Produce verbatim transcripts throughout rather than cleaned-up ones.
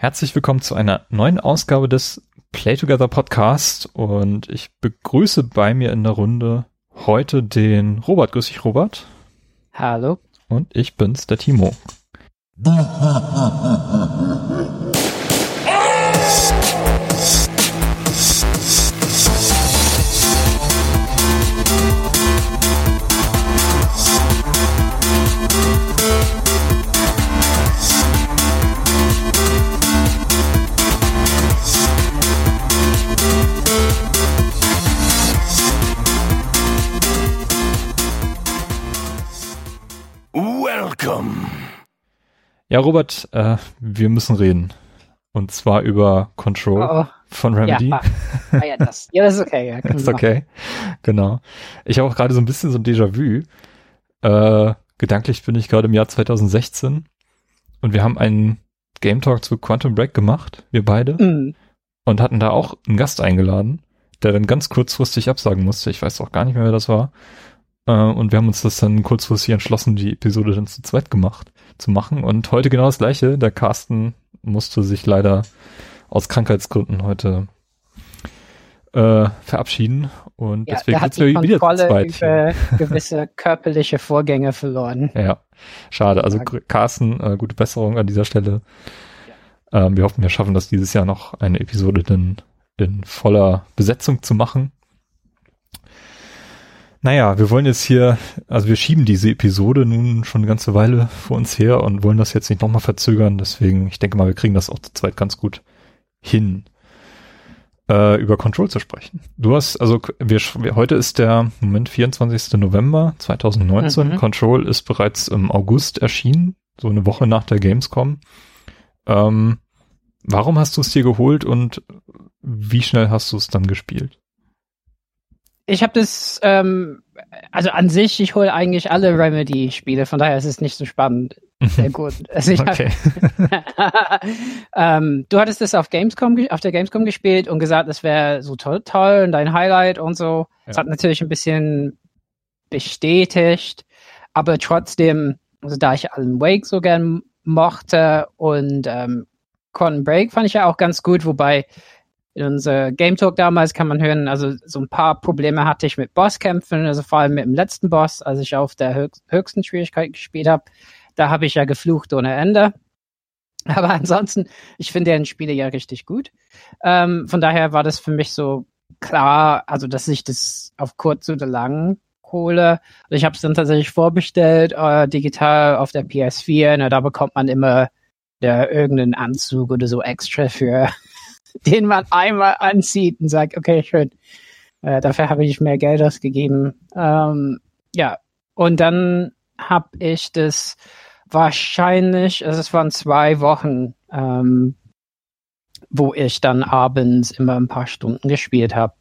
Herzlich willkommen zu einer neuen Ausgabe des Play Together Podcast und ich begrüße bei mir in der Runde heute den Robert. Grüß dich, Robert. Hallo. Und ich bin's, der Timo. Welcome. Ja, Robert, äh, wir müssen reden. Und zwar über Control Oh, oh. von Remedy. Ja, ah, ah, ja, das, ja, das ist okay. Ja, ist okay, genau. Ich habe auch gerade so ein bisschen so ein Déjà-vu. Äh, gedanklich bin ich gerade im Jahr zwanzig sechzehn und wir haben einen Game Talk zu Quantum Break gemacht, wir beide, Mhm. und hatten da auch einen Gast eingeladen, der dann ganz kurzfristig absagen musste. Ich weiß auch gar nicht mehr, wer das war. Äh, und wir haben uns das dann kurzfristig entschlossen, die Episode dann zu zweit gemacht, zu machen. Und heute genau das Gleiche. Der Carsten musste sich leider aus Krankheitsgründen heute äh, verabschieden. Und Ja, deswegen der hat sitzen die wir wieder zu Kontrolle zweit. über gewisse körperliche Vorgänge verloren. Ja, schade. Also Carsten, äh, gute Besserung an dieser Stelle. Ähm, wir hoffen, wir schaffen das dieses Jahr noch, eine Episode dann in voller Besetzung zu machen. Naja, wir wollen jetzt hier, also wir schieben diese Episode nun schon eine ganze Weile vor uns her und wollen das jetzt nicht nochmal verzögern. Deswegen, ich denke mal, wir kriegen das auch zu zweit ganz gut hin, äh, über Control zu sprechen. Du hast, also wir, wir heute ist der Moment vierundzwanzigster November zweitausendneunzehn. Mhm. Control ist bereits im August erschienen, so eine Woche nach der Gamescom. Ähm, warum hast du es dir geholt und wie schnell hast du es dann gespielt? Ich habe das, ähm, also an sich, ich hole eigentlich alle Remedy-Spiele, von daher ist es nicht so spannend. Sehr gut. Also ich Okay. hab, ähm, du hattest das auf Gamescom, ge- auf der Gamescom gespielt und gesagt, das wäre so toll, toll und dein Highlight und so. Das Ja. hat natürlich ein bisschen bestätigt, aber trotzdem, also da ich Alan Wake so gern mochte und ähm, Quantum Break fand ich ja auch ganz gut, wobei in unser Game Talk damals kann man hören, also so ein paar Probleme hatte ich mit Bosskämpfen, also vor allem mit dem letzten Boss, als ich auf der höchst, höchsten Schwierigkeit gespielt habe. Da habe ich ja geflucht ohne Ende. Aber ansonsten, ich finde deren Spiele ja richtig gut. Ähm, von daher war das für mich so klar, also dass ich das auf kurz oder lang hole. Also ich habe es dann tatsächlich vorbestellt, äh, digital auf der P S vier. Na, da bekommt man immer ja, irgendeinen Anzug oder so extra für den man einmal anzieht und sagt, okay, schön. Äh, dafür habe ich mehr Geld ausgegeben. Ähm, ja, und dann habe ich das wahrscheinlich, also es waren zwei Wochen, ähm, wo ich dann abends immer ein paar Stunden gespielt habe.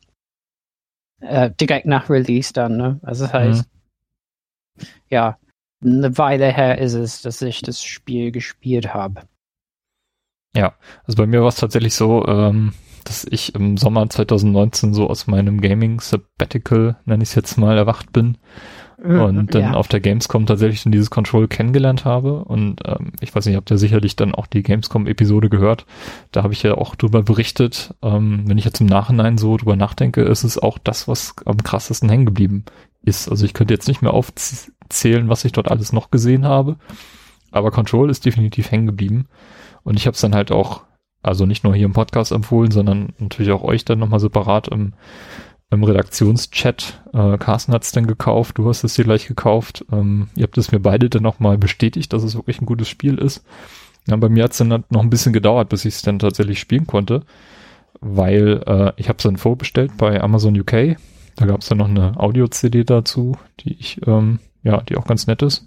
Äh, direkt nach Release dann, ne? Also das heißt, mhm. ja, eine Weile her ist es, dass ich das Spiel gespielt habe. Ja, also bei mir war es tatsächlich so, ähm, dass ich im Sommer zwanzig neunzehn so aus meinem Gaming-Sabbatical, nenne ich es jetzt mal, erwacht bin und dann ja. auf der Gamescom tatsächlich dann dieses Control kennengelernt habe und ähm, ich weiß nicht, habt ihr sicherlich dann auch die Gamescom-Episode gehört, da habe ich ja auch drüber berichtet, ähm, wenn ich jetzt im Nachhinein so drüber nachdenke, ist es auch das, was am krassesten hängen geblieben ist. Also ich könnte jetzt nicht mehr aufzählen, was ich dort alles noch gesehen habe, aber Control ist definitiv hängen geblieben. Und ich habe es dann halt auch, also nicht nur hier im Podcast empfohlen, sondern natürlich auch euch dann nochmal separat im, im Redaktionschat. Äh, Carsten hat es dann gekauft, du hast es dir gleich gekauft. Ähm, ihr habt es mir beide dann nochmal bestätigt, dass es wirklich ein gutes Spiel ist. Ja, bei mir hat es dann halt noch ein bisschen gedauert, bis ich es dann tatsächlich spielen konnte, weil äh, ich habe es dann vorbestellt bei Amazon U K. Da gab es dann noch eine Audio-C D dazu, die ich, ähm, ja, die auch ganz nett ist.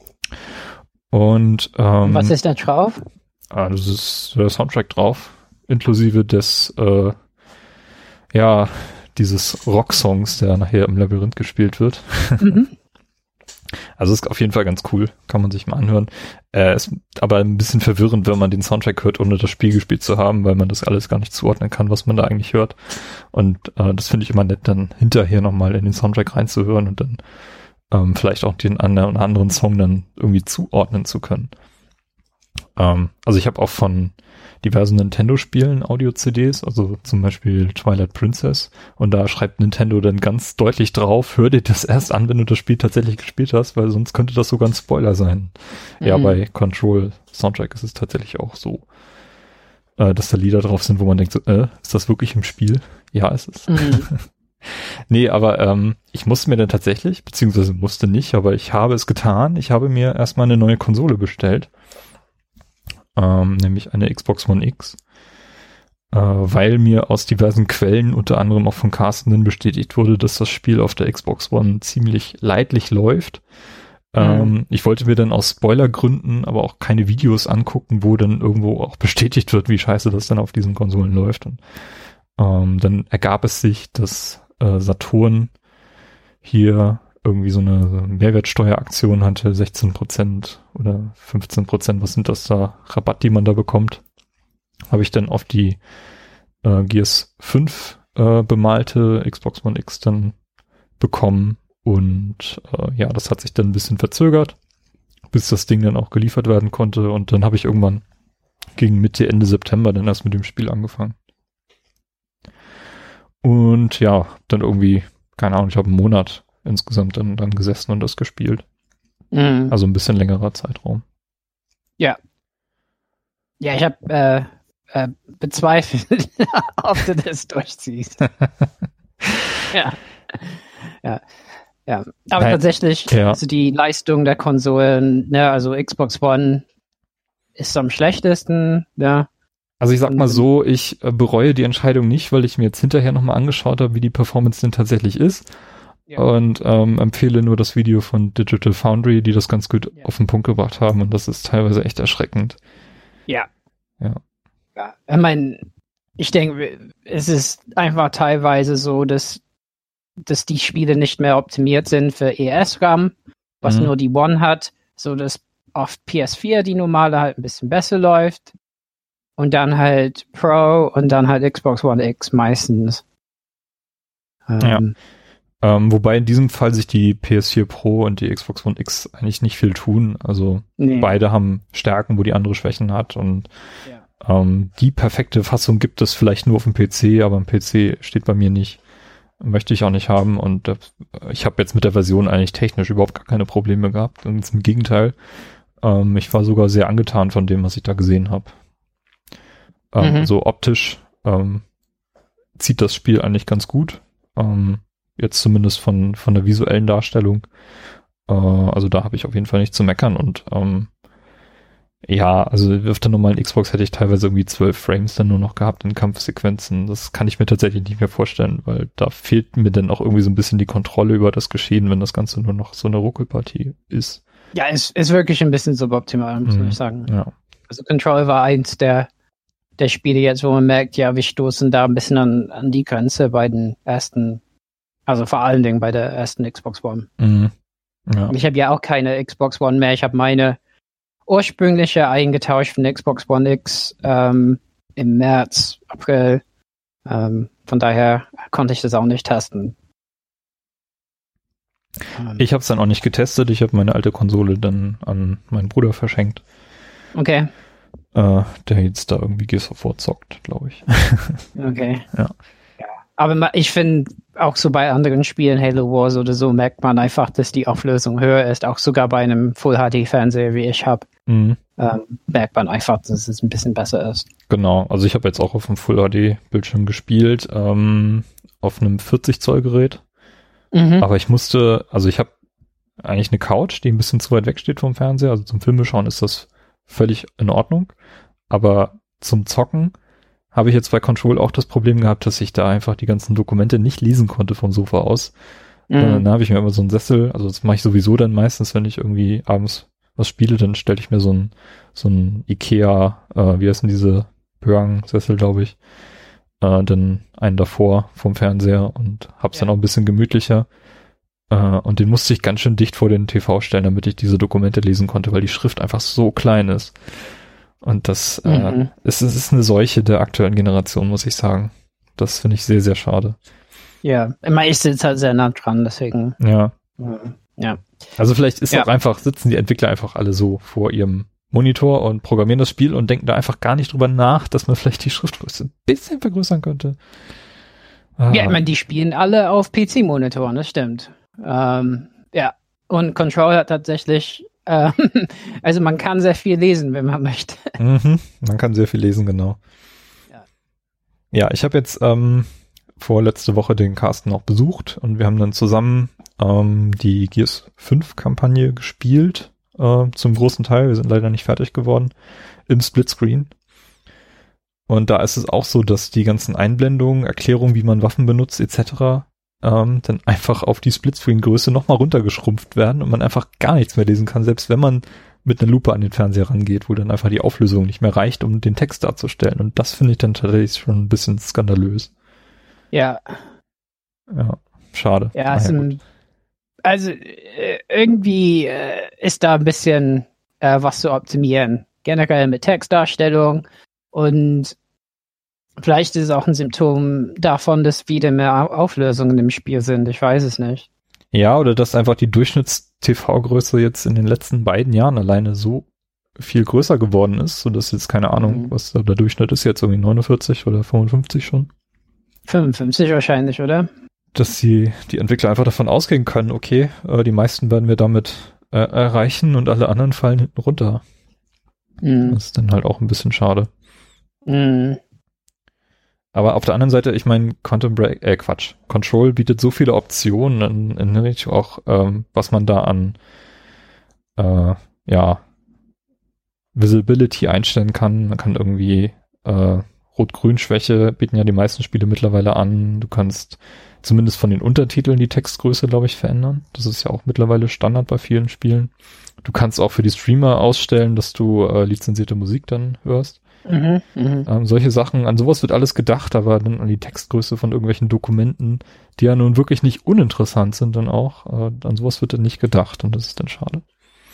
Und ähm, was ist da drauf? Ah, das ist der Soundtrack drauf, inklusive des, äh, ja, dieses Rocksongs, der nachher im Labyrinth gespielt wird. Mhm. Also ist auf jeden Fall ganz cool, kann man sich mal anhören. Äh, ist aber ein bisschen verwirrend, wenn man den Soundtrack hört, ohne das Spiel gespielt zu haben, weil man das alles gar nicht zuordnen kann, was man da eigentlich hört. Und äh, das finde ich immer nett, dann hinterher nochmal in den Soundtrack reinzuhören und dann ähm, vielleicht auch den anderen, anderen Song dann irgendwie zuordnen zu können. Ähm, also ich habe auch von diversen Nintendo-Spielen Audio-C Ds, also zum Beispiel Twilight Princess. Und da schreibt Nintendo dann ganz deutlich drauf, hör dir das erst an, wenn du das Spiel tatsächlich gespielt hast, weil sonst könnte das sogar ein Spoiler sein. Mhm. Ja, bei Control Soundtrack ist es tatsächlich auch so, äh, dass da Lieder drauf sind, wo man denkt, so, äh, ist das wirklich im Spiel? Ja, ist es. Mhm. Nee, aber ähm, ich musste mir dann tatsächlich, beziehungsweise musste nicht, aber ich habe es getan. Ich habe mir erstmal eine neue Konsole bestellt. Ähm, nämlich eine Xbox One X, äh, weil mir aus diversen Quellen, unter anderem auch von Carsten, dann bestätigt wurde, dass das Spiel auf der Xbox One ziemlich leidlich läuft. Mhm. Ähm, ich wollte mir dann aus Spoilergründen aber auch keine Videos angucken, wo dann irgendwo auch bestätigt wird, wie scheiße das dann auf diesen Konsolen läuft. Und ähm, dann ergab es sich, dass äh, Saturn hier irgendwie so eine Mehrwertsteueraktion hatte, sechzehn Prozent oder fünfzehn Prozent, was sind das da, Rabatt, die man da bekommt, habe ich dann auf die äh, Gears fünf äh, bemalte Xbox One X dann bekommen und äh, ja, das hat sich dann ein bisschen verzögert, bis das Ding dann auch geliefert werden konnte und dann habe ich irgendwann gegen Mitte, Ende September dann erst mit dem Spiel angefangen. Und ja, dann irgendwie, keine Ahnung, ich habe einen Monat insgesamt dann, dann gesessen und das gespielt. Mhm. Also ein bisschen längerer Zeitraum. Ja. Ja, ich habe äh, äh, bezweifelt, ob du das durchziehst. ja. Ja. Ja. Aber Nein. tatsächlich, ja. also die Leistung der Konsolen, ne, also Xbox One ist am schlechtesten, ja. Also ich sag mal so, ich äh, bereue die Entscheidung nicht, weil ich mir jetzt hinterher nochmal angeschaut habe, wie die Performance denn tatsächlich ist. Ja. Und ähm, empfehle nur das Video von Digital Foundry, die das ganz gut ja. auf den Punkt gebracht haben und das ist teilweise echt erschreckend. Ja. Ja. Ja. Ich meine, ich denke, es ist einfach teilweise so, dass, dass die Spiele nicht mehr optimiert sind für E S-RAM, was mhm. nur die One hat, so dass auf P S vier die normale halt ein bisschen besser läuft und dann halt Pro und dann halt Xbox One X meistens. Ähm, ja. Ähm, wobei in diesem Fall sich die P S vier Pro und die Xbox One X eigentlich nicht viel tun. Also nee. beide haben Stärken, wo die andere Schwächen hat. Und ja. ähm, die perfekte Fassung gibt es vielleicht nur auf dem P C, aber im P C steht bei mir nicht. Möchte ich auch nicht haben. Und äh, ich habe jetzt mit der Version eigentlich technisch überhaupt gar keine Probleme gehabt. Und im Gegenteil, ähm, ich war sogar sehr angetan von dem, was ich da gesehen habe. Ähm, mhm. So optisch ähm, zieht das Spiel eigentlich ganz gut. Ähm, Jetzt zumindest von von der visuellen Darstellung. Äh, also da habe ich auf jeden Fall nichts zu meckern. Und ähm, ja, also auf der normalen Xbox hätte ich teilweise irgendwie zwölf Frames dann nur noch gehabt in Kampfsequenzen. Das kann ich mir tatsächlich nicht mehr vorstellen, weil da fehlt mir dann auch irgendwie so ein bisschen die Kontrolle über das Geschehen, wenn das Ganze nur noch so eine Ruckelpartie ist. Ja, es ist wirklich ein bisschen suboptimal, muss mhm. ich sagen. Ja. Also Control war eins der der Spiele jetzt, wo man merkt, ja, wir stoßen da ein bisschen an, an die Grenze bei den ersten. Also vor allen Dingen bei der ersten Xbox One. Mhm. Ja. Ich habe ja auch keine Xbox One mehr. Ich habe meine ursprüngliche eingetauscht von Xbox One X ähm, im März, April. Ähm, von daher konnte ich das auch nicht testen. Ähm. Ich habe es dann auch nicht getestet. Ich habe meine alte Konsole dann an meinen Bruder verschenkt. Okay. Äh, der jetzt da irgendwie Gears of War zockt, glaube ich. Okay. Ja. Aber ich finde, auch so bei anderen Spielen, Halo Wars oder so, merkt man einfach, dass die Auflösung höher ist. Auch sogar bei einem Full-H D-Fernseher, wie ich habe, mhm. ähm, merkt man einfach, dass es ein bisschen besser ist. Genau, also ich habe jetzt auch auf einem Full-H D-Bildschirm gespielt, ähm, auf einem vierzig Zoll Gerät. Mhm. Aber ich musste, also ich habe eigentlich eine Couch, die ein bisschen zu weit weg steht vom Fernseher. Also zum Filme schauen ist das völlig in Ordnung. Aber zum Zocken habe ich jetzt bei Control auch das Problem gehabt, dass ich da einfach die ganzen Dokumente nicht lesen konnte vom Sofa aus. Mhm. Dann habe ich mir immer so einen Sessel, also das mache ich sowieso dann meistens, wenn ich irgendwie abends was spiele, dann stelle ich mir so einen so einen Ikea, äh, wie heißen diese Böang-Sessel, glaube ich, äh, dann einen davor vom Fernseher und hab's ja. dann auch ein bisschen gemütlicher. Äh, und den musste ich ganz schön dicht vor den T V stellen, damit ich diese Dokumente lesen konnte, weil die Schrift einfach so klein ist. Und das äh, mhm. ist, ist eine Seuche der aktuellen Generation, muss ich sagen. Das finde ich sehr, sehr schade. Ja, immer ich sitze halt sehr nah dran, deswegen. Ja. Ja. Also vielleicht ist ja. auch einfach, sitzen die Entwickler einfach alle so vor ihrem Monitor und programmieren das Spiel und denken da einfach gar nicht drüber nach, dass man vielleicht die Schriftgröße ein bisschen vergrößern könnte. Ah. Ja, ich meine, die spielen alle auf P C-Monitoren, das stimmt. Ähm, ja, und Control hat tatsächlich, äh, also man kann sehr viel lesen, wenn man möchte. Mhm, man kann sehr viel lesen, genau. Ja, ja ich habe jetzt ähm, vor letzte Woche den Carsten auch besucht und wir haben dann zusammen ähm, die Gears fünf Kampagne gespielt, äh, zum großen Teil. Wir sind leider nicht fertig geworden, im Splitscreen. Und da ist es auch so, dass die ganzen Einblendungen, Erklärungen, wie man Waffen benutzt et cetera, ähm, dann einfach auf die Splitscreen-Größe nochmal runtergeschrumpft werden und man einfach gar nichts mehr lesen kann, selbst wenn man mit einer Lupe an den Fernseher rangeht, wo dann einfach die Auflösung nicht mehr reicht, um den Text darzustellen. Und das finde ich dann tatsächlich schon ein bisschen skandalös. Ja. Ja, schade. Ja, es ein, also äh, irgendwie äh, ist da ein bisschen äh, was zu optimieren. Generell mit Textdarstellung und vielleicht ist es auch ein Symptom davon, dass wieder mehr Auflösungen im Spiel sind. Ich weiß es nicht. Ja, oder dass einfach die Durchschnitts-T V-Größe jetzt in den letzten beiden Jahren alleine so viel größer geworden ist, sodass jetzt keine Ahnung, mhm. was der Durchschnitt ist, jetzt irgendwie neunundvierzig oder fünfundfünfzig schon. fünfundfünfzig wahrscheinlich, oder? Dass sie die Entwickler einfach davon ausgehen können, okay, äh, die meisten werden wir damit äh, erreichen und alle anderen fallen hinten runter. Mhm. Das ist dann halt auch ein bisschen schade. Mhm. Aber auf der anderen Seite, ich meine, Quantum Break, äh Quatsch, Control bietet so viele Optionen, in, in auch, ähm, was man da an äh, ja Visibility einstellen kann. Man kann irgendwie äh, Rot-Grün-Schwäche bieten ja die meisten Spiele mittlerweile an. Du kannst zumindest von den Untertiteln die Textgröße, glaube ich, verändern. Das ist ja auch mittlerweile Standard bei vielen Spielen. Du kannst auch für die Streamer ausstellen, dass du äh, lizenzierte Musik dann hörst. Mhm, ähm, solche Sachen, an sowas wird alles gedacht, aber dann an die Textgröße von irgendwelchen Dokumenten, die ja nun wirklich nicht uninteressant sind, dann auch, äh, an sowas wird dann nicht gedacht und das ist dann schade.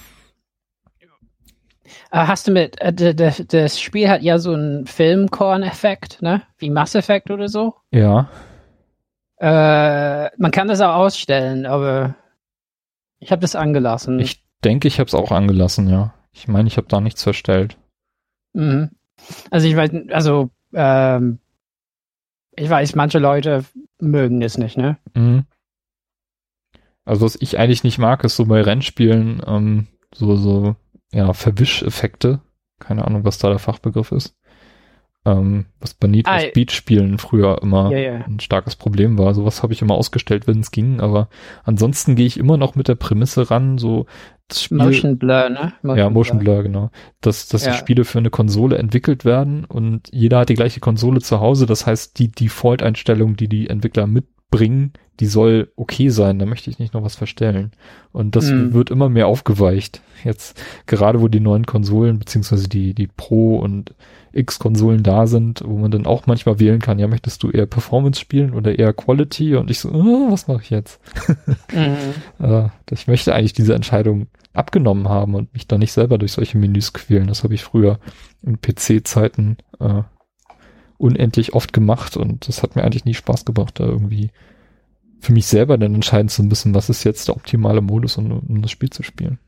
Hast du mit, äh, das, das Spiel hat ja so einen Filmkorn-Effekt, ne? Wie Mass Effect oder so. Ja. Äh, man kann das auch ausstellen, aber ich habe das angelassen. Ich denke, ich habe es auch angelassen, ja. Ich meine, ich habe da nichts verstellt. Mhm. Also ich weiß, also ähm, ich weiß, manche Leute mögen es nicht, ne? Mhm. Also was ich eigentlich nicht mag, ist so bei Rennspielen ähm, so, so, ja, Verwischeffekte. Keine Ahnung, was da der Fachbegriff ist. Ähm, was bei Need for Speed Spielen früher immer ja, ja. ein starkes Problem war. Sowas habe ich immer ausgestellt, wenn es ging, aber ansonsten gehe ich immer noch mit der Prämisse ran, so das Spiel, Motion Blur, ne? Motion ja, Motion Blur, Blur genau. Dass, dass ja. die Spiele für eine Konsole entwickelt werden und jeder hat die gleiche Konsole zu Hause. Das heißt, die Default-Einstellung, die die Entwickler mitbringen, die soll okay sein. Da möchte ich nicht noch was verstellen. Und das mhm. wird immer mehr aufgeweicht. Jetzt, gerade wo die neuen Konsolen, beziehungsweise die, die Pro- und X-Konsolen da sind, wo man dann auch manchmal wählen kann, ja, möchtest du eher Performance spielen oder eher Quality? Und ich so, oh, was mache ich jetzt? mhm. äh, ich möchte eigentlich diese Entscheidung abgenommen haben und mich da nicht selber durch solche Menüs quälen. Das habe ich früher in P C-Zeiten äh, unendlich oft gemacht und das hat mir eigentlich nie Spaß gebracht, da irgendwie für mich selber dann entscheiden zu müssen, was ist jetzt der optimale Modus, um, um das Spiel zu spielen.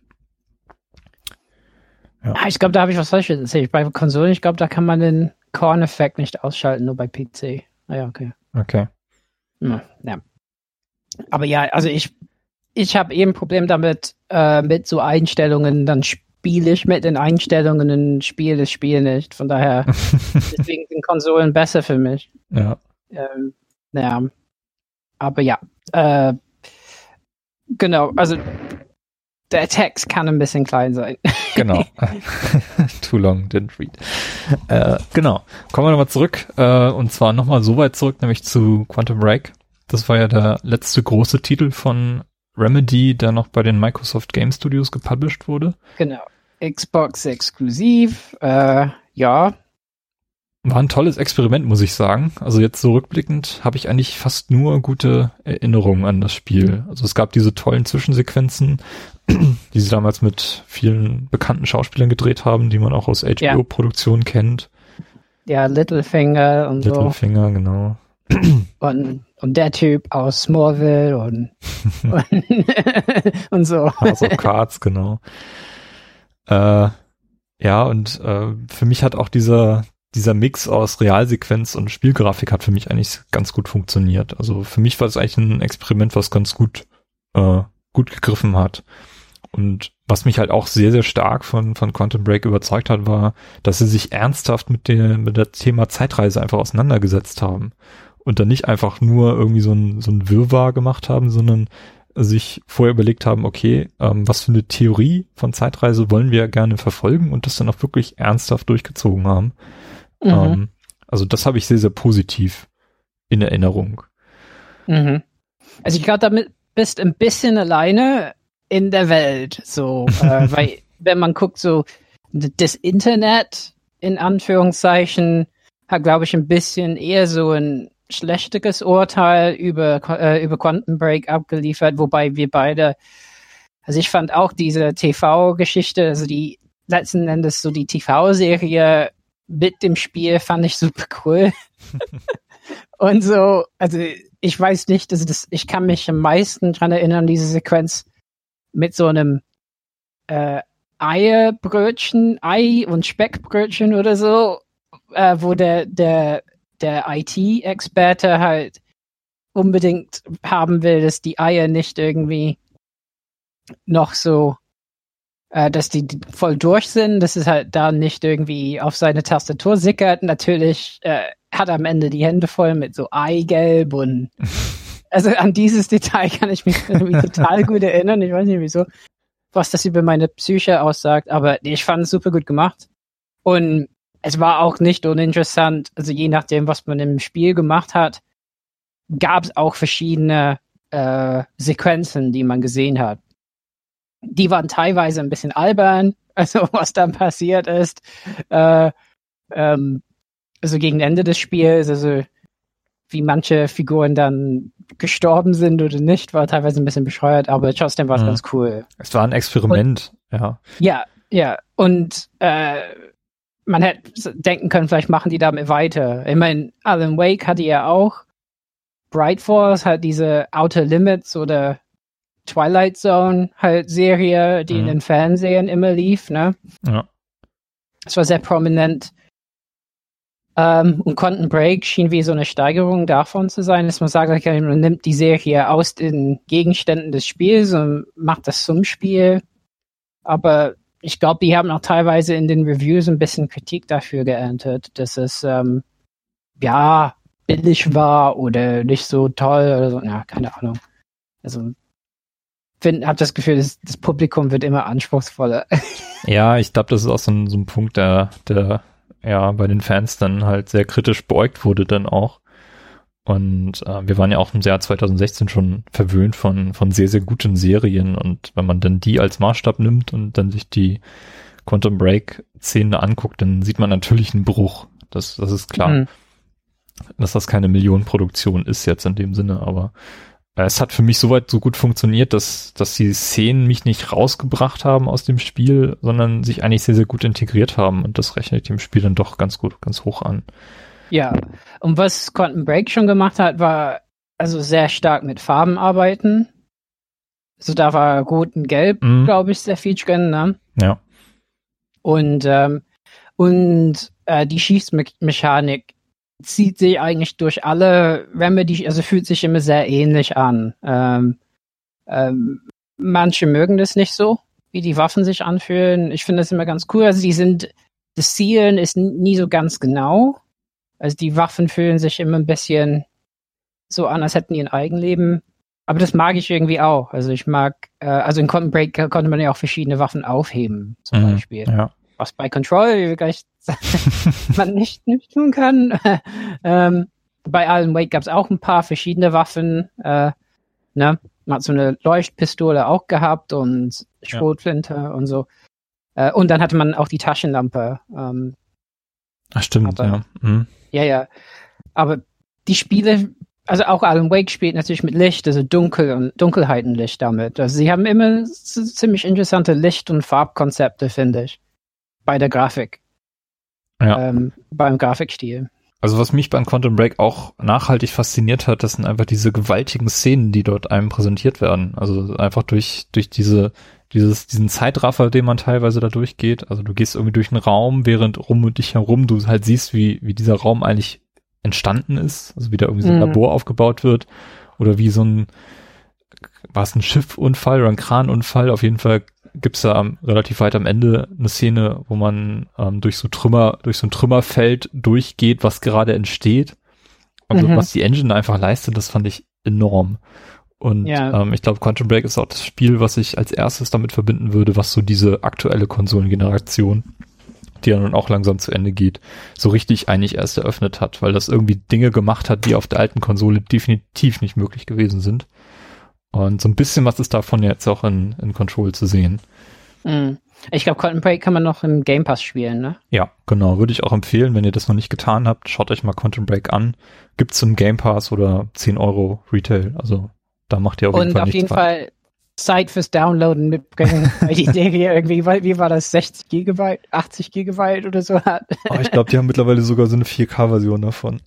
Ja. Ich glaube, da habe ich was Falsches erzählt. Bei Konsolen, ich glaube, da kann man den Korn-Effekt nicht ausschalten, nur bei P C. Ah ja, okay. Okay. Ja, ja. Aber ja, also ich ich habe eben ein Problem damit, äh, mit so Einstellungen, dann spiele ich mit den Einstellungen und spiele das Spiel nicht. Von daher, deswegen sind Konsolen besser für mich. Ja. Ähm, ja. Aber ja, äh, genau, also der Text kann ein bisschen klein sein. Genau. Too long, didn't read. Äh, genau. Kommen wir nochmal zurück. Äh, und zwar nochmal so weit zurück, nämlich zu Quantum Break. Das war ja der letzte große Titel von Remedy, der noch bei den Microsoft Game Studios gepublished wurde. Genau. Xbox exklusiv. Äh, ja. War ein tolles Experiment, muss ich sagen. Also jetzt so rückblickend habe ich eigentlich fast nur gute Erinnerungen an das Spiel. Also es gab diese tollen Zwischensequenzen, die sie damals mit vielen bekannten Schauspielern gedreht haben, die man auch aus H B O-Produktionen ja. kennt. Ja, Littlefinger und Littlefinger, so. Littlefinger, genau. Und, und der Typ aus Smallville und, und, und so. House of Cards, genau. Äh, Ja, und äh, für mich hat auch dieser dieser Mix aus Realsequenz und Spielgrafik hat für mich eigentlich ganz gut funktioniert. Also für mich war es eigentlich ein Experiment, was ganz gut äh, gut gegriffen hat. Und was mich halt auch sehr, sehr stark von von Quantum Break überzeugt hat, war, dass sie sich ernsthaft mit der mit der Thema Zeitreise einfach auseinandergesetzt haben. Und dann nicht einfach nur irgendwie so ein so ein Wirrwarr gemacht haben, sondern sich vorher überlegt haben, okay, ähm, was für eine Theorie von Zeitreise wollen wir gerne verfolgen und das dann auch wirklich ernsthaft durchgezogen haben. Mhm. Ähm, also das habe ich sehr, sehr positiv in Erinnerung. Mhm. Also ich glaube, damit bist ein bisschen alleine in der Welt, so, äh, weil wenn man guckt, so das Internet in Anführungszeichen hat, glaube ich, ein bisschen eher so ein schlechteres Urteil über äh, über Quantum Break abgeliefert, wobei wir beide, also ich fand auch diese T V-Geschichte, also die letzten Endes so die T V-Serie mit dem Spiel fand ich super cool. Und so, also ich weiß nicht, also das, ich kann mich am meisten dran erinnern, diese Sequenz mit so einem äh, Eierbrötchen, Ei- und Speckbrötchen oder so, äh, wo der, der, der I T-Experte halt unbedingt haben will, dass die Eier nicht irgendwie noch so, äh, dass die voll durch sind, dass es halt da nicht irgendwie auf seine Tastatur sickert. Natürlich äh, hat er am Ende die Hände voll mit so Eigelb und also an dieses Detail kann ich mich irgendwie total gut erinnern. Ich weiß nicht wieso, was das über meine Psyche aussagt, aber ich fand es super gut gemacht. Und es war auch nicht uninteressant, also je nachdem, was man im Spiel gemacht hat, gab es auch verschiedene äh, Sequenzen, die man gesehen hat. Die waren teilweise ein bisschen albern, also was dann passiert ist. Äh, ähm, also gegen Ende des Spiels, also wie manche Figuren dann gestorben sind oder nicht, war teilweise ein bisschen bescheuert, aber trotzdem war es mhm. ganz cool. Es war ein Experiment, und, ja. Ja, ja. Und äh, man hätte denken können, vielleicht machen die damit weiter. Ich meine, Alan Wake hatte ja auch. Bright Falls hat diese Outer Limits oder Twilight Zone halt Serie, die mhm. in den Fernsehen immer lief, ne? Ja. Es war sehr prominent. Um, und Quantum Break schien wie so eine Steigerung davon zu sein, dass man sagt, okay, man nimmt die Serie aus den Gegenständen des Spiels und macht das zum Spiel. Aber ich glaube, die haben auch teilweise in den Reviews ein bisschen Kritik dafür geerntet, dass es ähm, ja billig war oder nicht so toll oder so. Ja, keine Ahnung. Also ich habe das Gefühl, das, das Publikum wird immer anspruchsvoller. Ja, ich glaube, das ist auch so ein, so ein Punkt, der, der ja bei den Fans dann halt sehr kritisch beäugt wurde dann auch. Und äh, wir waren ja auch im Jahr zwanzig sechzehn schon verwöhnt von von sehr, sehr guten Serien. Und wenn man dann die als Maßstab nimmt und dann sich die Quantum Break-Szene anguckt, dann sieht man natürlich einen Bruch. Das, das ist klar. Mhm. Dass das keine Millionenproduktion ist jetzt in dem Sinne, aber äh, es hat für mich soweit so gut funktioniert, dass dass die Szenen mich nicht rausgebracht haben aus dem Spiel, sondern sich eigentlich sehr, sehr gut integriert haben. Und das rechne ich dem Spiel dann doch ganz gut, ganz hoch an. Ja, und was Quantum Break schon gemacht hat, war also sehr stark mit Farben arbeiten. Also da war Rot und Gelb, mhm. glaube ich, sehr viel drin, ne? Ja. Und, ähm, und äh, die Schießmechanik zieht sich eigentlich durch alle Remedy, also fühlt sich immer sehr ähnlich an. Ähm, ähm, manche mögen das nicht so, wie die Waffen sich anfühlen. Ich finde das immer ganz cool. Also die sind, das Zielen ist nie so ganz genau. Also die Waffen fühlen sich immer ein bisschen so an, als hätten die ein Eigenleben. Aber das mag ich irgendwie auch. Also ich mag, äh, also in Quantum Break konnte man ja auch verschiedene Waffen aufheben, zum mhm, Beispiel. Ja. Was bei Control gleich man nicht, nicht tun kann. ähm, bei Alan Wake gab es auch ein paar verschiedene Waffen. Äh, ne? Man hat so eine Leuchtpistole auch gehabt und Schrotflinte ja. und so. Äh, und dann hatte man auch die Taschenlampe. Ähm, Ach stimmt, aber, ja. Mhm. Ja, ja. Aber die Spiele, also auch Alan Wake spielt natürlich mit Licht, also Dunkel und Dunkelheit und Licht damit. Also sie haben immer so ziemlich interessante Licht- und Farbkonzepte, finde ich. Bei der Grafik. Ja. Ähm, beim Grafikstil. Also was mich beim Quantum Break auch nachhaltig fasziniert hat, das sind einfach diese gewaltigen Szenen, die dort einem präsentiert werden. Also einfach durch durch diese dieses, diesen Zeitraffer, den man teilweise da durchgeht. Also du gehst irgendwie durch einen Raum, während rum und dich herum du halt siehst, wie, wie dieser Raum eigentlich entstanden ist. Also wie da irgendwie so ein Mhm. Labor aufgebaut wird. Oder wie so ein, war es ein Schiffunfall oder ein Kranunfall? Auf jeden Fall gibt's da am, relativ weit am Ende eine Szene, wo man ähm, durch so Trümmer, durch so ein Trümmerfeld durchgeht, was gerade entsteht. Also Mhm. was die Engine einfach leistet, das fand ich enorm. Und Ja. ähm, ich glaube, Quantum Break ist auch das Spiel, was ich als erstes damit verbinden würde, was so diese aktuelle Konsolengeneration, die ja nun auch langsam zu Ende geht, so richtig eigentlich erst eröffnet hat, weil das irgendwie Dinge gemacht hat, die auf der alten Konsole definitiv nicht möglich gewesen sind. Und so ein bisschen was ist davon jetzt auch in, in Control zu sehen. Mhm. Ich glaube, Quantum Break kann man noch im Game Pass spielen, ne? Ja, genau, würde ich auch empfehlen, wenn ihr das noch nicht getan habt, schaut euch mal Quantum Break an. Gibt's im Game Pass oder zehn Euro Retail, also da macht ihr auf jeden Und Fall auf nichts jeden falsch. Fall Zeit fürs Downloaden mitbringen. Weil die Idee hier irgendwie, wie war das, sechzig Gigabyte, achtzig Gigabyte oder so hat. Oh, ich glaube, die haben mittlerweile sogar so eine vier K-Version davon.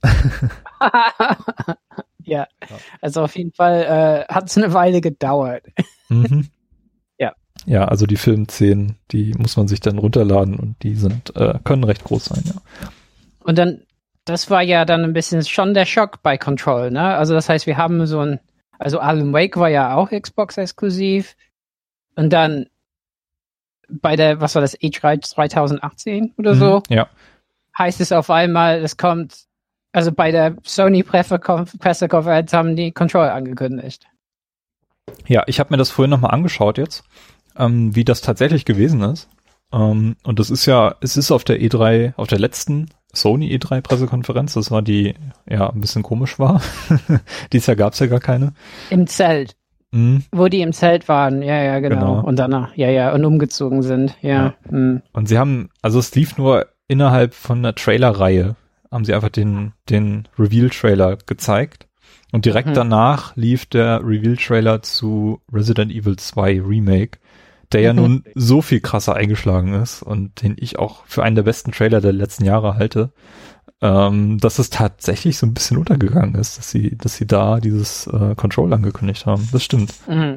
Ja, also auf jeden Fall äh, hat es eine Weile gedauert. Mhm. Ja. Ja, also die Filmszenen, die muss man sich dann runterladen und die sind, äh, können recht groß sein, ja. Und dann, das war ja dann ein bisschen schon der Schock bei Control, ne? Also das heißt, wir haben so ein, also Alan Wake war ja auch Xbox-exklusiv. Und dann bei der, was war das, E drei zwanzig achtzehn oder so, Mhm, ja. heißt es auf einmal, es kommt, also bei der Sony-Pressekonferenz haben die Control angekündigt. Ja, ich habe mir das vorhin nochmal angeschaut jetzt, ähm, wie das tatsächlich gewesen ist. Ähm, und das ist ja, es ist auf der E drei, auf der letzten Sony E drei Pressekonferenz, das war die, ja, ein bisschen komisch war. Dieses Jahr gab's ja gar keine. Im Zelt, Mhm. wo die im Zelt waren, ja, ja, genau. Genau. Und danach, ja, ja, und umgezogen sind, ja. Ja. Mhm. Und sie haben, also es lief nur innerhalb von einer Trailer-Reihe, haben sie einfach den, den Reveal-Trailer gezeigt. Und direkt Mhm. danach lief der Reveal-Trailer zu Resident Evil zwei Remake, der ja Mhm. nun so viel krasser eingeschlagen ist und den ich auch für einen der besten Trailer der letzten Jahre halte, ähm, dass es tatsächlich so ein bisschen untergegangen ist, dass sie, dass sie da dieses äh, Control angekündigt haben. Das stimmt. Mhm.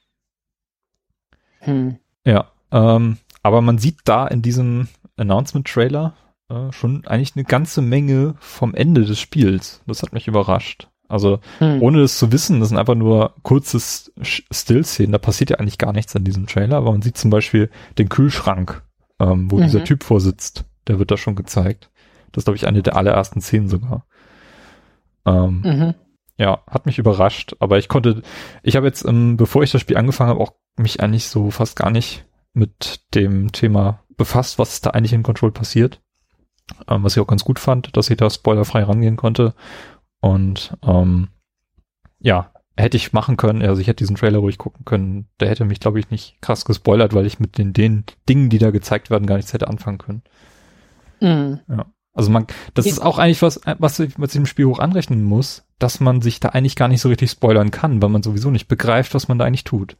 Hm. Ja, ähm, aber man sieht da in diesem Announcement-Trailer äh, schon eigentlich eine ganze Menge vom Ende des Spiels. Das hat mich überrascht. Also Hm. ohne es zu wissen, das sind einfach nur kurze Sch- Still-Szenen, da passiert ja eigentlich gar nichts in diesem Trailer, aber man sieht zum Beispiel den Kühlschrank, ähm, wo Mhm. dieser Typ vorsitzt, der wird da schon gezeigt. Das ist, glaube ich, eine der allerersten Szenen sogar. Ähm, Mhm. ja, hat mich überrascht, aber ich konnte, ich habe jetzt, ähm, bevor ich das Spiel angefangen habe, auch mich eigentlich so fast gar nicht mit dem Thema befasst, was da eigentlich in Control passiert. Ähm, was ich auch ganz gut fand, dass ich da spoilerfrei rangehen konnte. Und ähm, ja, hätte ich machen können, also ich hätte diesen Trailer ruhig gucken können, der hätte mich, glaube ich, nicht krass gespoilert, weil ich mit den, den Dingen, die da gezeigt werden, gar nichts hätte anfangen können. Mhm. Ja. Also man, das ist auch eigentlich was, was ich mit dem Spiel hoch anrechnen muss, dass man sich da eigentlich gar nicht so richtig spoilern kann, weil man sowieso nicht begreift, was man da eigentlich tut.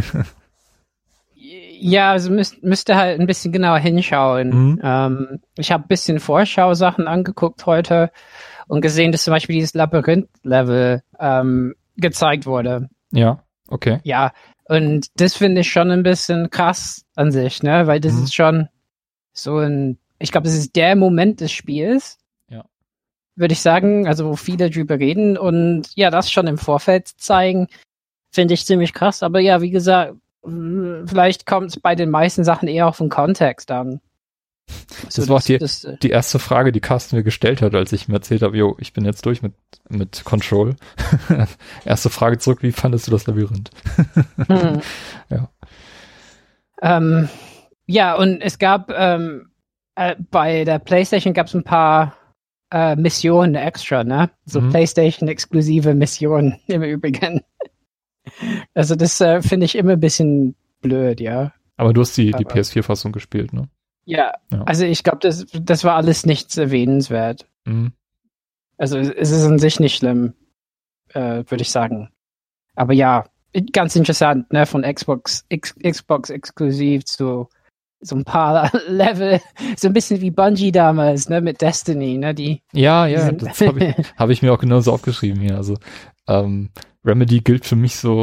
Ja, also müsst, müsste halt ein bisschen genauer hinschauen. Mhm. Ähm, ich habe ein bisschen Vorschau-Sachen angeguckt heute und gesehen, dass zum Beispiel dieses Labyrinth-Level ähm, gezeigt wurde. Ja, okay. Ja, und das finde ich schon ein bisschen krass an sich, ne? Weil das Mhm. ist schon so ein, ich glaube, das ist der Moment des Spiels. Ja. Würde ich sagen, also wo viele drüber reden und ja, das schon im Vorfeld zeigen, finde ich ziemlich krass. Aber ja, wie gesagt, mh, vielleicht kommt es bei den meisten Sachen eher auf den Kontext an. Das war auch die, das, äh, die erste Frage, die Carsten mir gestellt hat, als ich ihm erzählt habe, jo, ich bin jetzt durch mit, mit Control. Erste Frage zurück, wie fandest du das Labyrinth? hm. Ja. Ähm, ja, und es gab ähm, äh, bei der PlayStation gab es ein paar äh, Missionen extra, ne? So Mhm. PlayStation-exklusive Missionen im Übrigen. Also das äh, finde ich immer ein bisschen blöd, ja. Aber du hast die, die Aber- P S vier Fassung gespielt, ne? Ja, Ja. also ich glaube, das, das war alles nichts erwähnenswert. Mhm. Also es es ist an sich nicht schlimm, äh, würde ich sagen. Aber ja, ganz interessant, ne, von Xbox, X, Xbox exklusiv zu so ein paar Level, so ein bisschen wie Bungie damals, ne, mit Destiny, ne, die, Ja, die ja, sind- das habe ich, hab ich mir auch genauso aufgeschrieben hier. Also ähm, Remedy gilt für mich so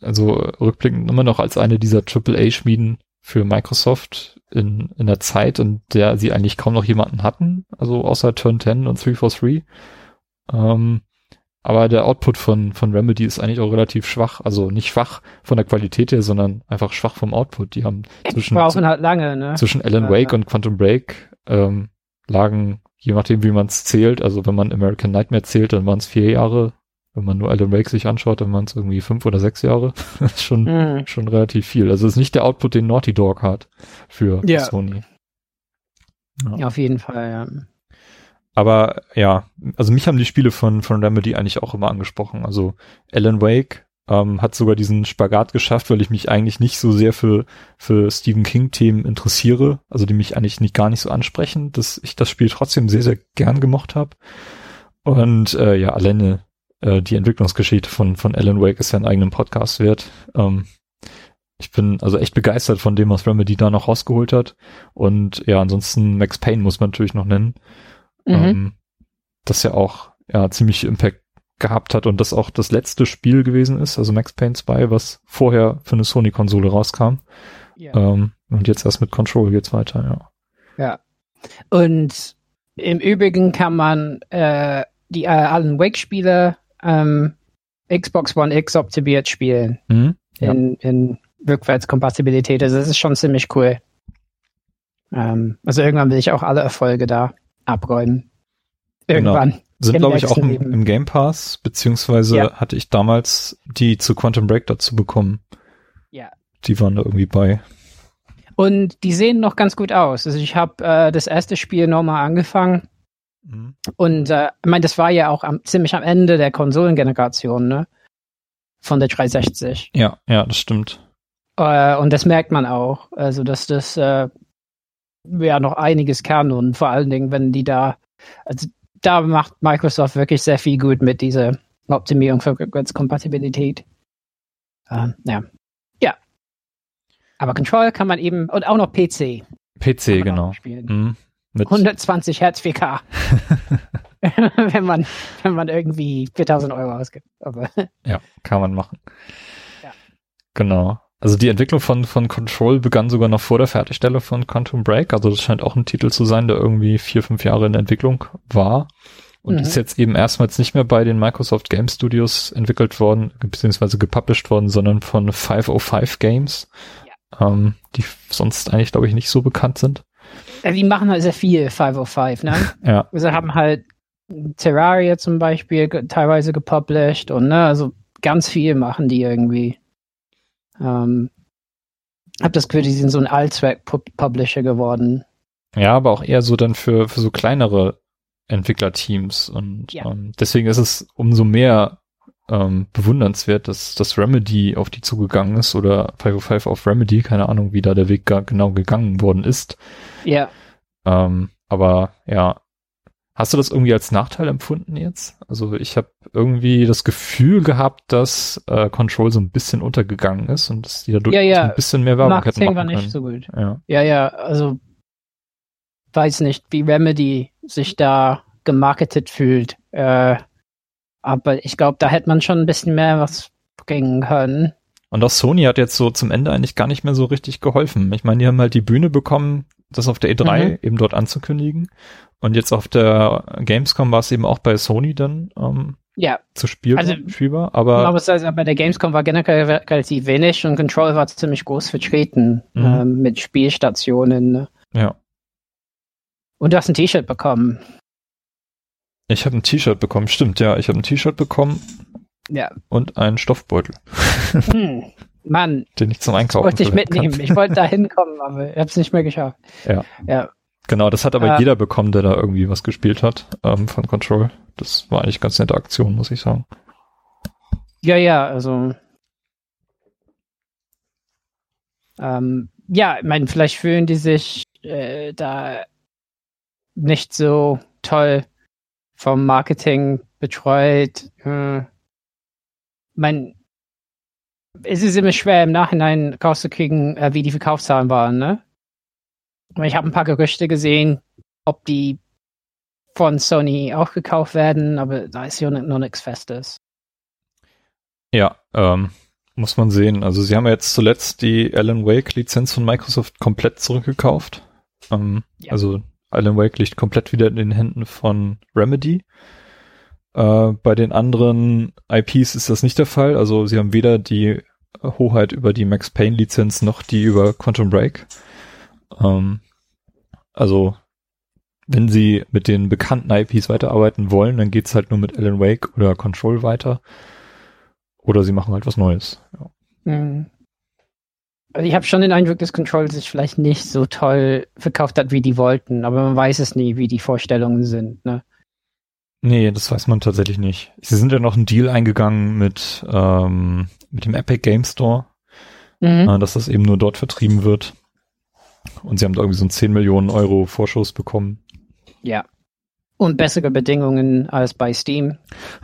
also rückblickend immer noch als eine dieser Triple A Schmieden für Microsoft in, in der Zeit, in der sie eigentlich kaum noch jemanden hatten, also außer Turn zehn und drei vier drei. Ähm, aber der Output von, von Remedy ist eigentlich auch relativ schwach, also nicht schwach von der Qualität her, sondern einfach schwach vom Output. Die haben zwischen, brauchen halt lange, ne? zwischen Alan Ja, Wake ja. und Quantum Break ähm, lagen, je nachdem wie man es zählt, also wenn man American Nightmare zählt, dann waren es vier Jahre. Wenn man nur Alan Wake sich anschaut, dann waren es irgendwie fünf oder sechs Jahre. Das ist schon, Mhm. schon relativ viel. Also es ist nicht der Output, den Naughty Dog hat für Ja. Sony. Ja. Ja, auf jeden Fall, ja. Aber ja, also mich haben die Spiele von, von Remedy eigentlich auch immer angesprochen. Also Alan Wake ähm, hat sogar diesen Spagat geschafft, weil ich mich eigentlich nicht so sehr für, für Stephen King-Themen interessiere, also die mich eigentlich nicht, gar nicht so ansprechen, dass ich das Spiel trotzdem sehr, sehr gern gemocht habe. Und äh, ja, alleine äh, die Entwicklungsgeschichte von, von Alan Wake ist ja einen eigenen Podcast wert. Ähm, ich bin also echt begeistert von dem, was Remedy da noch rausgeholt hat. Und ja, ansonsten Max Payne muss man natürlich noch nennen. Mhm. Ähm, das ja auch ja ziemlich Impact gehabt hat und das auch das letzte Spiel gewesen ist, also Max Payne zwei, was vorher für eine Sony-Konsole rauskam. Ja. Ähm, und jetzt erst mit Control geht's weiter, ja. Ja. Und im Übrigen kann man äh, die äh, Alan Wake-Spiele ähm, Xbox One X optimiert spielen. Mhm. Ja. In, in Rückwärtskompatibilität. Also das ist schon ziemlich cool. Ähm, also irgendwann will ich auch alle Erfolge da abräumen. Irgendwann. Genau. Sind, im glaube ich, auch nächsten im, Leben. im Game Pass, beziehungsweise Ja. hatte ich damals die zu Quantum Break dazu bekommen. Ja. Die waren da irgendwie bei. Und die sehen noch ganz gut aus. Also ich habe äh, das erste Spiel nochmal angefangen Mhm. und äh, ich meine, das war ja auch am, ziemlich am Ende der Konsolengeneration, ne? Von der dreihundertsechzig. Ja, ja, das stimmt. Äh, und das merkt man auch. Also dass das äh, ja noch einiges kann und vor allen Dingen, wenn die da, also da macht Microsoft wirklich sehr viel gut mit dieser Optimierung für Rückwärtskompatibilität. Ähm, ja. Ja. Aber Control kann man eben, und auch noch P C. P C, kann man auch genau. spielen. Mhm. Mit hundertzwanzig Hertz vier K. wenn man, wenn man irgendwie viertausend Euro ausgibt. Aber ja, kann man machen. Ja. Genau. Also die Entwicklung von, von Control begann sogar noch vor der Fertigstellung von Quantum Break. Also das scheint auch ein Titel zu sein, der irgendwie vier, fünf Jahre in der Entwicklung war. Und Mhm. ist jetzt eben erstmals nicht mehr bei den Microsoft Game Studios entwickelt worden, beziehungsweise gepublished worden, sondern von fünfhundertfünf Games, ähm, die sonst eigentlich, glaube ich, nicht so bekannt sind. äh, die machen halt sehr viel fünfhundertfünf, ne? Ja, Also haben halt Terraria zum Beispiel ge- teilweise gepublished und ne, also ganz viel machen die irgendwie. Ähm, hab das Gefühl, die sind so ein Allzweck-Publisher geworden. ja, aber auch eher so dann für, für so kleinere Entwicklerteams. Und Ja. ähm, deswegen ist es umso mehr ähm, bewundernswert, dass das Remedy auf die zugegangen ist oder fünfhundertfünf auf Remedy, keine Ahnung, wie da der Weg ga- genau gegangen worden ist. Ja. Ähm, aber ja, hast du das irgendwie als Nachteil empfunden jetzt? Also ich habe irgendwie das Gefühl gehabt, dass äh, Control so ein bisschen untergegangen ist und dass die dadurch Ja, ja. ein bisschen mehr Werbung hätten Marketing machen war können. nicht so gut. Ja. Ja, ja, also weiß nicht, wie Remedy sich da gemarketet fühlt. Äh, aber ich glaube, da hätte man schon ein bisschen mehr was bringen können. Und auch Sony hat jetzt so zum Ende eigentlich gar nicht mehr so richtig geholfen. Ich meine, die haben halt die Bühne bekommen, das auf der E drei Mhm. eben dort anzukündigen. Und jetzt auf der Gamescom war es eben auch bei Sony dann ähm, Ja, zu spielen, Also, spielbar. Aber man muss sagen, bei der Gamescom war generell re- relativ wenig und Control war ziemlich groß vertreten Mhm. ähm, mit Spielstationen. Ne? ja, Und du hast ein T-Shirt bekommen. ich habe ein T-Shirt bekommen. Stimmt, ja, ich habe ein T-Shirt bekommen Ja. und einen Stoffbeutel, Hm. Mann, den ich zum das Einkaufen wollte ich verwenden kann. mitnehmen. Ich wollte da hinkommen, aber ich habe es nicht mehr geschafft. Ja. Ja. Genau, das hat aber Äh, jeder bekommen, der da irgendwie was gespielt hat ähm, von Control. Das war eigentlich ganz nette Aktion, muss ich sagen. Ja, ja, also. Ähm, ja, ich meine, vielleicht fühlen die sich äh, da nicht so toll vom Marketing betreut. Äh, mein, es ist immer schwer im Nachhinein rauszukriegen, äh, wie die Verkaufszahlen waren, ne? Ich habe ein paar Gerüchte gesehen, ob die von Sony auch gekauft werden, aber da ist ja noch nichts Festes. Ja, ähm, muss man sehen. Also sie haben ja jetzt zuletzt die Alan Wake-Lizenz von Microsoft komplett zurückgekauft. Ähm, ja. Also Alan Wake liegt komplett wieder in den Händen von Remedy. Äh, bei den anderen I Ps ist das nicht der Fall. Also sie haben weder die Hoheit über die Max Payne-Lizenz noch die über Quantum Break. Ähm, also wenn sie mit den bekannten I Ps weiterarbeiten wollen, dann geht's halt nur mit Alan Wake oder Control weiter. Oder sie machen halt was Neues. Ja. Mhm. Also ich habe schon den Eindruck, dass Control sich vielleicht nicht so toll verkauft hat, wie die wollten. Aber man weiß es nie, wie die Vorstellungen sind, ne? Nee, das weiß man tatsächlich nicht. Sie sind ja noch einen Deal eingegangen mit, ähm, mit dem Epic Game Store, mhm. äh, dass das eben nur dort vertrieben wird. Und sie haben da irgendwie so einen zehn Millionen Euro Vorschuss bekommen. Ja. Und bessere Bedingungen als bei Steam.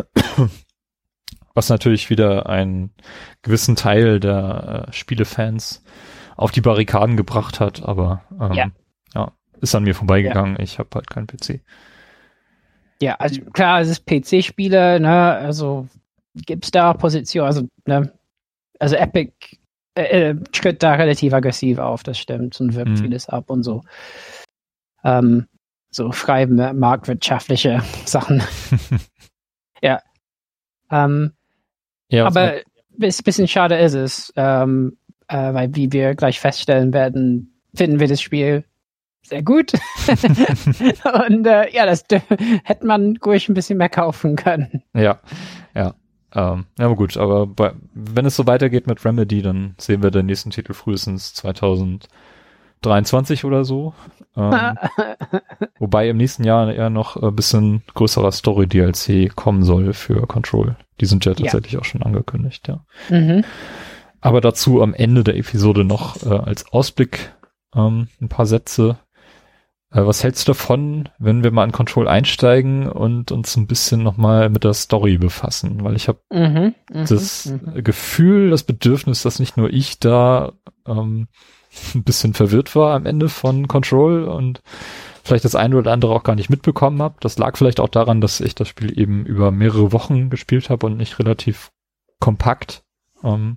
Was natürlich wieder einen gewissen Teil der äh, Spielefans auf die Barrikaden gebracht hat, aber ähm, ja. ja, ist an mir vorbeigegangen. Ja. Ich habe halt keinen P C. Ja, also klar, es ist P C-Spiele, ne, also gibt's da Position, also, ne, also Epic äh, tritt da relativ aggressiv auf, das stimmt, und wirkt mhm. vieles ab und so. Ähm, so frei marktwirtschaftliche Sachen. ja. Ähm, ja. Aber ein bisschen schade ist es, ähm, äh, weil wie wir gleich feststellen werden, finden wir das Spiel sehr gut. Und äh, ja, das d- hätte man ruhig ein bisschen mehr kaufen können. Ja, ja. Ähm, ja, aber gut, aber bei, wenn es so weitergeht mit Remedy, dann sehen wir den nächsten Titel frühestens zwanzig dreiundzwanzig oder so. Ähm, wobei im nächsten Jahr eher noch ein bisschen größerer Story-D L C kommen soll für Control. Die sind ja tatsächlich ja. auch schon angekündigt, ja. Mhm. Aber dazu am Ende der Episode noch äh, als Ausblick ähm, ein paar Sätze. Äh, was hältst du davon, wenn wir mal in Control einsteigen und uns ein bisschen nochmal mit der Story befassen? Weil ich habe mhm, das mhm. Gefühl, das Bedürfnis, dass nicht nur ich da ähm, ein bisschen verwirrt war am Ende von Control und vielleicht das eine oder andere auch gar nicht mitbekommen habe. Das lag vielleicht auch daran, dass ich das Spiel eben über mehrere Wochen gespielt habe und nicht relativ kompakt. Ähm,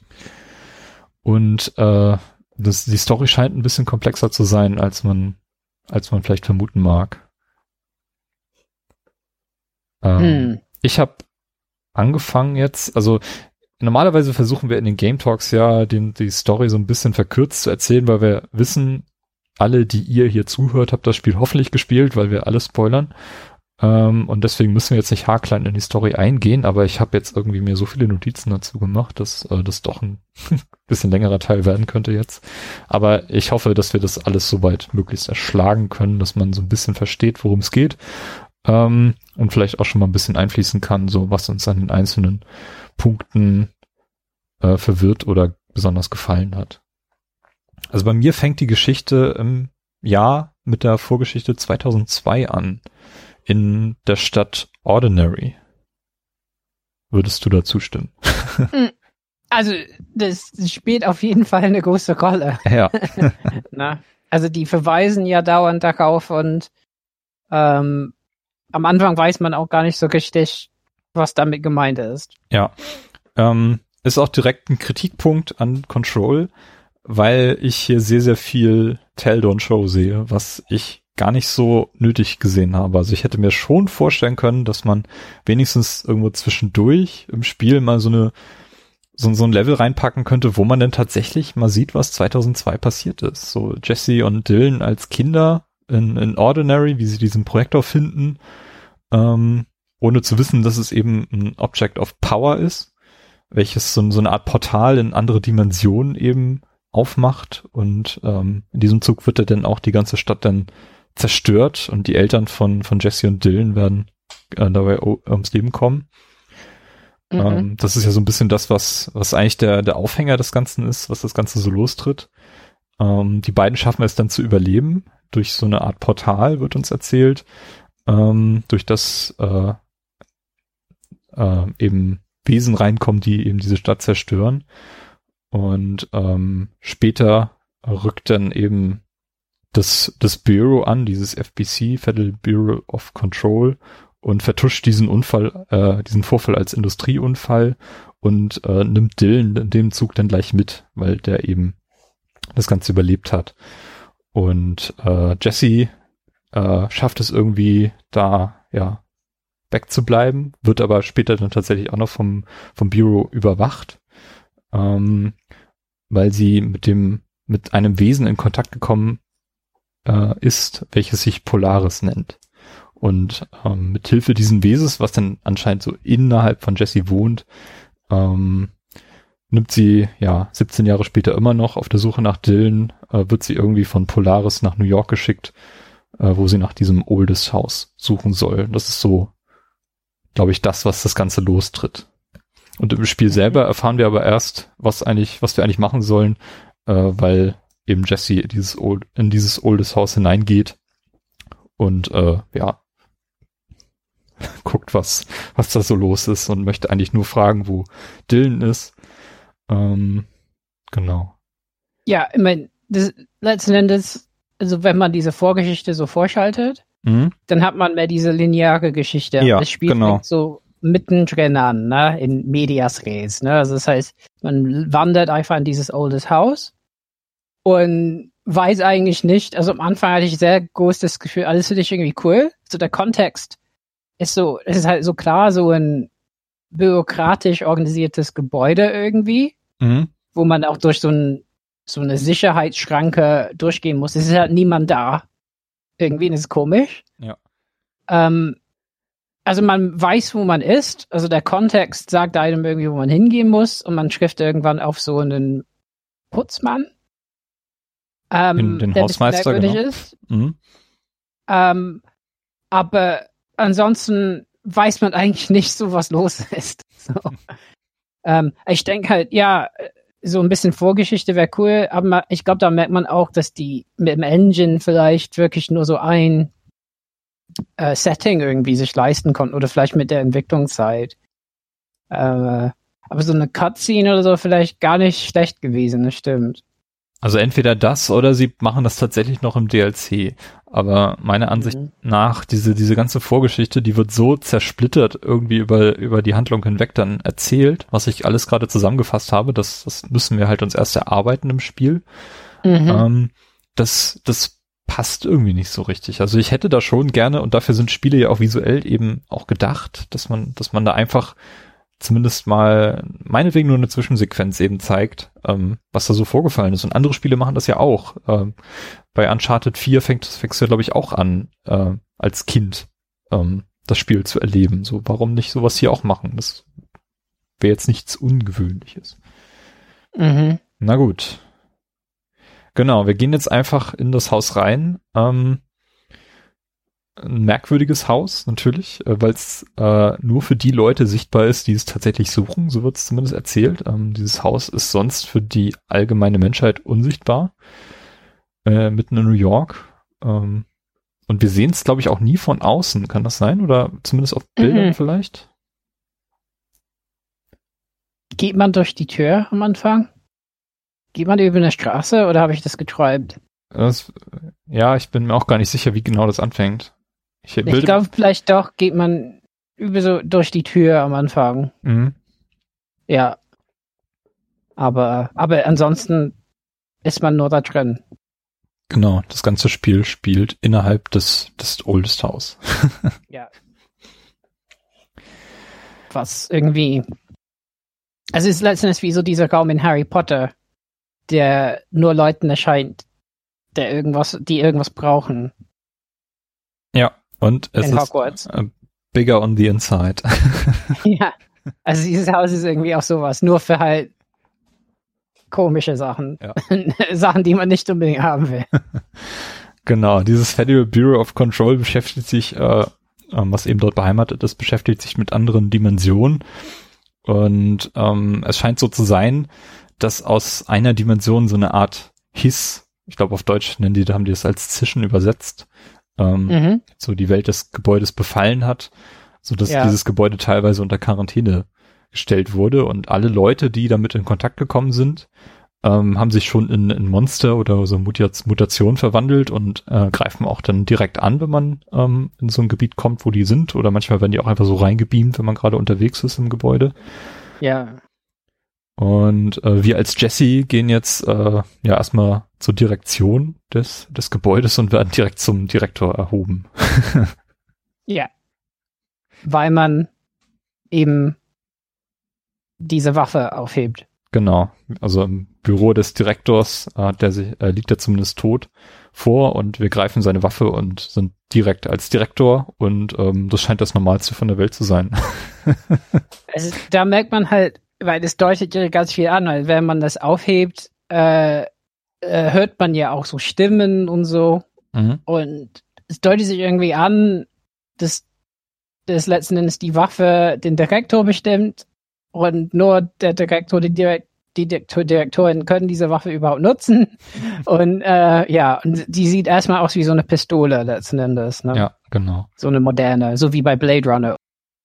und äh, das, die Story scheint ein bisschen komplexer zu sein, als man als man vielleicht vermuten mag. Ähm, hm. Ich habe angefangen jetzt, also normalerweise versuchen wir in den Game Talks ja den, die Story so ein bisschen verkürzt zu erzählen, weil wir wissen, alle, die ihr hier zuhört, habt das Spiel hoffentlich gespielt, weil wir alles spoilern. Ähm, und deswegen müssen wir jetzt nicht haarklein in die Story eingehen, aber ich habe jetzt irgendwie mir so viele Notizen dazu gemacht, dass äh, das doch ein bisschen längerer Teil werden könnte jetzt. Aber ich hoffe, dass wir das alles soweit möglichst erschlagen können, dass man so ein bisschen versteht, worum es geht. Ähm, und vielleicht auch schon mal ein bisschen einfließen kann, so was uns an den einzelnen Punkten äh, verwirrt oder besonders gefallen hat. Also bei mir fängt die Geschichte im Jahr mit der Vorgeschichte zweitausendzwei an. In der Stadt Ordinary. Würdest du da zustimmen? Also, das spielt auf jeden Fall eine große Rolle. Ja. Na, also, die verweisen ja dauernd darauf und ähm, am Anfang weiß man auch gar nicht so richtig, was damit gemeint ist. Ja. Ähm, ist auch direkt ein Kritikpunkt an Control, weil ich hier sehr, sehr viel Tell Don't Show sehe, was ich gar nicht so nötig gesehen habe. Also ich hätte mir schon vorstellen können, dass man wenigstens irgendwo zwischendurch im Spiel mal so eine so, so ein Level reinpacken könnte, wo man dann tatsächlich mal sieht, was zweitausendzwei passiert ist. So Jesse und Dylan als Kinder in, in Ordinary, wie sie diesen Projektor finden, ähm, ohne zu wissen, dass es eben ein Object of Power ist, welches so, so eine Art Portal in andere Dimensionen eben aufmacht. Und ähm, in diesem Zug wird er dann auch die ganze Stadt dann zerstört und die Eltern von von Jesse und Dylan werden äh, dabei ums Leben kommen. Mhm. Ähm, das ist ja so ein bisschen das, was was eigentlich der der Aufhänger des Ganzen ist, was das Ganze so lostritt. Ähm, die beiden schaffen es dann zu überleben durch so eine Art Portal, wird uns erzählt, ähm, durch das äh, äh, eben Wesen reinkommen, die eben diese Stadt zerstören. Und ähm, später rückt dann eben das, das Bureau an, dieses F B C, Federal Bureau of Control, und vertuscht diesen Unfall, äh, diesen Vorfall als Industrieunfall und äh, nimmt Dylan in dem Zug dann gleich mit, weil der eben das Ganze überlebt hat. Und äh, Jesse äh, schafft es irgendwie da, ja, wegzubleiben, wird aber später dann tatsächlich auch noch vom, vom Bureau überwacht, ähm, weil sie mit dem, mit einem Wesen in Kontakt gekommen äh, ist, welches sich Polaris nennt. Und ähm, mit Hilfe dieses Wesens, was dann anscheinend so innerhalb von Jesse wohnt, ähm, nimmt sie, ja, siebzehn Jahre später immer noch auf der Suche nach Dylan, äh, wird sie irgendwie von Polaris nach New York geschickt, äh, wo sie nach diesem Oldest House suchen soll. Das ist so, glaube ich, das, was das Ganze lostritt. Und im Spiel selber erfahren wir aber erst, was eigentlich, was wir eigentlich machen sollen, äh, weil eben Jesse in dieses, Old, in dieses Oldest House hineingeht und äh, ja, guckt, was, was da so los ist und möchte eigentlich nur fragen, wo Dylan ist. Ähm, genau. Ja, ich meine, das, letzten Endes, also wenn man diese Vorgeschichte so vorschaltet, Mhm. dann hat man mehr diese lineare Geschichte. Ja, das Spiel genau. fängt so mittendrin an, ne, in Medias Res, ne, also das heißt, man wandert einfach in dieses Oldest House und weiß eigentlich nicht, also am Anfang hatte ich sehr großes Gefühl, alles finde ich irgendwie cool, so der Kontext ist so, es ist halt so klar, so ein bürokratisch organisiertes Gebäude irgendwie, Mhm. wo man auch durch so, ein, so eine Sicherheitsschranke durchgehen muss. Es ist halt niemand da. Irgendwie, das ist komisch. Ja. Ähm, also man weiß, wo man ist. Also der Kontext sagt einem irgendwie, wo man hingehen muss. Und man trifft irgendwann auf so einen Putzmann. Ähm, Den, den der ein bisschen Hausmeister, merkwürdig genau. ist. Mhm. Ähm, aber ansonsten weiß man eigentlich nicht so, was los ist. So. ähm, ich denke halt, ja, so ein bisschen Vorgeschichte wäre cool, aber ich glaube, da merkt man auch, dass die mit dem Engine vielleicht wirklich nur so ein äh, Setting irgendwie sich leisten konnten oder vielleicht mit der Entwicklungszeit. Äh, aber so eine Cutscene oder so vielleicht gar nicht schlecht gewesen, das stimmt. Also entweder das oder sie machen das tatsächlich noch im D L C. Aber meiner Ansicht Mhm. nach, diese, diese ganze Vorgeschichte, die wird so zersplittert irgendwie über, über die Handlung hinweg dann erzählt, was ich alles gerade zusammengefasst habe. Das, das müssen wir halt uns erst erarbeiten im Spiel. Mhm. Ähm, das, das passt irgendwie nicht so richtig. Also ich hätte da schon gerne, und dafür sind Spiele ja auch visuell eben auch gedacht, dass man, dass man da einfach zumindest mal meinetwegen nur eine Zwischensequenz eben zeigt, ähm, was da so vorgefallen ist. Und andere Spiele machen das ja auch. Ähm, bei Uncharted vier fängt, fängst du ja, glaube ich, auch an, äh, als Kind ähm, das Spiel zu erleben. So, warum nicht sowas hier auch machen? Das wäre jetzt nichts Ungewöhnliches. Mhm. Na gut. Genau, wir gehen jetzt einfach in das Haus rein. Ähm, ein merkwürdiges Haus, natürlich, äh, weil es äh, nur für die Leute sichtbar ist, die es tatsächlich suchen, so wird es zumindest erzählt. Ähm, dieses Haus ist sonst für die allgemeine Menschheit unsichtbar, äh, mitten in New York. Ähm, und wir sehen es, glaube ich, auch nie von außen. Kann das sein? Oder zumindest auf Bildern Mhm. vielleicht? Geht man durch die Tür am Anfang? Geht man über eine Straße oder habe ich das geträumt? Das, ja, ich bin mir auch gar nicht sicher, wie genau das anfängt. Ich, Ich bilde- glaube, vielleicht doch geht man über so durch die Tür am Anfang. Mhm. Ja. Aber, aber ansonsten ist man nur da drin. Genau, das ganze Spiel spielt innerhalb des, des Oldest House. Ja. Was irgendwie. Also es ist letztendlich wie so dieser Raum in Harry Potter, der nur Leuten erscheint, der irgendwas, die irgendwas brauchen. Ja, und es In ist Hogwarts. äh, bigger on the inside. Ja. Also dieses Haus ist irgendwie auch sowas, nur für halt komische Sachen. Ja. Sachen, die man nicht unbedingt haben will. Genau, dieses Federal Bureau of Control beschäftigt sich, äh, ähm, was eben dort beheimatet ist, beschäftigt sich mit anderen Dimensionen. Und ähm, es scheint so zu sein, dass aus einer Dimension so eine Art Hiss, ich glaube auf Deutsch nennen die, haben die es als Zischen übersetzt, ähm, Mhm. so die Welt des Gebäudes befallen hat, so dass Ja. dieses Gebäude teilweise unter Quarantäne gestellt wurde und alle Leute, die damit in Kontakt gekommen sind, ähm, haben sich schon in, in Monster oder so Mutat- Mutation verwandelt und äh, greifen auch dann direkt an, wenn man ähm, in so ein Gebiet kommt, wo die sind, oder manchmal werden die auch einfach so reingebeamt, wenn man gerade unterwegs ist im Gebäude. Ja. Und äh, wir als Jesse gehen jetzt äh, ja erstmal zur Direktion des, des Gebäudes und werden direkt zum Direktor erhoben. Ja. Weil man eben diese Waffe aufhebt. Genau. Also im Büro des Direktors äh, der sich, äh, liegt er zumindest tot vor und wir greifen seine Waffe und sind direkt als Direktor und ähm, das scheint das Normalste von der Welt zu sein. Also, da merkt man halt, weil das deutet ja ganz viel an, weil wenn man das aufhebt, äh, äh, hört man ja auch so Stimmen und so. Mhm. Und es deutet sich irgendwie an, dass, dass letzten Endes die Waffe den Direktor bestimmt und nur der Direktor, die, Direkt, die Direktor, Direktorin können diese Waffe überhaupt nutzen. Und äh, ja, und die sieht erstmal aus wie so eine Pistole letzten Endes. Ne? Ja, genau. So eine moderne, so wie bei Blade Runner.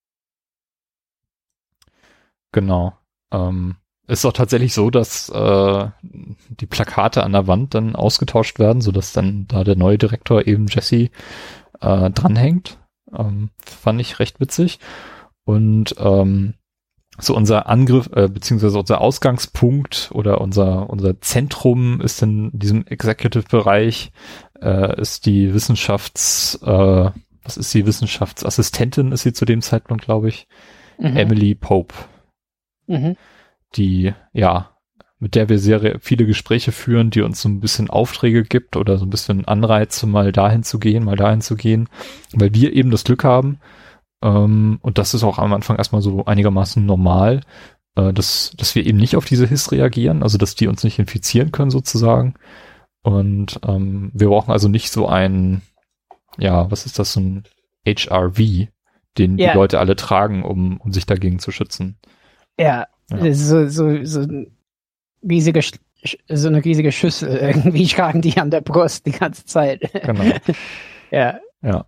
Genau. Ähm, ist auch tatsächlich so, dass äh, die Plakate an der Wand dann ausgetauscht werden, sodass dann da der neue Direktor eben Jesse äh, dranhängt. Ähm, fand ich recht witzig. Und ähm, so unser Angriff, äh, beziehungsweise unser Ausgangspunkt oder unser unser Zentrum ist in diesem Executive-Bereich, äh, ist die Wissenschafts, äh, was ist die Wissenschaftsassistentin, ist sie zu dem Zeitpunkt, glaube ich, Mhm. Emily Pope. Mhm. Die, ja, mit der wir sehr viele Gespräche führen, die uns so ein bisschen Aufträge gibt oder so ein bisschen Anreize, mal dahin zu gehen, mal dahin zu gehen, weil wir eben das Glück haben, ähm, und das ist auch am Anfang erstmal so einigermaßen normal, äh, dass, dass wir eben nicht auf diese Hiss reagieren, also dass die uns nicht infizieren können sozusagen. Und ähm, wir brauchen also nicht so ein, ja, was ist das, so ein H R V, den Ja. die Leute alle tragen, um, um sich dagegen zu schützen. Ja, Ja. so, so, so, ein riesige, Sch- so eine riesige Schüssel irgendwie tragen die an der Brust die ganze Zeit. Genau. Ja. Ja.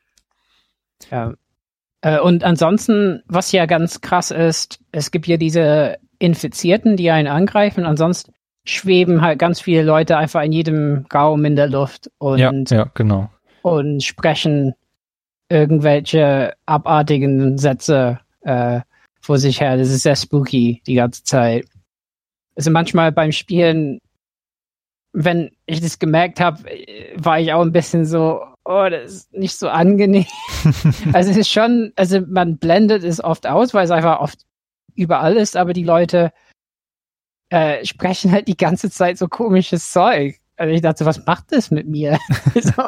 Ja. Äh, Und ansonsten, was ja ganz krass ist, es gibt ja diese Infizierten, die einen angreifen, ansonsten schweben halt ganz viele Leute einfach in jedem Raum in der Luft und, Ja, ja, genau. und sprechen irgendwelche abartigen Sätze äh, vor sich her. Das ist sehr spooky die ganze Zeit. Also manchmal beim Spielen, wenn ich das gemerkt habe, war ich auch ein bisschen so, oh, das ist nicht so angenehm. Also es ist schon, also man blendet es oft aus, weil es einfach oft überall ist, aber die Leute äh, sprechen halt die ganze Zeit so komisches Zeug. Also ich dachte, was macht das mit mir? So.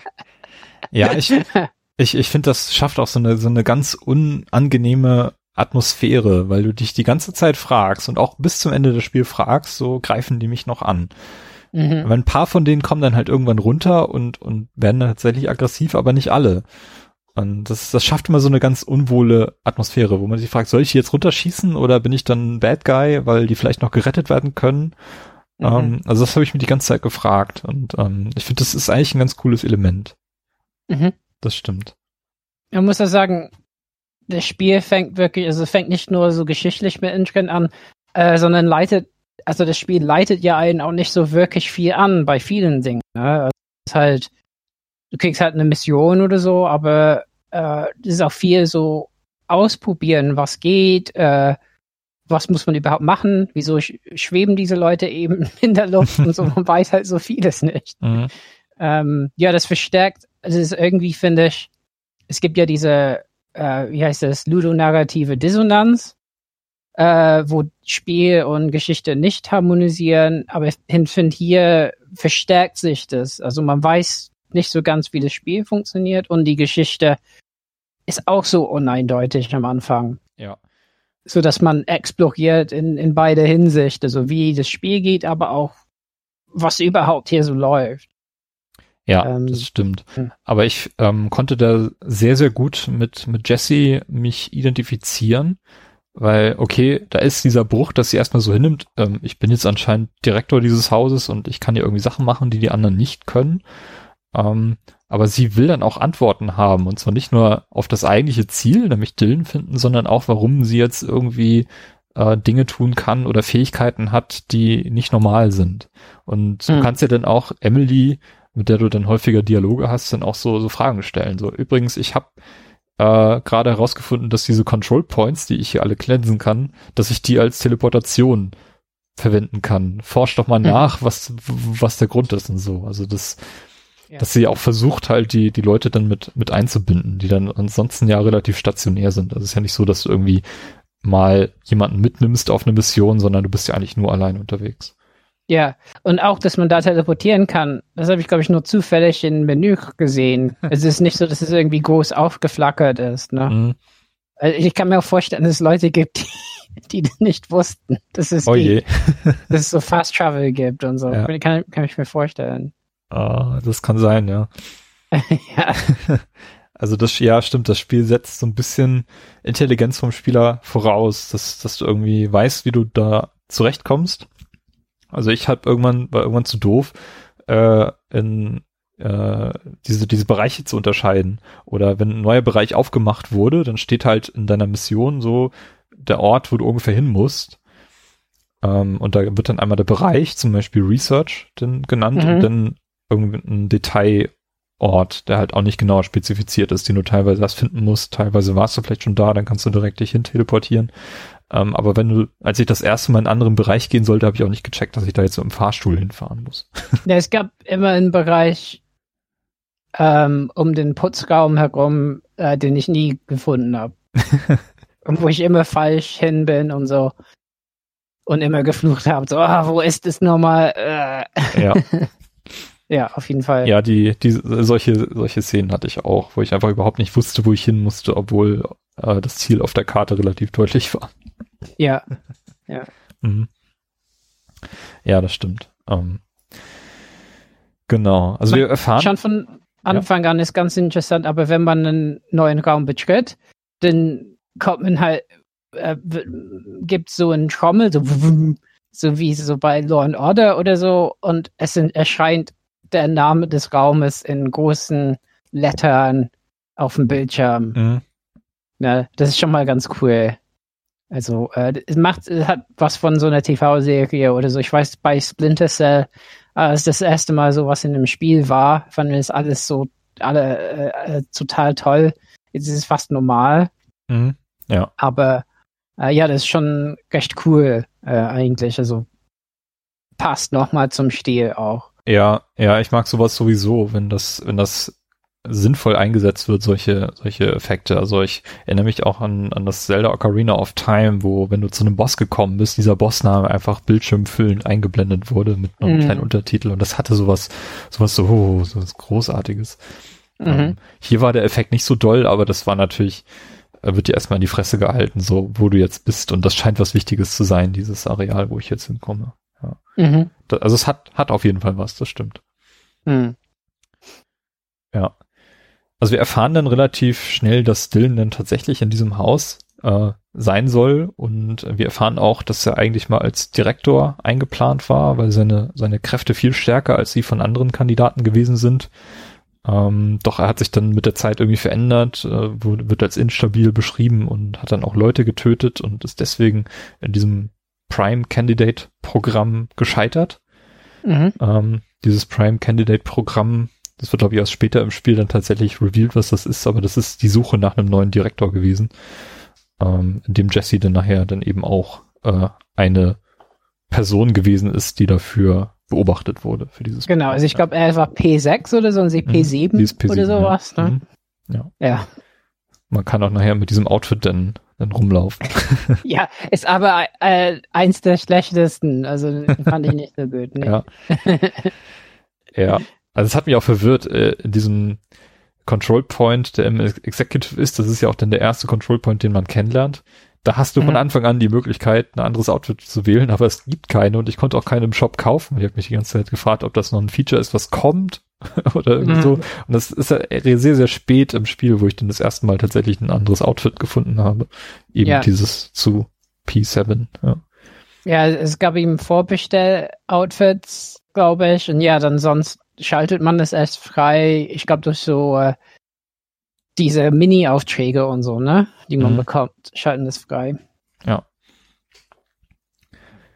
Ja, ich, ich, ich finde, das schafft auch so eine, so eine ganz unangenehme Atmosphäre, weil du dich die ganze Zeit fragst und auch bis zum Ende des Spiels fragst, so greifen die mich noch an. Mhm. Weil ein paar von denen kommen dann halt irgendwann runter und, und werden dann tatsächlich aggressiv, aber nicht alle. Und das, das schafft immer so eine ganz unwohle Atmosphäre, wo man sich fragt, soll ich die jetzt runterschießen oder bin ich dann ein Bad Guy, weil die vielleicht noch gerettet werden können? Mhm. Ähm, also das habe ich mir die ganze Zeit gefragt und ähm, ich finde, das ist eigentlich ein ganz cooles Element. Mhm. Das stimmt. Man muss ja sagen, das Spiel fängt wirklich, also es fängt nicht nur so geschichtlich mit Intrin an, äh, sondern leitet, also das Spiel leitet ja einen auch nicht so wirklich viel an bei vielen Dingen. Ne? Also es ist halt, du kriegst halt eine Mission oder so, aber äh, das ist auch viel so ausprobieren, was geht, äh, was muss man überhaupt machen, wieso sch- schweben diese Leute eben in der Luft und so, man weiß halt so vieles nicht. Mhm. Ähm, ja, das verstärkt, also es ist irgendwie, finde ich, es gibt ja diese, äh, wie heißt das, ludonarrative Dissonanz, äh, wo Spiel und Geschichte nicht harmonisieren, aber ich finde, hier verstärkt sich das. Also man weiß nicht so ganz, wie das Spiel funktioniert und die Geschichte ist auch so uneindeutig am Anfang. Ja. So dass man exploriert in, in beide Hinsicht, also wie das Spiel geht, aber auch was überhaupt hier so läuft. Ja, Ähm, das stimmt. hm. Aber ich ähm, konnte da sehr, sehr gut mit, mit Jesse mich identifizieren, weil, okay, da ist dieser Bruch, dass sie erstmal so hinnimmt, ähm, ich bin jetzt anscheinend Direktor dieses Hauses und ich kann hier irgendwie Sachen machen, die die anderen nicht können. Ähm, aber sie will dann auch Antworten haben und zwar nicht nur auf das eigentliche Ziel, nämlich Dylan finden, sondern auch, warum sie jetzt irgendwie äh, Dinge tun kann oder Fähigkeiten hat, die nicht normal sind. Und du Hm. kannst ja dann auch Emily, mit der du dann häufiger Dialoge hast, dann auch so, so Fragen stellen. So, übrigens, ich habe äh, gerade herausgefunden, dass diese Control Points, die ich hier alle cleansen kann, dass ich die als Teleportation verwenden kann. Forsch doch mal Hm. nach, was was der Grund ist und so. Also das, Ja. dass sie auch versucht halt die die Leute dann mit mit einzubinden, die dann ansonsten ja relativ stationär sind. Also es ist ja nicht so, dass du irgendwie mal jemanden mitnimmst auf eine Mission, sondern du bist ja eigentlich nur allein unterwegs. Ja, und auch, dass man da teleportieren kann, das habe ich, glaube ich, nur zufällig im Menü gesehen. Es ist nicht so, dass es irgendwie groß aufgeflackert ist. Ne? Mhm. Also ich kann mir auch vorstellen, dass es Leute gibt, die, die das nicht wussten, dass es, Oh die, je. dass es so Fast Travel gibt und so. Ja. Kann, kann ich mir vorstellen. Ah, das kann sein, ja. Ja. Also das, ja, stimmt, das Spiel setzt so ein bisschen Intelligenz vom Spieler voraus, dass, dass du irgendwie weißt, wie du da zurechtkommst. Also ich hab irgendwann, war irgendwann zu doof, äh, in äh, diese, diese Bereiche zu unterscheiden. Oder wenn ein neuer Bereich aufgemacht wurde, dann steht halt in deiner Mission so der Ort, wo du ungefähr hin musst. Ähm, und da wird dann einmal der Bereich, zum Beispiel Research, dann genannt, Mhm. und dann irgendein Detailort, der halt auch nicht genauer spezifiziert ist, den du teilweise erst finden musst, teilweise warst du vielleicht schon da, dann kannst du direkt dich hin teleportieren. Ähm, aber wenn du, als ich das erste Mal in einen anderen Bereich gehen sollte, habe ich auch nicht gecheckt, dass ich da jetzt so im Fahrstuhl hinfahren muss. Ja, es gab immer einen Bereich ähm, um den Putzraum herum, äh, den ich nie gefunden habe. Und wo ich immer falsch hin bin und so. Und immer geflucht habe, so, ah, wo ist es nochmal? Äh. Ja, Ja, auf jeden Fall. ja, die, die, solche, solche Szenen hatte ich auch, wo ich einfach überhaupt nicht wusste, wo ich hin musste, obwohl äh, das Ziel auf der Karte relativ deutlich war. Ja. Mhm. Ja, das stimmt. Ähm, genau. Also wir erfahren. Schon von Anfang an ist ganz interessant, aber wenn man einen neuen Raum betritt, dann kommt man halt, äh, gibt so einen Trommel, so, so wie so bei Law and Order oder so, und es sind, erscheint der Name des Raumes in großen Lettern auf dem Bildschirm. Mhm. Ne, das ist schon mal ganz cool. Also, äh, es macht, es hat was von so einer T V-Serie oder so. Ich weiß, bei Splinter Cell, äh, als das erste Mal sowas in einem Spiel war, fanden wir das alles so, alle äh, äh, total toll. Jetzt ist es fast normal, Mhm. Ja. aber äh, ja, das ist schon recht cool äh, eigentlich. Also, passt nochmal zum Stil auch. Ja, ja, ich mag sowas sowieso, wenn das, wenn das sinnvoll eingesetzt wird, solche, solche Effekte. Also ich erinnere mich auch an, an das Zelda Ocarina of Time, wo, wenn du zu einem Boss gekommen bist, dieser Bossname einfach bildschirmfüllend eingeblendet wurde mit einem Mhm. kleinen Untertitel, und das hatte sowas, sowas so, oh, so was Großartiges. Mhm. Ähm, hier war der Effekt nicht so doll, aber das war natürlich, äh, wird dir erstmal in die Fresse gehalten, so, wo du jetzt bist, und das scheint was Wichtiges zu sein, dieses Areal, wo ich jetzt hinkomme. Ja. Mhm. Da, also es hat, hat auf jeden Fall was, das stimmt. Mhm. Ja. Also wir erfahren dann relativ schnell, dass Dylan dann tatsächlich in diesem Haus äh, sein soll, und wir erfahren auch, dass er eigentlich mal als Direktor eingeplant war, weil seine seine Kräfte viel stärker als die von anderen Kandidaten gewesen sind. Ähm, doch er hat sich dann mit der Zeit irgendwie verändert, äh, wurde, wird als instabil beschrieben und hat dann auch Leute getötet und ist deswegen in diesem Prime Candidate Programm gescheitert. Mhm. Ähm, dieses Prime Candidate Programm, das wird, glaube ich, erst später im Spiel dann tatsächlich revealed, was das ist, aber das ist die Suche nach einem neuen Direktor gewesen, ähm, in dem Jesse dann nachher dann eben auch äh, eine Person gewesen ist, die dafür beobachtet wurde für dieses Genau, Programm. also ich glaube, er war P sechs oder so und sie P sieben, Die ist P sieben, oder sowas. ja. Ne? Mhm. Ja. Ja. Man kann auch nachher mit diesem Outfit dann, dann rumlaufen. Ja, ist aber äh, eins der schlechtesten. Also fand ich nicht so gut. Nee. Ja. Ja. Also es hat mich auch verwirrt, äh, in diesem Control Point, der im Executive ist, das ist ja auch dann der erste Control Point, den man kennenlernt. Da hast du von Mhm. Anfang an die Möglichkeit, ein anderes Outfit zu wählen, aber es gibt keine, und ich konnte auch keine im Shop kaufen. Ich habe mich die ganze Zeit gefragt, ob das noch ein Feature ist, was kommt oder irgendwie Mhm. so. Und das ist ja sehr, sehr spät im Spiel, wo ich dann das erste Mal tatsächlich ein anderes Outfit gefunden habe. Eben Ja. dieses zu P sieben. Ja. Ja, es gab ihm Vorbestell-Outfits, glaube ich. Und ja, dann sonst schaltet man das erst frei. Ich glaube, durch so äh, diese Mini-Aufträge und so, ne? Die man Mhm. bekommt, schalten das frei. Ja.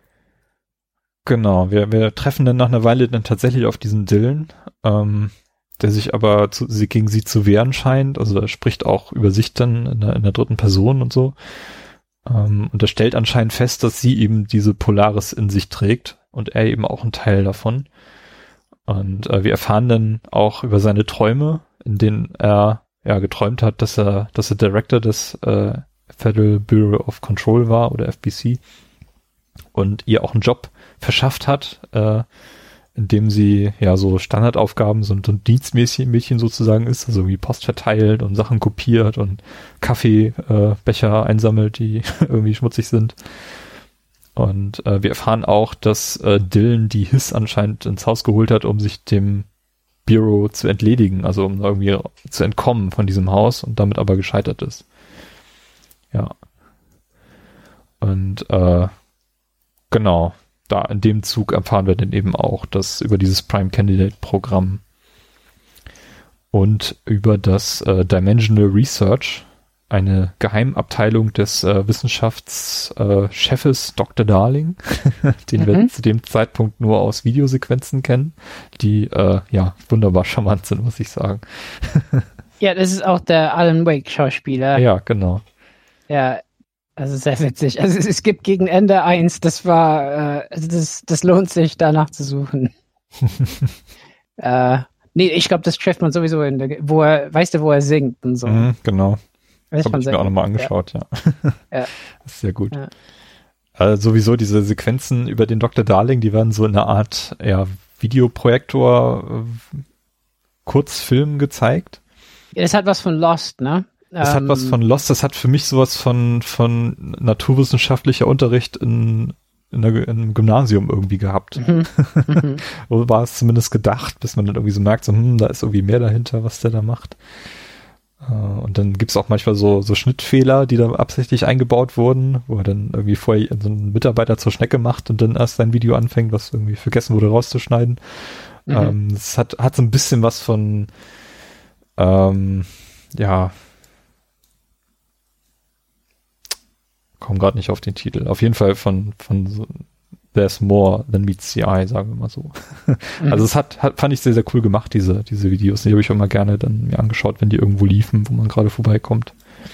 Genau, wir, wir treffen dann nach einer Weile dann tatsächlich auf diesen Dylan. Ähm, der sich aber zu, sie, gegen sie zu wehren scheint. Also er spricht auch über sich dann in der, in der dritten Person und so. Ähm, und er stellt anscheinend fest, dass sie eben diese Polaris in sich trägt und er eben auch ein Teil davon. Und äh, wir erfahren dann auch über seine Träume, in denen er ja geträumt hat, dass er, dass er Director des äh, Federal Bureau of Control war oder F B C und ihr auch einen Job verschafft hat, äh, in dem sie ja so Standardaufgaben, so ein Dienstmädchen sozusagen ist, also irgendwie Post verteilt und Sachen kopiert und Kaffeebecher äh, einsammelt, die irgendwie schmutzig sind. Und äh, wir erfahren auch, dass äh, Dylan die Hiss anscheinend ins Haus geholt hat, um sich dem Bureau zu entledigen, also um irgendwie zu entkommen von diesem Haus und damit aber gescheitert ist. Ja. Und äh, genau, da in dem Zug erfahren wir dann eben auch, dass über dieses Prime Candidate Programm und über das äh, Dimensional Research, eine Geheimabteilung des äh, Wissenschaftschefes äh, Doktor Darling, den mhm. wir zu dem Zeitpunkt nur aus Videosequenzen kennen, die äh, ja wunderbar charmant sind, muss ich sagen. Ja, das ist auch der Alan Wake Schauspieler. Ja, genau. Ja, also sehr witzig. Also es, es gibt gegen Ende eins, das war, äh, also das, das lohnt sich, danach zu suchen. äh, nee, ich glaube, das trifft man sowieso in der, wo er, weißt du, wo er singt und so. Mhm, genau. Das habe ich mir auch nochmal gut, angeschaut, ja. ja. ja. Das ist sehr gut. Ja. Also sowieso diese Sequenzen über den Doktor Darling, die werden so in einer Art ja, Videoprojektor äh, Kurzfilm gezeigt. Ja, das hat was von Lost, ne? Das ähm, hat was von Lost, das hat für mich sowas von, von naturwissenschaftlicher Unterricht in, in, der, in einem Gymnasium irgendwie gehabt. Mhm. Mhm. So war es zumindest gedacht, bis man dann irgendwie so merkt, so, hm, da ist irgendwie mehr dahinter, was der da macht. Und dann gibt's auch manchmal so, so Schnittfehler, die da absichtlich eingebaut wurden, wo er dann irgendwie vorher so einen Mitarbeiter zur Schnecke macht und dann erst sein Video anfängt, was irgendwie vergessen wurde rauszuschneiden. Mhm. Ähm, es hat, hat so ein bisschen was von, ähm, ja, komm gerade nicht auf den Titel. Auf jeden Fall von, von so There's More Than Meets the Eye, sagen wir mal so. Mhm. Also es hat, hat, fand ich sehr, sehr cool gemacht, diese, diese Videos. Die habe ich immer gerne dann mir angeschaut, wenn die irgendwo liefen, wo man gerade vorbeikommt.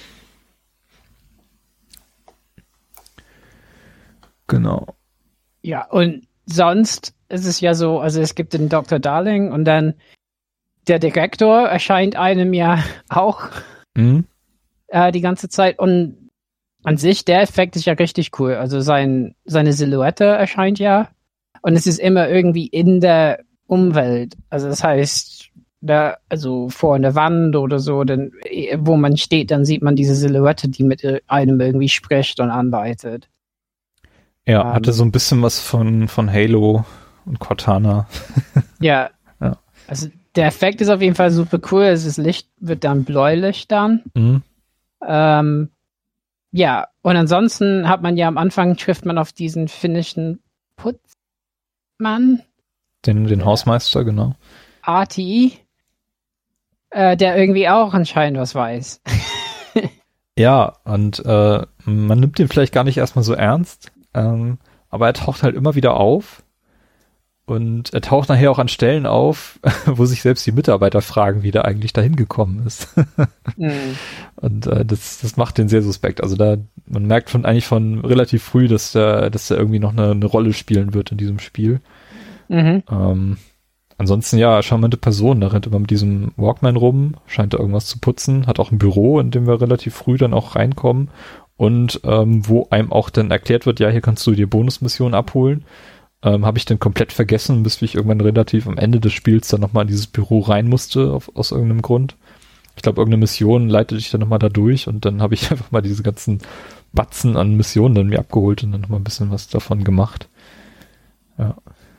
Genau. Ja, und sonst ist es ja so, also es gibt den Doktor Darling und dann der Direktor erscheint einem ja auch mhm. äh, die ganze Zeit und an sich, der Effekt ist ja richtig cool. Also sein, seine Silhouette erscheint ja und es ist immer irgendwie in der Umwelt. Also das heißt, da, also vor einer Wand oder so, denn, wo man steht, dann sieht man diese Silhouette, die mit einem irgendwie spricht und anleitet. Ja, um, hatte so ein bisschen was von, von Halo und Cortana. Ja, ja. Also der Effekt ist auf jeden Fall super cool. Also das Licht wird dann bläulich dann. Mhm. Ähm, Ja, und ansonsten hat man ja am Anfang, trifft man auf diesen finnischen Putzmann. Den, den Hausmeister, genau. A T I, äh, der irgendwie auch anscheinend was weiß. Ja, und äh, man nimmt den vielleicht gar nicht erstmal so ernst, ähm, aber er taucht halt immer wieder auf. Und er taucht nachher auch an Stellen auf, wo sich selbst die Mitarbeiter fragen, wie der eigentlich dahin gekommen ist. Mhm. Und äh, das, das macht den sehr suspekt. Also da, man merkt von eigentlich von relativ früh, dass der, dass der irgendwie noch eine, eine Rolle spielen wird in diesem Spiel. Mhm. Ähm, ansonsten ja, charmante Person, da rennt immer mit diesem Walkman rum, scheint da irgendwas zu putzen, hat auch ein Büro, in dem wir relativ früh dann auch reinkommen und ähm, wo einem auch dann erklärt wird, ja, hier kannst du dir Bonusmissionen abholen. Ähm, habe ich dann komplett vergessen, bis ich irgendwann relativ am Ende des Spiels dann nochmal in dieses Büro rein musste, auf, aus irgendeinem Grund. Ich glaube, irgendeine Mission leitete ich dann nochmal da durch und dann habe ich einfach mal diese ganzen Batzen an Missionen dann mir abgeholt und dann nochmal ein bisschen was davon gemacht. Ja.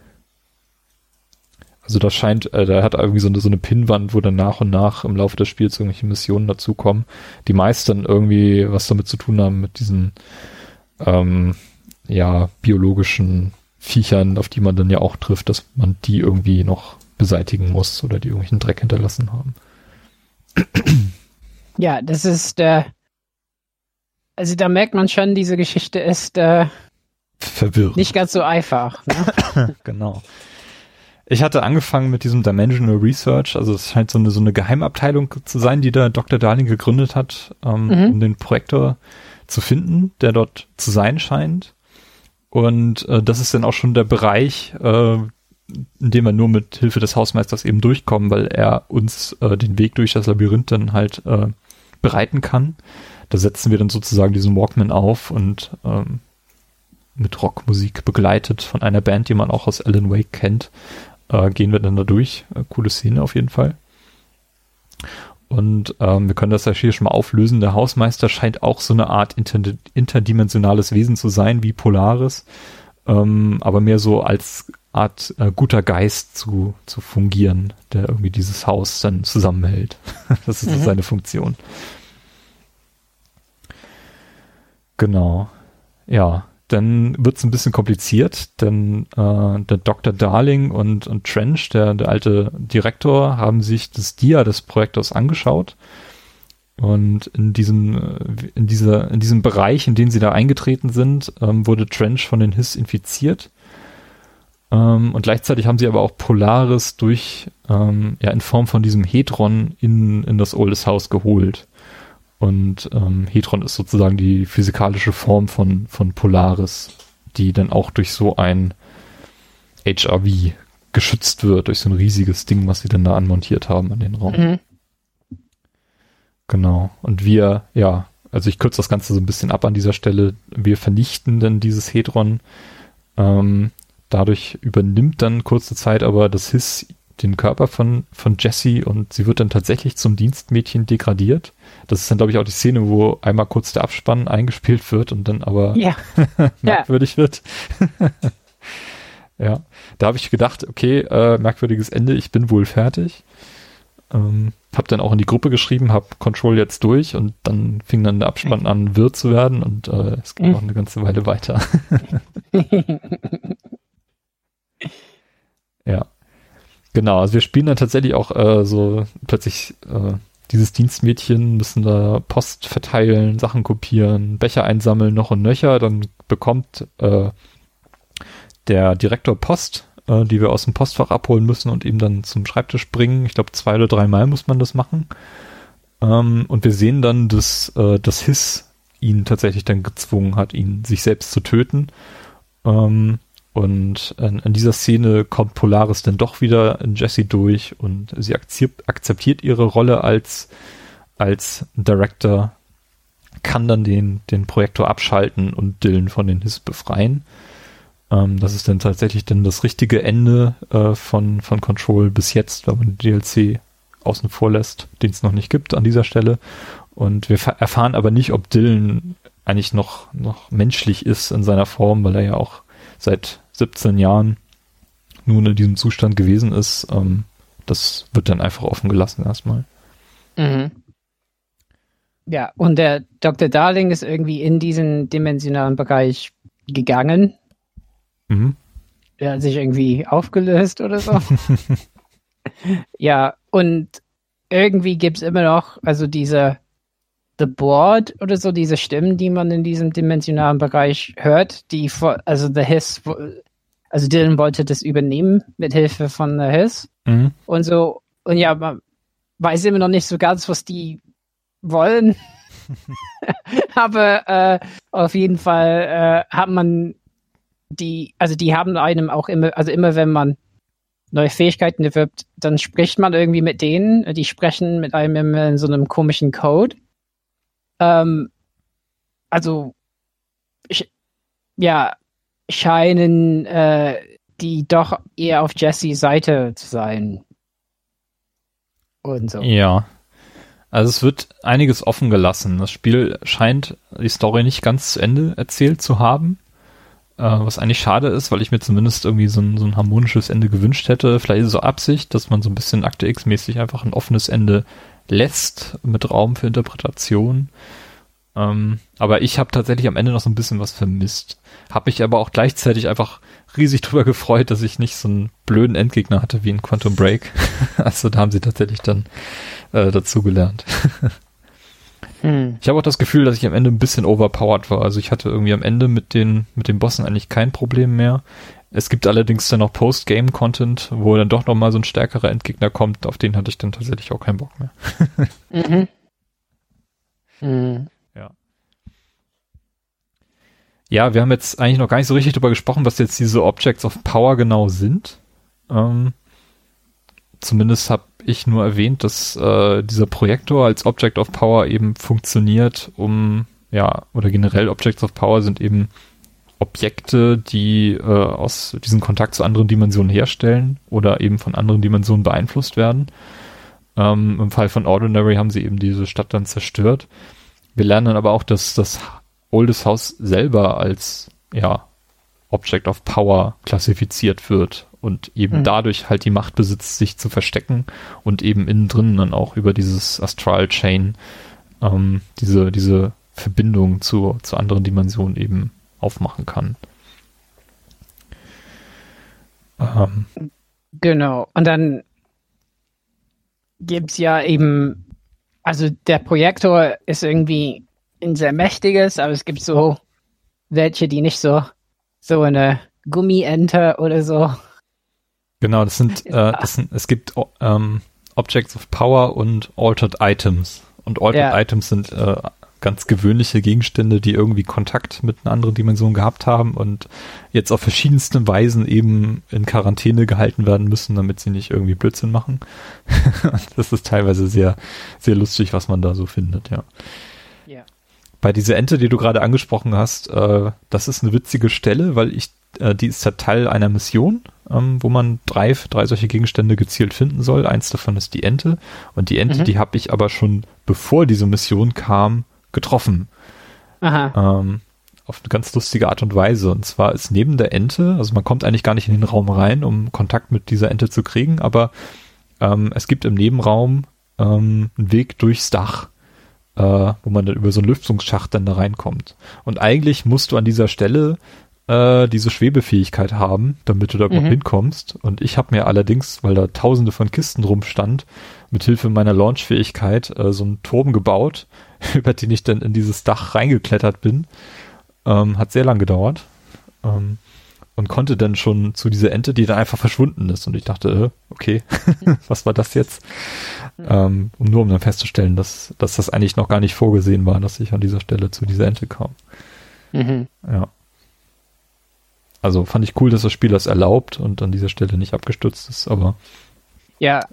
Also das scheint, äh, da hat irgendwie so eine, so eine Pinnwand, wo dann nach und nach im Laufe des Spiels irgendwelche Missionen dazukommen, die meist dann irgendwie was damit zu tun haben mit diesen ähm, ja, biologischen Viechern, auf die man dann ja auch trifft, dass man die irgendwie noch beseitigen muss oder die irgendwelchen Dreck hinterlassen haben. Ja, das ist, äh, also da merkt man schon, diese Geschichte ist äh, verwirrend. Nicht ganz so einfach. Ne? Genau. ich hatte angefangen mit diesem Dimensional Research, also es scheint so eine, so eine Geheimabteilung zu sein, die da Doktor Darling gegründet hat, ähm, mhm. um den Projektor zu finden, der dort zu sein scheint. Und äh, das ist dann auch schon der Bereich, äh, in dem wir nur mit Hilfe des Hausmeisters eben durchkommen, weil er uns äh, den Weg durch das Labyrinth dann halt äh, bereiten kann. Da setzen wir dann sozusagen diesen Walkman auf und ähm, mit Rockmusik begleitet von einer Band, die man auch aus Alan Wake kennt, äh, gehen wir dann da durch. Äh, coole Szene auf jeden Fall. Und ähm, wir können das ja hier schon mal auflösen. Der Hausmeister scheint auch so eine Art inter- interdimensionales Wesen zu sein, wie Polaris, ähm, aber mehr so als Art äh, guter Geist zu, zu fungieren, der irgendwie dieses Haus dann zusammenhält. Das ist mhm. seine Funktion. Genau. Ja, dann wird es ein bisschen kompliziert, denn äh, der Doktor Darling und, und Trench, der, der alte Direktor, haben sich das D I A des Projektors angeschaut. Und in diesem, in dieser, in diesem Bereich, in den sie da eingetreten sind, ähm, wurde Trench von den Hiss infiziert. Ähm, und gleichzeitig haben sie aber auch Polaris durch, ähm, ja, in Form von diesem Hedron in, in das Oldes Haus geholt. Und ähm, Hedron ist sozusagen die physikalische Form von, von Polaris, die dann auch durch so ein H R V geschützt wird, durch so ein riesiges Ding, was sie dann da anmontiert haben an den Raum. Mhm. Genau. Und wir, ja, also ich kürze das Ganze so ein bisschen ab an dieser Stelle. Wir vernichten dann dieses Hedron. Ähm, dadurch übernimmt dann kurze Zeit aber das Hiss den Körper von, von Jessie und sie wird dann tatsächlich zum Dienstmädchen degradiert. Das ist dann, glaube ich, auch die Szene, wo einmal kurz der Abspann eingespielt wird und dann aber ja. merkwürdig ja. wird. Ja, da habe ich gedacht, okay, äh, merkwürdiges Ende, ich bin wohl fertig. Ähm, hab dann auch in die Gruppe geschrieben, hab Control jetzt durch und dann fing dann der Abspann an, wirr zu werden und äh, es ging noch eine ganze Weile weiter. Ja. Genau, also wir spielen dann tatsächlich auch äh, so plötzlich äh, dieses Dienstmädchen, müssen da Post verteilen, Sachen kopieren, Becher einsammeln, noch und nöcher. Dann bekommt äh, der Direktor Post, äh, die wir aus dem Postfach abholen müssen und ihm dann zum Schreibtisch bringen. Ich glaube, zwei oder dreimal muss man das machen. Ähm, und wir sehen dann, dass äh, das Hiss ihn tatsächlich dann gezwungen hat, ihn sich selbst zu töten. Ähm, Und in, in dieser Szene kommt Polaris dann doch wieder in Jessie durch und sie akzept, akzeptiert ihre Rolle als, als Director, kann dann den, den Projektor abschalten und Dylan von den Hiss befreien. Ähm, das ist dann tatsächlich dann das richtige Ende äh, von, von Control bis jetzt, wenn man den D L C außen vor lässt, den es noch nicht gibt an dieser Stelle. Und wir erfahren aber nicht, ob Dylan eigentlich noch, noch menschlich ist in seiner Form, weil er ja auch seit siebzehn Jahren nun in diesem Zustand gewesen ist. Ähm, das wird dann einfach offen gelassen erstmal. Mhm. Ja, und der Doktor Darling ist irgendwie in diesen dimensionalen Bereich gegangen. Mhm. Er hat sich irgendwie aufgelöst oder so. Ja, und irgendwie gibt es immer noch, also diese The Board oder so, diese Stimmen, die man in diesem dimensionalen Bereich hört, die, also The Hiss, also Dylan wollte das übernehmen mit Hilfe von The Hiss. Mhm. Und so, und ja, man weiß immer noch nicht so ganz, was die wollen. Aber äh, auf jeden Fall äh, hat man die, also die haben einem auch immer, also immer wenn man neue Fähigkeiten erwirbt, dann spricht man irgendwie mit denen, die sprechen mit einem immer in so einem komischen Code. Ähm, also, ich, ja, scheinen äh, die doch eher auf Jessies Seite zu sein. Und so. Ja. Also es wird einiges offen gelassen. Das Spiel scheint die Story nicht ganz zu Ende erzählt zu haben. Äh, was eigentlich schade ist, weil ich mir zumindest irgendwie so ein, so ein harmonisches Ende gewünscht hätte. Vielleicht ist es so Absicht, dass man so ein bisschen Akte X-mäßig einfach ein offenes Ende lässt mit Raum für Interpretation. Ähm, aber ich habe tatsächlich am Ende noch so ein bisschen was vermisst. Habe mich aber auch gleichzeitig einfach riesig drüber gefreut, dass ich nicht so einen blöden Endgegner hatte wie in Quantum Break. Also da haben sie tatsächlich dann äh, dazugelernt. hm. Ich habe auch das Gefühl, dass ich am Ende ein bisschen overpowered war. Also ich hatte irgendwie am Ende mit den mit den Bossen eigentlich kein Problem mehr. Es gibt allerdings dann noch Post-Game-Content, wo dann doch nochmal so ein stärkerer Endgegner kommt, auf den hatte ich dann tatsächlich auch keinen Bock mehr. Mhm. Mhm. Ja. Ja, wir haben jetzt eigentlich noch gar nicht so richtig darüber gesprochen, was jetzt diese Objects of Power genau sind. Ähm, zumindest habe ich nur erwähnt, dass äh, dieser Projektor als Object of Power eben funktioniert, um, ja, oder generell Objects of Power sind eben Objekte, die äh, aus diesem Kontakt zu anderen Dimensionen herstellen oder eben von anderen Dimensionen beeinflusst werden. Ähm, im Fall von Ordinary haben sie eben diese Stadt dann zerstört. Wir lernen dann aber auch, dass das Oldest House selber als, ja, Object of Power klassifiziert wird und eben mhm. dadurch halt die Macht besitzt, sich zu verstecken und eben innen drin dann auch über dieses Astral Chain ähm, diese, diese Verbindung zu, zu anderen Dimensionen eben aufmachen kann. Ähm. Genau. Und dann gibt's ja eben, also der Projektor ist irgendwie ein sehr mächtiges, aber es gibt so welche, die nicht so, so eine Gummiente oder so. Genau, das sind, äh, das sind es gibt ähm, Objects of Power und Altered Items. Und Altered Ja. Items sind äh, ganz gewöhnliche Gegenstände, die irgendwie Kontakt mit einer anderen Dimension gehabt haben und jetzt auf verschiedensten Weisen eben in Quarantäne gehalten werden müssen, damit sie nicht irgendwie Blödsinn machen. Das ist teilweise sehr, sehr lustig, was man da so findet, ja. Ja. Bei dieser Ente, die du gerade angesprochen hast, äh, das ist eine witzige Stelle, weil ich, äh, die ist ja Teil einer Mission, ähm, wo man drei, drei solche Gegenstände gezielt finden soll. Eins davon ist die Ente und die Ente, Mhm. die habe ich aber schon, bevor diese Mission kam, getroffen. Aha. Ähm, auf eine ganz lustige Art und Weise. Und zwar ist neben der Ente, also man kommt eigentlich gar nicht in den Raum rein, um Kontakt mit dieser Ente zu kriegen, aber ähm, es gibt im Nebenraum ähm, einen Weg durchs Dach, äh, wo man dann über so einen Lüftungsschacht dann da reinkommt. Und eigentlich musst du an dieser Stelle äh, diese Schwebefähigkeit haben, damit du da überhaupt Mhm. hinkommst. Und ich habe mir allerdings, weil da tausende von Kisten rumstand, mit Hilfe meiner Launchfähigkeit äh, so einen Turm gebaut, über den ich dann in dieses Dach reingeklettert bin. Ähm, hat sehr lang gedauert. Ähm, und konnte dann schon zu dieser Ente, die dann einfach verschwunden ist. Und ich dachte, äh, okay, was war das jetzt? Ähm, um nur um dann festzustellen, dass, dass das eigentlich noch gar nicht vorgesehen war, dass ich an dieser Stelle zu dieser Ente kam. Mhm. Ja. Also fand ich cool, dass das Spiel das erlaubt und an dieser Stelle nicht abgestürzt ist, aber Ja.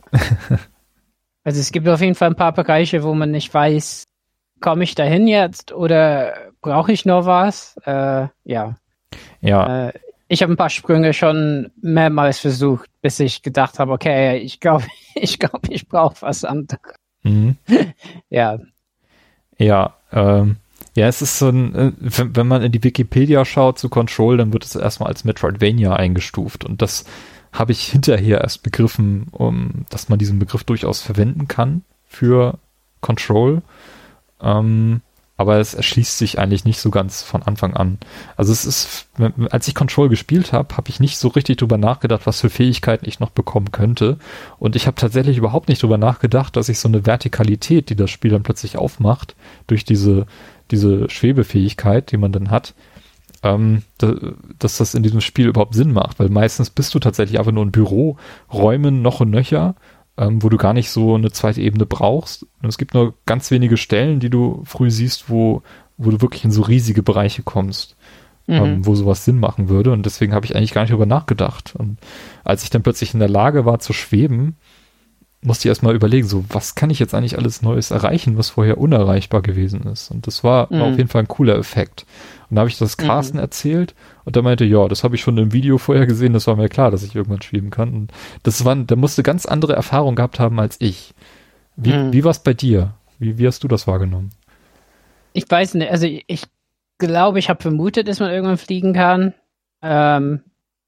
Also es gibt auf jeden Fall ein paar Bereiche, wo man nicht weiß, komme ich dahin jetzt oder brauche ich noch was? Äh, ja. ja, Äh, ich habe ein paar Sprünge schon mehrmals versucht, bis ich gedacht habe, okay, ich glaube, ich glaube, ich brauche was anderes. mhm. Ja. ja, ähm, ja, es ist so ein, äh, wenn, wenn man in die Wikipedia schaut zu Control, dann wird es erstmal als Metroidvania eingestuft und das habe ich hinterher erst begriffen, um, dass man diesen Begriff durchaus verwenden kann für Control. Ähm, aber es erschließt sich eigentlich nicht so ganz von Anfang an. Also es ist, als ich Control gespielt habe, habe ich nicht so richtig drüber nachgedacht, was für Fähigkeiten ich noch bekommen könnte. Und ich habe tatsächlich überhaupt nicht drüber nachgedacht, dass ich so eine Vertikalität, die das Spiel dann plötzlich aufmacht, durch diese, diese Schwebefähigkeit, die man dann hat, ähm, da, dass das in diesem Spiel überhaupt Sinn macht. Weil meistens bist du tatsächlich einfach nur in Büroräumen noch und nöcher, Ähm, wo du gar nicht so eine zweite Ebene brauchst. Und es gibt nur ganz wenige Stellen, die du früh siehst, wo, wo du wirklich in so riesige Bereiche kommst, Mhm. ähm, wo sowas Sinn machen würde. Und deswegen habe ich eigentlich gar nicht darüber nachgedacht. Und als ich dann plötzlich in der Lage war zu schweben, musste ich erstmal überlegen, so, was kann ich jetzt eigentlich alles Neues erreichen, was vorher unerreichbar gewesen ist. Und das war, Mhm. war auf jeden Fall ein cooler Effekt. Und da habe ich das Carsten Mhm. erzählt und der meinte, ja, das habe ich schon im Video vorher gesehen, das war mir klar, dass ich irgendwann schweben kann. Und das waren, der musste ganz andere Erfahrungen gehabt haben als ich. Wie, Mhm. wie war es bei dir? Wie, wie hast du das wahrgenommen? Ich weiß nicht, also ich, ich glaube, ich habe vermutet, dass man irgendwann fliegen kann. Ähm,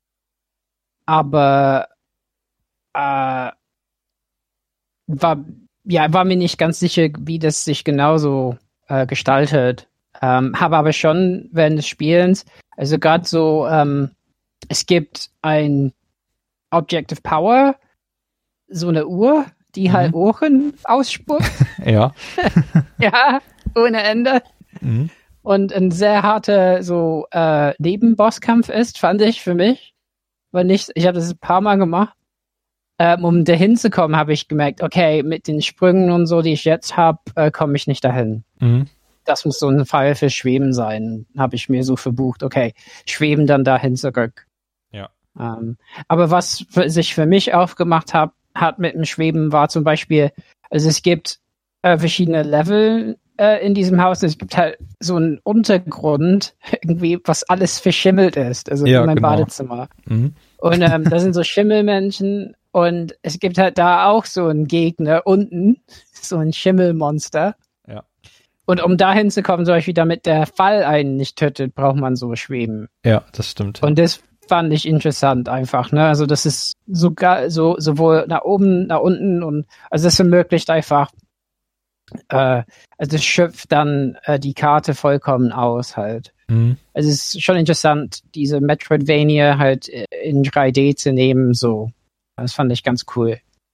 aber äh, war, ja, war mir nicht ganz sicher, wie das sich genauso äh, gestaltet. Ähm, habe aber schon während des Spielens, also gerade so, ähm, es gibt ein Object of Power, so eine Uhr, die Mhm. halt Ohren ausspuckt. Ja. Ja, ohne Ende. Mhm. Und ein sehr harter so äh, Nebenbosskampf ist, fand ich für mich. war nicht, ich habe das ein paar Mal gemacht. Ähm, um dahin zu kommen, habe ich gemerkt, okay, mit den Sprüngen und so, die ich jetzt habe, äh, komme ich nicht dahin. Mhm. Das muss so ein Fall für Schweben sein, habe ich mir so verbucht. Okay, Schweben dann dahin zurück. Ja. Ähm, aber was für, sich für mich aufgemacht hat, hat mit dem Schweben war zum Beispiel, also es gibt äh, verschiedene Level äh, in diesem Haus. Es gibt halt so einen Untergrund, irgendwie, was alles verschimmelt ist. Also Ja, in meinem genau. Badezimmer. Mhm. Und ähm, da sind so Schimmelmenschen und es gibt halt da auch so einen Gegner unten, so ein Schimmelmonster. Ja. Und um dahin zu kommen, zum Beispiel, damit der Fall einen nicht tötet, braucht man so Schweben. Ja, das stimmt. Ja. Und das fand ich interessant einfach, ne? Also das ist sogar so sowohl nach oben, nach unten und also das ermöglicht einfach, äh, also es schöpft dann äh, die Karte vollkommen aus halt. Mhm. Also es ist schon interessant, diese Metroidvania halt in drei D zu nehmen, so. Das fand ich ganz cool.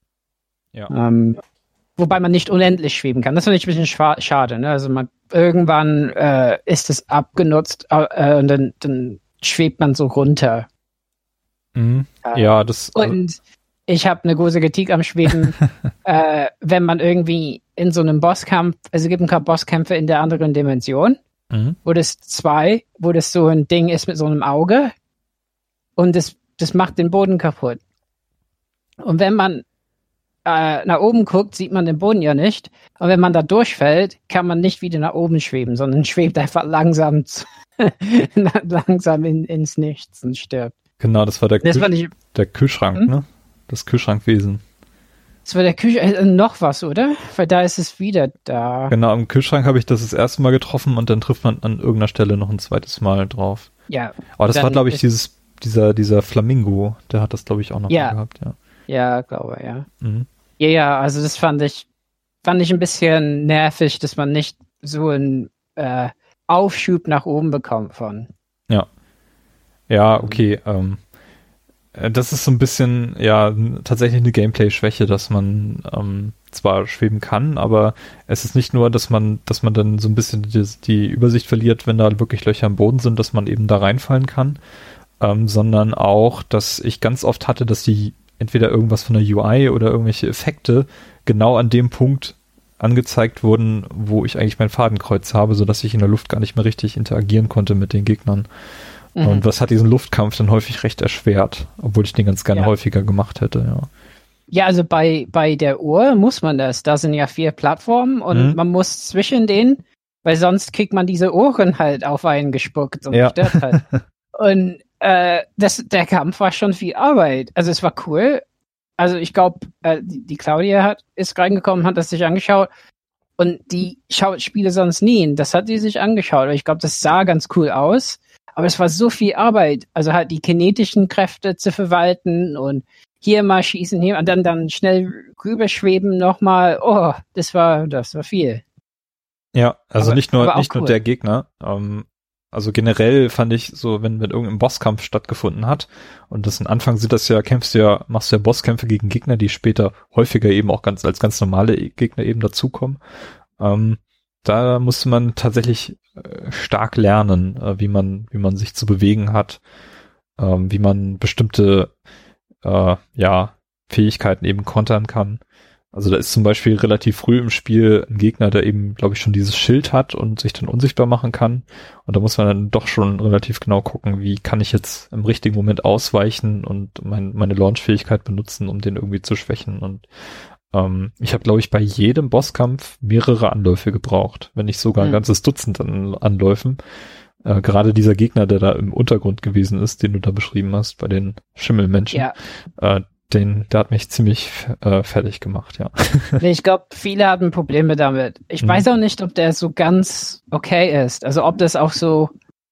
Ja. Ähm, wobei man nicht unendlich schweben kann. Das finde ich ein bisschen schwa- schade, ne? Also man irgendwann äh, ist es abgenutzt äh, und dann, dann schwebt man so runter. Mhm. Äh, Ja, das. Und ich habe eine große Kritik am Schweben, äh, wenn man irgendwie in so einem Bosskampf, also es gibt ein paar Bosskämpfe in der anderen Dimension, Mhm. wo das zwei, wo das so ein Ding ist mit so einem Auge und das, das macht den Boden kaputt. Und wenn man äh, nach oben guckt, sieht man den Boden ja nicht. Und wenn man da durchfällt, kann man nicht wieder nach oben schweben, sondern schwebt einfach langsam, zu, langsam in, ins Nichts und stirbt. Genau, das war der, Das Kühl- fand ich, der Kühlschrank, Hm? ne? Das Kühlschrankwesen. das war der Küche, äh, noch was, oder? Weil da ist es wieder da. Genau, im Kühlschrank habe ich das das erste Mal getroffen und dann trifft man an irgendeiner Stelle noch ein zweites Mal drauf. Ja, Aber das Dann war, glaube ich, ist- dieses, dieser, dieser Flamingo, der hat das, glaube ich, auch noch Ja. mal gehabt, ja. ja, glaube, ja. Mhm. Ja, ja, also das fand ich, fand ich ein bisschen nervig, dass man nicht so einen äh, Aufschub nach oben bekommt von. Ja, okay, ähm, äh, das ist so ein bisschen, ja, n- tatsächlich eine Gameplay-Schwäche, dass man ähm, zwar schweben kann, aber es ist nicht nur, dass man, dass man dann so ein bisschen die, die Übersicht verliert, wenn da wirklich Löcher im Boden sind, dass man eben da reinfallen kann, ähm, sondern auch, dass ich ganz oft hatte, dass die entweder irgendwas von der U I oder irgendwelche Effekte genau an dem Punkt angezeigt wurden, wo ich eigentlich mein Fadenkreuz habe, sodass ich in der Luft gar nicht mehr richtig interagieren konnte mit den Gegnern. Mhm. Und was hat diesen Luftkampf dann häufig recht erschwert, obwohl ich den ganz gerne Ja. häufiger gemacht hätte, ja. Ja, also bei, bei der Uhr muss man das. Da sind ja vier Plattformen und Mhm. man muss zwischen denen, weil sonst kriegt man diese Ohren halt auf einen gespuckt und Ja. stört halt. Und äh, das, der Kampf war schon viel Arbeit. Also es war cool. Also ich glaube, äh, die, die Claudia hat, ist reingekommen, hat das sich angeschaut und die schaut Spiele sonst nie. Und das hat sie sich angeschaut. Ich glaube, das sah ganz cool aus. Aber es war so viel Arbeit. Also halt die kinetischen Kräfte zu verwalten und hier mal schießen, hier und dann, dann schnell rüberschweben nochmal. Oh, das war, das war viel. Ja, also Aber- nicht nur, aber auch nicht nur cool. der Gegner. Ähm, also generell fand ich so, wenn, wenn irgendein Bosskampf stattgefunden hat, und das am Anfang sind das ja, kämpfst du ja, machst du ja Bosskämpfe gegen Gegner, die später häufiger eben auch ganz als ganz normale Gegner eben dazukommen. Ähm, da musste man tatsächlich äh, stark lernen, äh, wie man, wie man sich zu bewegen hat, ähm, wie man bestimmte äh, ja, Fähigkeiten eben kontern kann. Also da ist zum Beispiel relativ früh im Spiel ein Gegner, der eben, glaube ich, schon dieses Schild hat und sich dann unsichtbar machen kann. Und da muss man dann doch schon relativ genau gucken, wie kann ich jetzt im richtigen Moment ausweichen und mein, meine Launch-Fähigkeit benutzen, um den irgendwie zu schwächen. Und ähm, ich habe, glaube ich, bei jedem Bosskampf mehrere Anläufe gebraucht, wenn nicht sogar ein Hm. ganzes Dutzend an Anläufen. Äh, gerade dieser Gegner, der da im Untergrund gewesen ist, den du da beschrieben hast, bei den Schimmelmenschen, Ja. äh, den, der hat mich ziemlich äh, fertig gemacht, ja. Ich glaube, viele hatten Probleme damit. Ich Mhm. weiß auch nicht, ob der so ganz okay ist. Also ob das auch so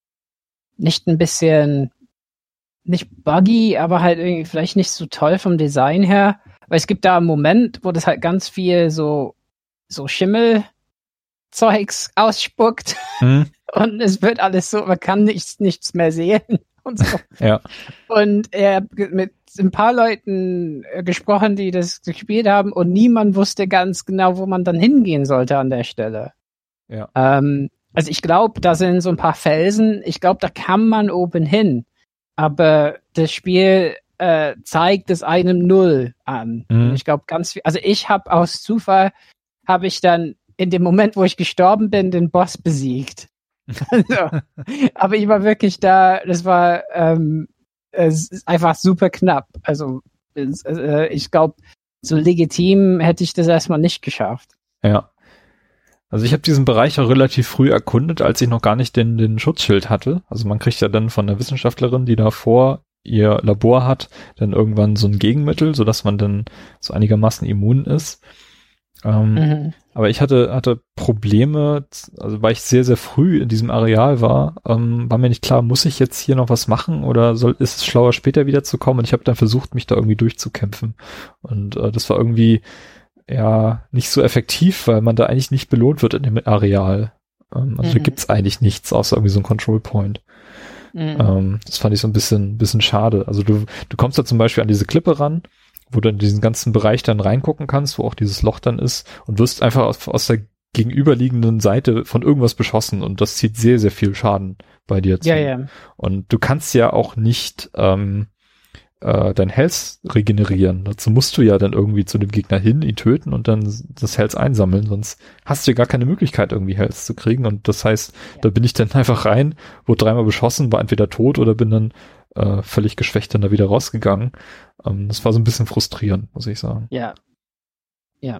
nicht ein bisschen, nicht buggy, aber halt irgendwie vielleicht nicht so toll vom Design her. Weil es gibt da einen Moment, wo das halt ganz viel so, so Schimmelzeugs ausspuckt Hm, und es wird alles so, man kann nichts, nichts mehr sehen und so. ja. Und er hat ge- mit ein paar Leuten äh, gesprochen, die das gespielt haben und niemand wusste ganz genau, wo man dann hingehen sollte an der Stelle. Ja. Ähm, also ich glaube, da sind so ein paar Felsen. Ich glaube, da kann man oben hin. aber das Spiel äh, zeigt es einem Null an. Mhm. Und ich glaube ganz viel, also ich habe aus Zufall, habe ich dann in dem Moment, wo ich gestorben bin, den Boss besiegt. Also, aber ich war wirklich da, das war ähm, es ist einfach super knapp. Also es, äh, ich glaube, so legitim hätte ich das erstmal nicht geschafft. Ja. Also ich habe diesen Bereich auch relativ früh erkundet, als ich noch gar nicht den, den Schutzschild hatte. Also man kriegt ja dann von der Wissenschaftlerin, die davor ihr Labor hat, dann irgendwann so ein Gegenmittel, sodass man dann so einigermaßen immun ist. Ähm, mhm. Aber ich hatte hatte Probleme, also weil ich sehr, sehr früh in diesem Areal war, ähm, war mir nicht klar, muss ich jetzt hier noch was machen oder soll ist es schlauer, später wieder zu kommen? Und ich habe dann versucht, mich da irgendwie durchzukämpfen. Und äh, das war irgendwie ja nicht so effektiv, weil man da eigentlich nicht belohnt wird in dem Areal. Ähm, also mhm. da gibt's eigentlich nichts, außer irgendwie so ein Control Point. Mhm. Ähm, das fand ich so ein bisschen bisschen schade. Also du du kommst da zum Beispiel an diese Klippe ran, wo du in diesen ganzen Bereich dann reingucken kannst, wo auch dieses Loch dann ist und wirst einfach aus, aus der gegenüberliegenden Seite von irgendwas beschossen und das zieht sehr, sehr viel Schaden bei dir zu. Ja, ja. Und du kannst ja auch nicht ähm, äh, dein Health regenerieren. Dazu musst du ja dann irgendwie zu dem Gegner hin, ihn töten und dann das Health einsammeln, sonst hast du ja gar keine Möglichkeit, irgendwie Health zu kriegen. Und das heißt, ja. da bin ich dann einfach rein, wurde dreimal beschossen, war entweder tot oder bin dann äh, völlig geschwächt dann da wieder rausgegangen. Um, das war so ein bisschen frustrierend, muss ich sagen. Ja. Ja.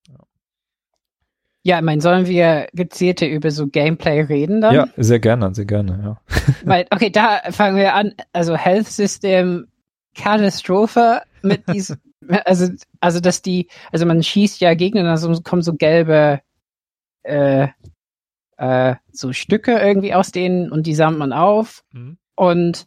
Ja, ich meine, sollen wir gezielter über so Gameplay reden dann? Ja, sehr gerne, sehr gerne, ja. Weil, okay, da fangen wir an. Also Health System Katastrophe mit diesem, also, also dass die, also man schießt ja Gegner, und dann kommen so gelbe äh, äh, so Stücke irgendwie aus denen und die sammelt man auf. Mhm. Und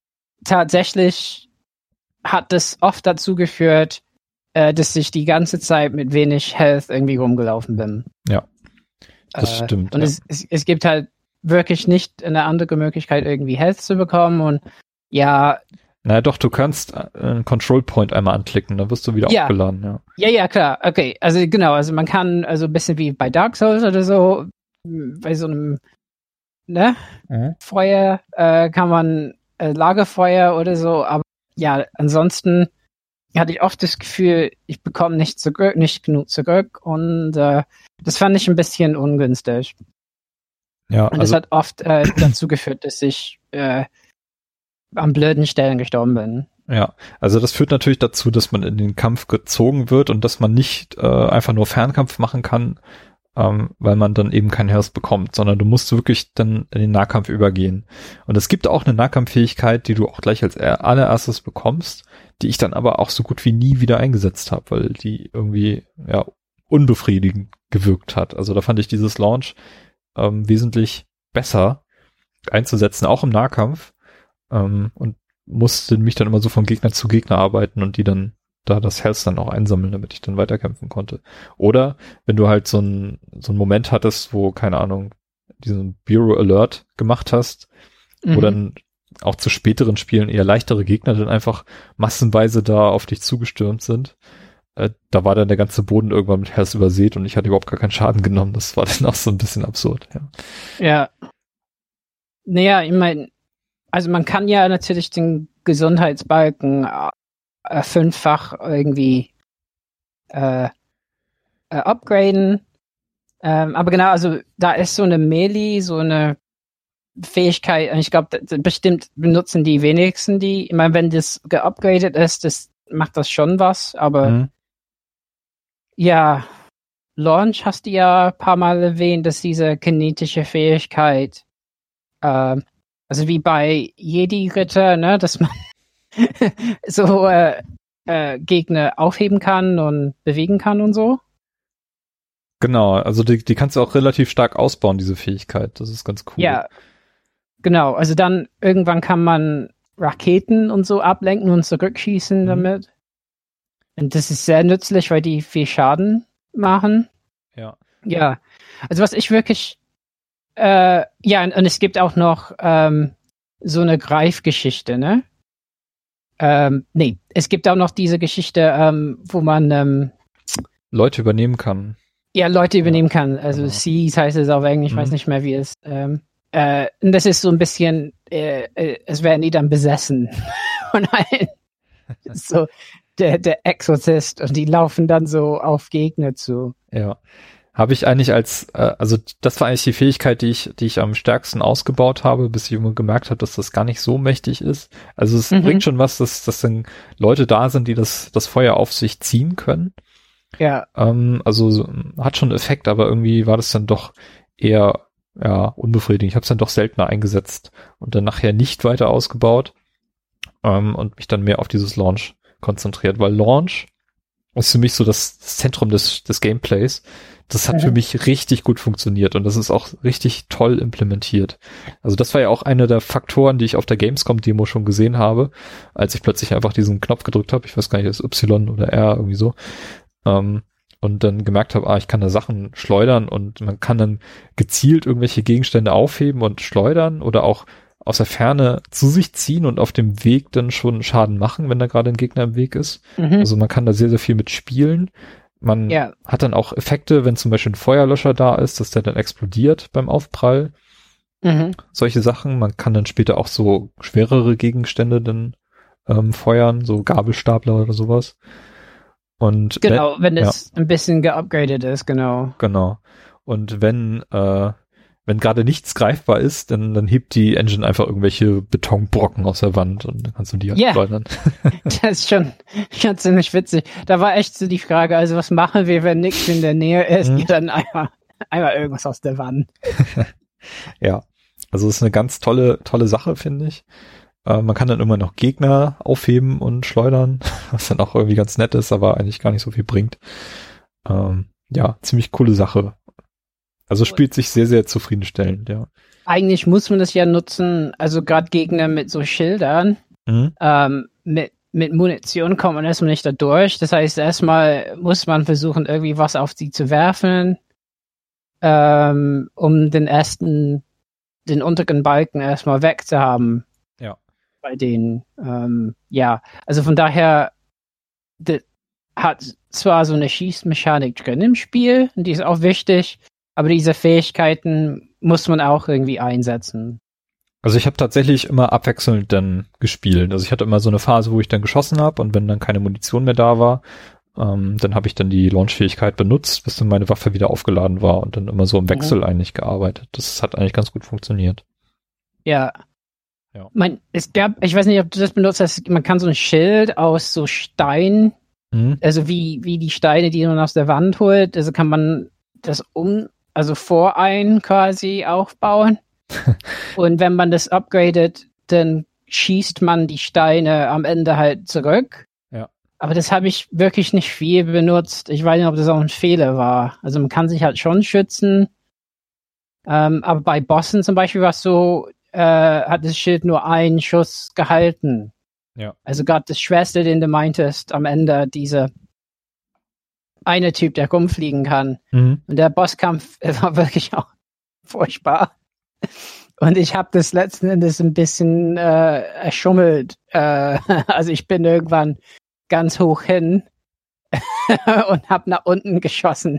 tatsächlich hat das oft dazu geführt, äh, dass ich die ganze Zeit mit wenig Health irgendwie rumgelaufen bin. Ja, das äh, stimmt. Und ja. es, es, es gibt halt wirklich nicht eine andere Möglichkeit, irgendwie Health zu bekommen und ja. Naja, doch, du kannst einen Control Point einmal anklicken, dann wirst du wieder ja. aufgeladen, ja. Ja, ja, klar, okay. Also genau, also man kann, also ein bisschen wie bei Dark Souls oder so, bei so einem, ne, mhm. Feuer äh, kann man äh, Lagerfeuer oder so, aber ja, ansonsten hatte ich oft das Gefühl, ich bekomme nicht zurück, nicht genug zurück und äh, das fand ich ein bisschen ungünstig. Ja, und also, das hat oft äh, dazu geführt, dass ich äh, an blöden Stellen gestorben bin. Ja, also das führt natürlich dazu, dass man in den Kampf gezogen wird und dass man nicht äh, einfach nur Fernkampf machen kann, ähm, weil man dann eben kein Health bekommt, sondern du musst wirklich dann in den Nahkampf übergehen. Und es gibt auch eine Nahkampffähigkeit, die du auch gleich als allererstes bekommst, die ich dann aber auch so gut wie nie wieder eingesetzt habe, weil die irgendwie ja unbefriedigend gewirkt hat. Also da fand ich dieses Launch ähm, wesentlich besser einzusetzen, auch im Nahkampf, ähm, und musste mich dann immer so von Gegner zu Gegner arbeiten und die dann da das Health dann auch einsammeln, damit ich dann weiterkämpfen konnte. Oder wenn du halt so ein so einen Moment hattest, wo, keine Ahnung, diesen Bureau Alert gemacht hast, mhm. wo dann auch zu späteren Spielen eher leichtere Gegner dann einfach massenweise da auf dich zugestürmt sind, äh, da war dann der ganze Boden irgendwann mit Health übersät und ich hatte überhaupt gar keinen Schaden genommen. Das war dann auch so ein bisschen absurd, ja. Ja. Naja, ich meine, also man kann ja natürlich den Gesundheitsbalken äh, fünffach irgendwie äh, äh, upgraden. Ähm, aber genau, also da ist so eine Melee, so eine Fähigkeit, ich glaube, bestimmt benutzen die wenigsten die. Ich meine, wenn das geupgradet ist, das macht das schon was, aber mhm. ja, Launch hast du ja ein paar Mal erwähnt, dass diese kinetische Fähigkeit äh, also wie bei Jedi-Ritter, ne, dass man so äh, äh, Gegner aufheben kann und bewegen kann und so. Genau, also die, die kannst du auch relativ stark ausbauen, diese Fähigkeit. Das ist ganz cool. Ja, genau. Also dann irgendwann kann man Raketen und so ablenken und zurückschießen mhm. damit. Und das ist sehr nützlich, weil die viel Schaden machen. Ja. Ja, also was ich wirklich Äh, ja, und, und es gibt auch noch ähm, so eine Greifgeschichte, ne? Ähm, nee, es gibt auch noch diese Geschichte, ähm, wo man ähm, Leute übernehmen kann. Ja, Leute übernehmen ja. kann. Also genau. Seas heißt es auf Englisch, ich mhm. weiß nicht mehr, wie es ähm, äh, und das ist so ein bisschen, äh, äh, es werden die dann besessen von einem, so der, der Exorzist und die laufen dann so auf Gegner zu. Ja. Habe ich eigentlich als, äh, also das war eigentlich die Fähigkeit, die ich, die ich am stärksten ausgebaut habe, bis ich immer gemerkt habe, dass das gar nicht so mächtig ist. Also es mhm. bringt schon was, dass, dass dann Leute da sind, die das, das Feuer auf sich ziehen können. Ja. Ähm, also hat schon Effekt, aber irgendwie war das dann doch eher ja unbefriedigend. Ich habe es dann doch seltener eingesetzt und dann nachher nicht weiter ausgebaut ähm, und mich dann mehr auf dieses Launch konzentriert, weil Launch ist für mich so das, das Zentrum des, des Gameplays. Das hat mhm. für mich richtig gut funktioniert und das ist auch richtig toll implementiert. Also das war ja auch einer der Faktoren, die ich auf der Gamescom-Demo schon gesehen habe, als ich plötzlich einfach diesen Knopf gedrückt habe, ich weiß gar nicht, das ist Y oder R, irgendwie so, ähm, und dann gemerkt habe, ah, ich kann da Sachen schleudern und man kann dann gezielt irgendwelche Gegenstände aufheben und schleudern oder auch aus der Ferne zu sich ziehen und auf dem Weg dann schon Schaden machen, wenn da gerade ein Gegner im Weg ist. Mhm. Also man kann da sehr, sehr viel mit spielen. Man ja. hat dann auch Effekte, wenn zum Beispiel ein Feuerlöscher da ist, dass der dann explodiert beim Aufprall. Mhm. Solche Sachen. Man kann dann später auch so schwerere Gegenstände dann ähm, feuern, so Gabelstapler oder sowas. Und genau, wenn, wenn es ja. ein bisschen geupgradet ist, genau. Genau. Und wenn äh, wenn gerade nichts greifbar ist, dann, dann hebt die Engine einfach irgendwelche Betonbrocken aus der Wand und dann kannst du die halt schleudern. Yeah. Das ist schon, schon ziemlich witzig. Da war echt so die Frage, also was machen wir, wenn nichts in der Nähe ist? Mhm. Dann einmal, einmal irgendwas aus der Wand. Ja, also es ist eine ganz tolle, tolle Sache, finde ich. Äh, man kann dann immer noch Gegner aufheben und schleudern, was dann auch irgendwie ganz nett ist, aber eigentlich gar nicht so viel bringt. Ähm, ja, ziemlich coole Sache. Also spielt sich sehr, sehr zufriedenstellend, ja. Eigentlich muss man das ja nutzen, also gerade Gegner mit so Schildern, mhm. ähm, mit, mit Munition kommt man erstmal nicht da durch. Das heißt, erstmal muss man versuchen, irgendwie was auf sie zu werfen, ähm, um den ersten, den unteren Balken erstmal wegzuhaben. Ja. Bei denen, ähm, ja. Also von daher, das hat zwar so eine Schießmechanik drin im Spiel, und die ist auch wichtig, aber diese Fähigkeiten muss man auch irgendwie einsetzen. Also ich habe tatsächlich immer abwechselnd dann gespielt. Also ich hatte immer so eine Phase, wo ich dann geschossen habe und wenn dann keine Munition mehr da war, ähm, dann habe ich dann die Launch-Fähigkeit benutzt, bis dann meine Waffe wieder aufgeladen war und dann immer so im Wechsel mhm. eigentlich gearbeitet. Das hat eigentlich ganz gut funktioniert. Ja. ja. Man, es gab, ich weiß nicht, ob du das benutzt hast, man kann so ein Schild aus so Stein, mhm. also wie, wie die Steine, die man aus der Wand holt, also kann man das um also vor einen quasi aufbauen. Und wenn man das upgradet, dann schießt man die Steine am Ende halt zurück. Ja. Aber das habe ich wirklich nicht viel benutzt. Ich weiß nicht, ob das auch ein Fehler war. Also man kann sich halt schon schützen. Ähm, aber bei Bossen zum Beispiel war es so, äh, hat das Schild nur einen Schuss gehalten. Ja. Also gerade das Schwerste, den du meintest, am Ende diese eine Typ, der rumfliegen kann. Mhm. Und der Bosskampf war wirklich auch furchtbar. Und ich habe das letzten Endes ein bisschen äh, erschummelt. Äh, also ich bin irgendwann ganz hoch hin und habe nach unten geschossen.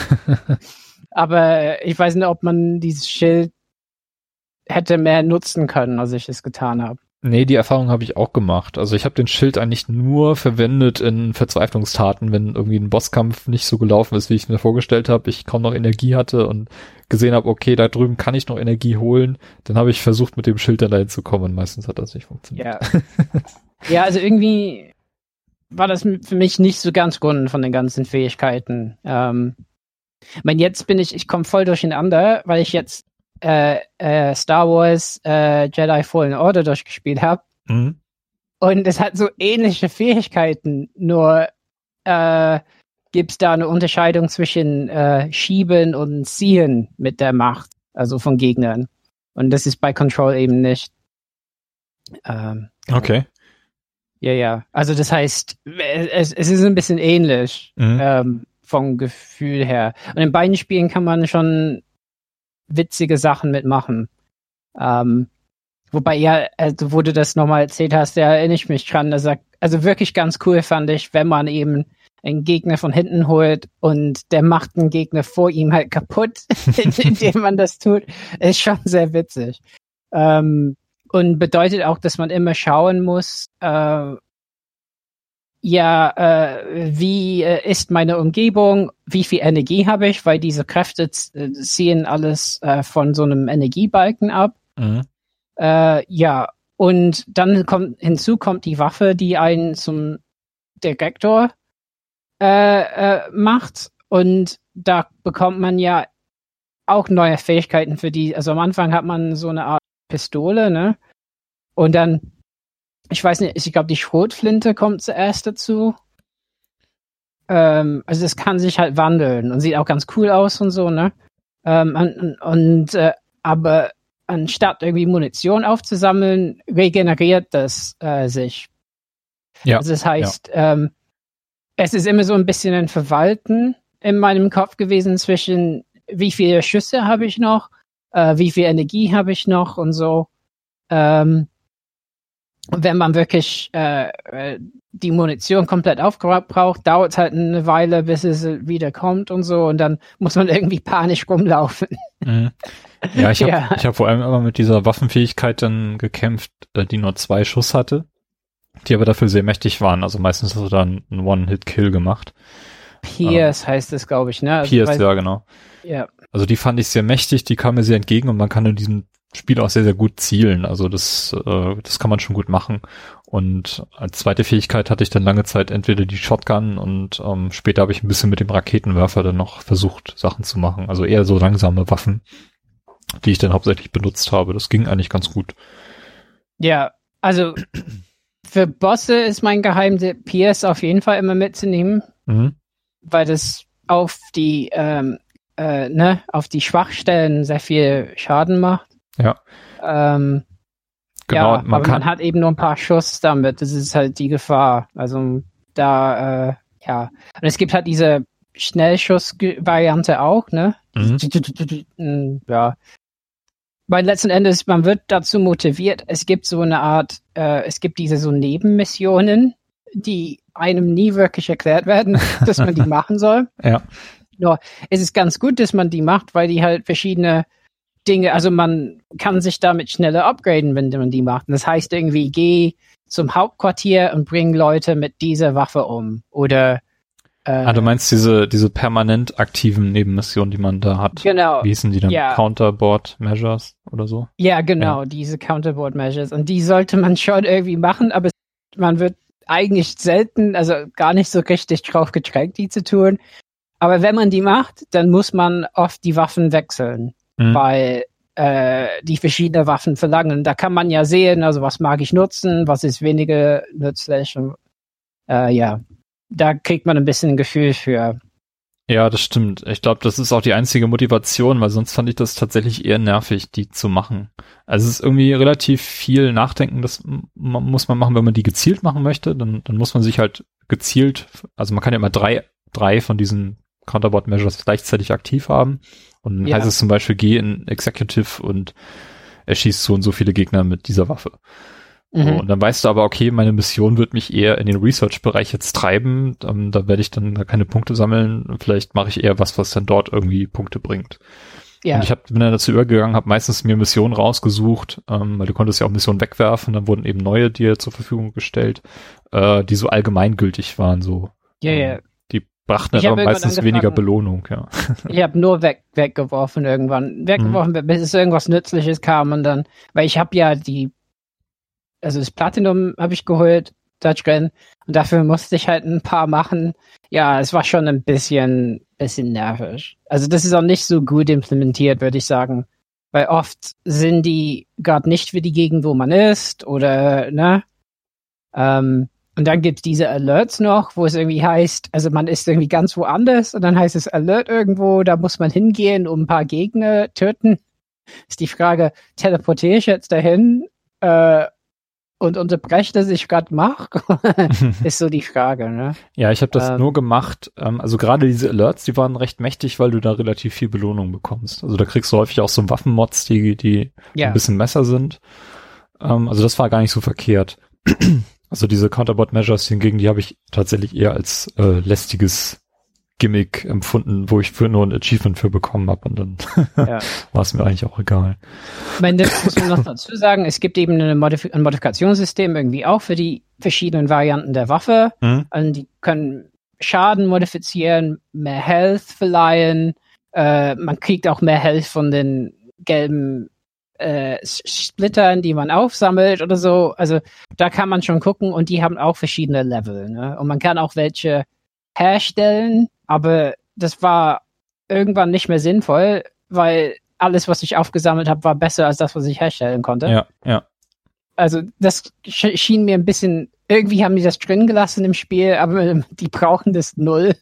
Aber ich weiß nicht, ob man dieses Schild hätte mehr nutzen können, als ich es getan habe. Nee, die Erfahrung habe ich auch gemacht. Also ich habe den Schild eigentlich nur verwendet in Verzweiflungstaten, wenn irgendwie ein Bosskampf nicht so gelaufen ist, wie ich mir vorgestellt habe, ich kaum noch Energie hatte und gesehen habe, okay, da drüben kann ich noch Energie holen, dann habe ich versucht, mit dem Schild dann dahin zu kommen und meistens hat das nicht funktioniert. Ja, ja, also irgendwie war das für mich nicht so ganz rund von den ganzen Fähigkeiten. Ähm, ich meine, jetzt bin ich, ich komme voll durcheinander, weil ich jetzt Äh, äh, Star Wars äh, Jedi Fallen Order durchgespielt habe. Mhm. Und es hat so ähnliche Fähigkeiten, nur äh, gibt es da eine Unterscheidung zwischen äh, Schieben und Ziehen mit der Macht, also von Gegnern. Und das ist bei Control eben nicht. Ähm, okay. Ja, ja. Also das heißt, es, es ist ein bisschen ähnlich mhm. ähm, vom Gefühl her. Und in beiden Spielen kann man schon witzige Sachen mitmachen. Ähm, wobei, ja, also, wo du das nochmal erzählt hast, da erinnere ich mich dran. Also, also wirklich ganz cool fand ich, wenn man eben einen Gegner von hinten holt und der macht einen Gegner vor ihm halt kaputt, indem man das tut, ist schon sehr witzig. Ähm, und bedeutet auch, dass man immer schauen muss, äh, ja, äh, wie äh, ist meine Umgebung, wie viel Energie habe ich, weil diese Kräfte z- ziehen alles äh, von so einem Energiebalken ab. Mhm. Äh, ja, und dann kommt hinzu kommt die Waffe, die einen zum Detektor äh, äh, macht, und da bekommt man ja auch neue Fähigkeiten für die. Also am Anfang hat man so eine Art Pistole, ne? Und dann, ich weiß nicht, ich glaube, die Schrotflinte kommt zuerst dazu. Ähm, also es kann sich halt wandeln und sieht auch ganz cool aus und so, ne? Ähm, und und äh, aber anstatt irgendwie Munition aufzusammeln, regeneriert das äh, sich. Ja. Also das heißt, ja. ähm, es ist immer so ein bisschen ein Verwalten in meinem Kopf gewesen zwischen, wie viele Schüsse habe ich noch, äh, wie viel Energie habe ich noch und so. Ähm, und wenn man wirklich äh, die Munition komplett aufgebraucht, dauert es halt eine Weile, bis es wieder kommt und so, und dann muss man irgendwie panisch rumlaufen. Mhm. Ja, ich habe Ja. ich hab vor allem immer mit dieser Waffenfähigkeit dann gekämpft, äh, die nur zwei Schuss hatte, die aber dafür sehr mächtig waren. Also meistens hast du dann einen One-Hit-Kill gemacht. Pierce ähm, heißt es, glaube ich, ne? Also, Pierce, weil, ja, genau. Ja. Also die fand ich sehr mächtig, die kam mir sehr entgegen, und man kann in diesem Spiel auch sehr, sehr gut zielen. Also das, äh, das kann man schon gut machen. Und als zweite Fähigkeit hatte ich dann lange Zeit entweder die Shotgun, und ähm, später habe ich ein bisschen mit dem Raketenwerfer dann noch versucht, Sachen zu machen. Also eher so langsame Waffen, die ich dann hauptsächlich benutzt habe. Das ging eigentlich ganz gut. Ja, also für Bosse ist mein Geheimtipp, Pierce auf jeden Fall immer mitzunehmen, Mhm. weil das auf die ähm, äh, ne, auf die Schwachstellen sehr viel Schaden macht. Ja. Ähm, Genau, ja, man aber kann, man hat eben nur ein paar Schuss damit. Das ist halt die Gefahr. Also da, äh, ja. Und es gibt halt diese Schnellschuss-Variante auch, ne? Mhm. Ja. Weil letzten Endes, man wird dazu motiviert, es gibt so eine Art, äh, es gibt diese so Nebenmissionen, die einem nie wirklich erklärt werden, dass man die machen soll. Ja. Nur es ist ganz gut, dass man die macht, weil die halt verschiedene Dinge, also man kann sich damit schneller upgraden, wenn man die macht. Und das heißt irgendwie, geh zum Hauptquartier und bring Leute mit dieser Waffe um. Oder äh, Ah, du meinst diese diese permanent aktiven Nebenmissionen, die man da hat? Genau. Wie hießen die dann? Ja. Counterboard Measures oder so? Ja, genau, Ja. diese Counterboard Measures. Und die sollte man schon irgendwie machen, aber man wird eigentlich selten, also gar nicht so richtig drauf gedrängt, die zu tun. Aber wenn man die macht, dann muss man oft die Waffen wechseln, Mhm. weil äh, die verschiedene Waffen verlangen. Da kann man ja sehen, also was mag ich nutzen, was ist weniger nützlich. Und, äh, ja, da kriegt man ein bisschen ein Gefühl für. Ja, das stimmt. Ich glaube, das ist auch die einzige Motivation, weil sonst fand ich das tatsächlich eher nervig, die zu machen. Also es ist irgendwie relativ viel Nachdenken, das m- muss man machen, wenn man die gezielt machen möchte, dann, dann muss man sich halt gezielt, also man kann ja immer drei, drei von diesen Counterboard Measures gleichzeitig aktiv haben, und dann Ja. heißt es zum Beispiel, geh in Executive und erschießt so und so viele Gegner mit dieser Waffe. Mhm. So, und dann weißt du aber, okay, meine Mission wird mich eher in den Research-Bereich jetzt treiben, ähm, da werde ich dann da keine Punkte sammeln, und vielleicht mache ich eher was, was dann dort irgendwie Punkte bringt. Ja. Und ich hab, bin dann dazu übergegangen, habe meistens mir Missionen rausgesucht, ähm, weil du konntest ja auch Missionen wegwerfen, dann wurden eben neue dir zur Verfügung gestellt, äh, die so allgemeingültig waren, so. Ja, ja. Ähm, die brachten Ich dann hab aber irgendwann meistens angefangen- weniger Belohnung, ja. Ich habe nur weg, weggeworfen irgendwann. Weggeworfen, bis es irgendwas Nützliches kam, und dann, weil ich habe ja die, also das Platinum habe ich geholt, da drin, und dafür musste ich halt ein paar machen. Ja, es war schon ein bisschen, bisschen nervig. Also das ist auch nicht so gut implementiert, würde ich sagen. Weil oft sind die gerade nicht für die Gegend, wo man ist, oder, ne? Ähm, und dann gibt's diese Alerts noch, wo es irgendwie heißt, also man ist irgendwie ganz woanders, und dann heißt es Alert irgendwo, da muss man hingehen, um ein paar Gegner töten. Ist die Frage, teleportiere ich jetzt dahin äh, und unterbreche, dass ich gerade mache? Ist so die Frage, ne? Ja, ich habe das Ähm. nur gemacht, ähm, also gerade diese Alerts, die waren recht mächtig, weil du da relativ viel Belohnung bekommst. Also da kriegst du häufig auch so Waffenmods, die, die Ja. ein bisschen besser sind. Ähm, also das war gar nicht so verkehrt. Also diese Counterboard-Measures hingegen, die habe ich tatsächlich eher als äh, lästiges Gimmick empfunden, wo ich für nur ein Achievement für bekommen habe und dann ja. war es mir eigentlich auch egal. Ich meine, das muss man noch dazu sagen, es gibt eben eine Modif- ein Modifikationssystem irgendwie auch für die verschiedenen Varianten der Waffe. Mhm. Also die können Schaden modifizieren, mehr Health verleihen, äh, man kriegt auch mehr Health von den gelben äh, Splittern, die man aufsammelt oder so. Also da kann man schon gucken und die haben auch verschiedene Level. Ne? Und man kann auch welche herstellen, aber das war irgendwann nicht mehr sinnvoll, weil alles, was ich aufgesammelt habe, war besser als das, was ich herstellen konnte. Ja, ja. Also das sch- schien mir ein bisschen, irgendwie haben die das drin gelassen im Spiel, aber die brauchen das null.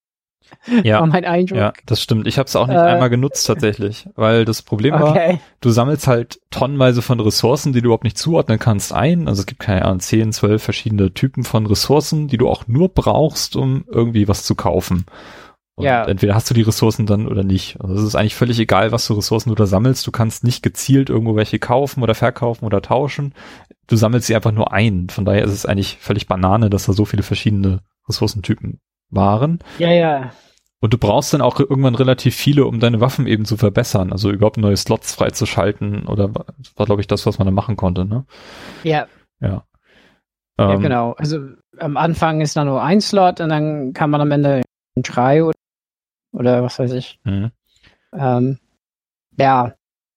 Ja, war mein Eindruck. Ja, das stimmt. Ich habe es auch nicht äh, einmal genutzt tatsächlich, weil das Problem okay. war, du sammelst halt tonnenweise von Ressourcen, die du überhaupt nicht zuordnen kannst, ein. Also es gibt keine Ahnung, zehn, zwölf verschiedene Typen von Ressourcen, die du auch nur brauchst, um irgendwie was zu kaufen. Und ja. entweder hast du die Ressourcen dann oder nicht. Also es ist eigentlich völlig egal, was für Ressourcen du da sammelst. Du kannst nicht gezielt irgendwo welche kaufen oder verkaufen oder tauschen. Du sammelst sie einfach nur ein. Von daher ist es eigentlich völlig Banane, dass da so viele verschiedene Ressourcentypen waren. Ja, ja. Und du brauchst dann auch irgendwann relativ viele, um deine Waffen eben zu verbessern. Also überhaupt neue Slots freizuschalten oder war, glaube ich, das, was man da machen konnte, ne? Ja. Ja. Ja, ähm, genau. Also am Anfang ist da nur ein Slot und dann kann man am Ende drei oder, oder was weiß ich. Mhm. Ähm, ja.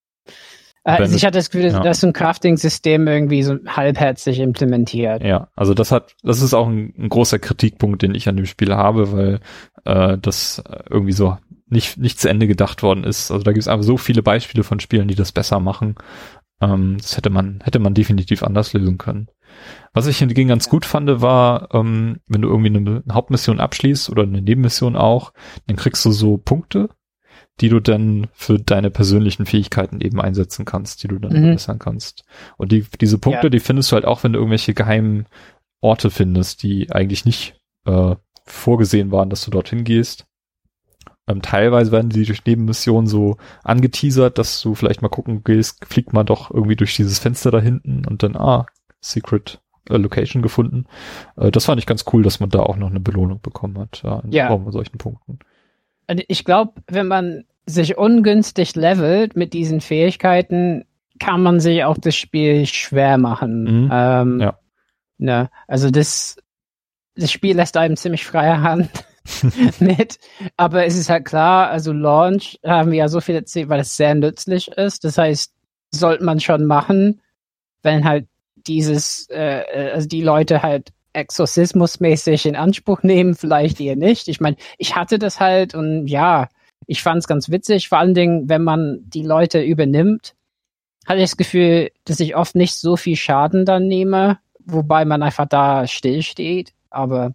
Also ich hatte das Gefühl, ja. dass so ein Crafting-System irgendwie so halbherzig implementiert. Ja, also das hat, das ist auch ein, ein großer Kritikpunkt, den ich an dem Spiel habe, weil äh, das irgendwie so nicht nicht zu Ende gedacht worden ist. Also da gibt es einfach so viele Beispiele von Spielen, die das besser machen. Ähm, das hätte man hätte man definitiv anders lösen können. Was ich hingegen ganz gut fand, war, ähm, wenn du irgendwie eine, eine Hauptmission abschließt oder eine Nebenmission auch, dann kriegst du so Punkte, die du dann für deine persönlichen Fähigkeiten eben einsetzen kannst, die du dann mhm. verbessern kannst. Und die diese Punkte, ja. die findest du halt auch, wenn du irgendwelche geheimen Orte findest, die eigentlich nicht äh, vorgesehen waren, dass du dorthin gehst. Ähm, teilweise werden die durch Nebenmissionen so angeteasert, dass du vielleicht mal gucken gehst, fliegt mal doch irgendwie durch dieses Fenster da hinten und dann, ah, Secret äh, Location gefunden. Äh, das fand ich ganz cool, dass man da auch noch eine Belohnung bekommen hat, ja, in ja. Form von solchen Punkten. Ich glaube, wenn man sich ungünstig levelt mit diesen Fähigkeiten, kann man sich auch das Spiel schwer machen. Mhm. Ähm, ja. Ne, also das, das Spiel lässt einem ziemlich freie Hand mit, aber es ist halt klar, also Launch haben wir ja so viel erzählt, weil es sehr nützlich ist. Das heißt, sollte man schon machen, wenn halt dieses, äh, also die Leute halt exorzismusmäßig in Anspruch nehmen, vielleicht eher nicht. Ich meine, ich hatte das halt und ja, ich fand es ganz witzig, vor allen Dingen, wenn man die Leute übernimmt, hatte ich das Gefühl, dass ich oft nicht so viel Schaden dann nehme, wobei man einfach da still steht, aber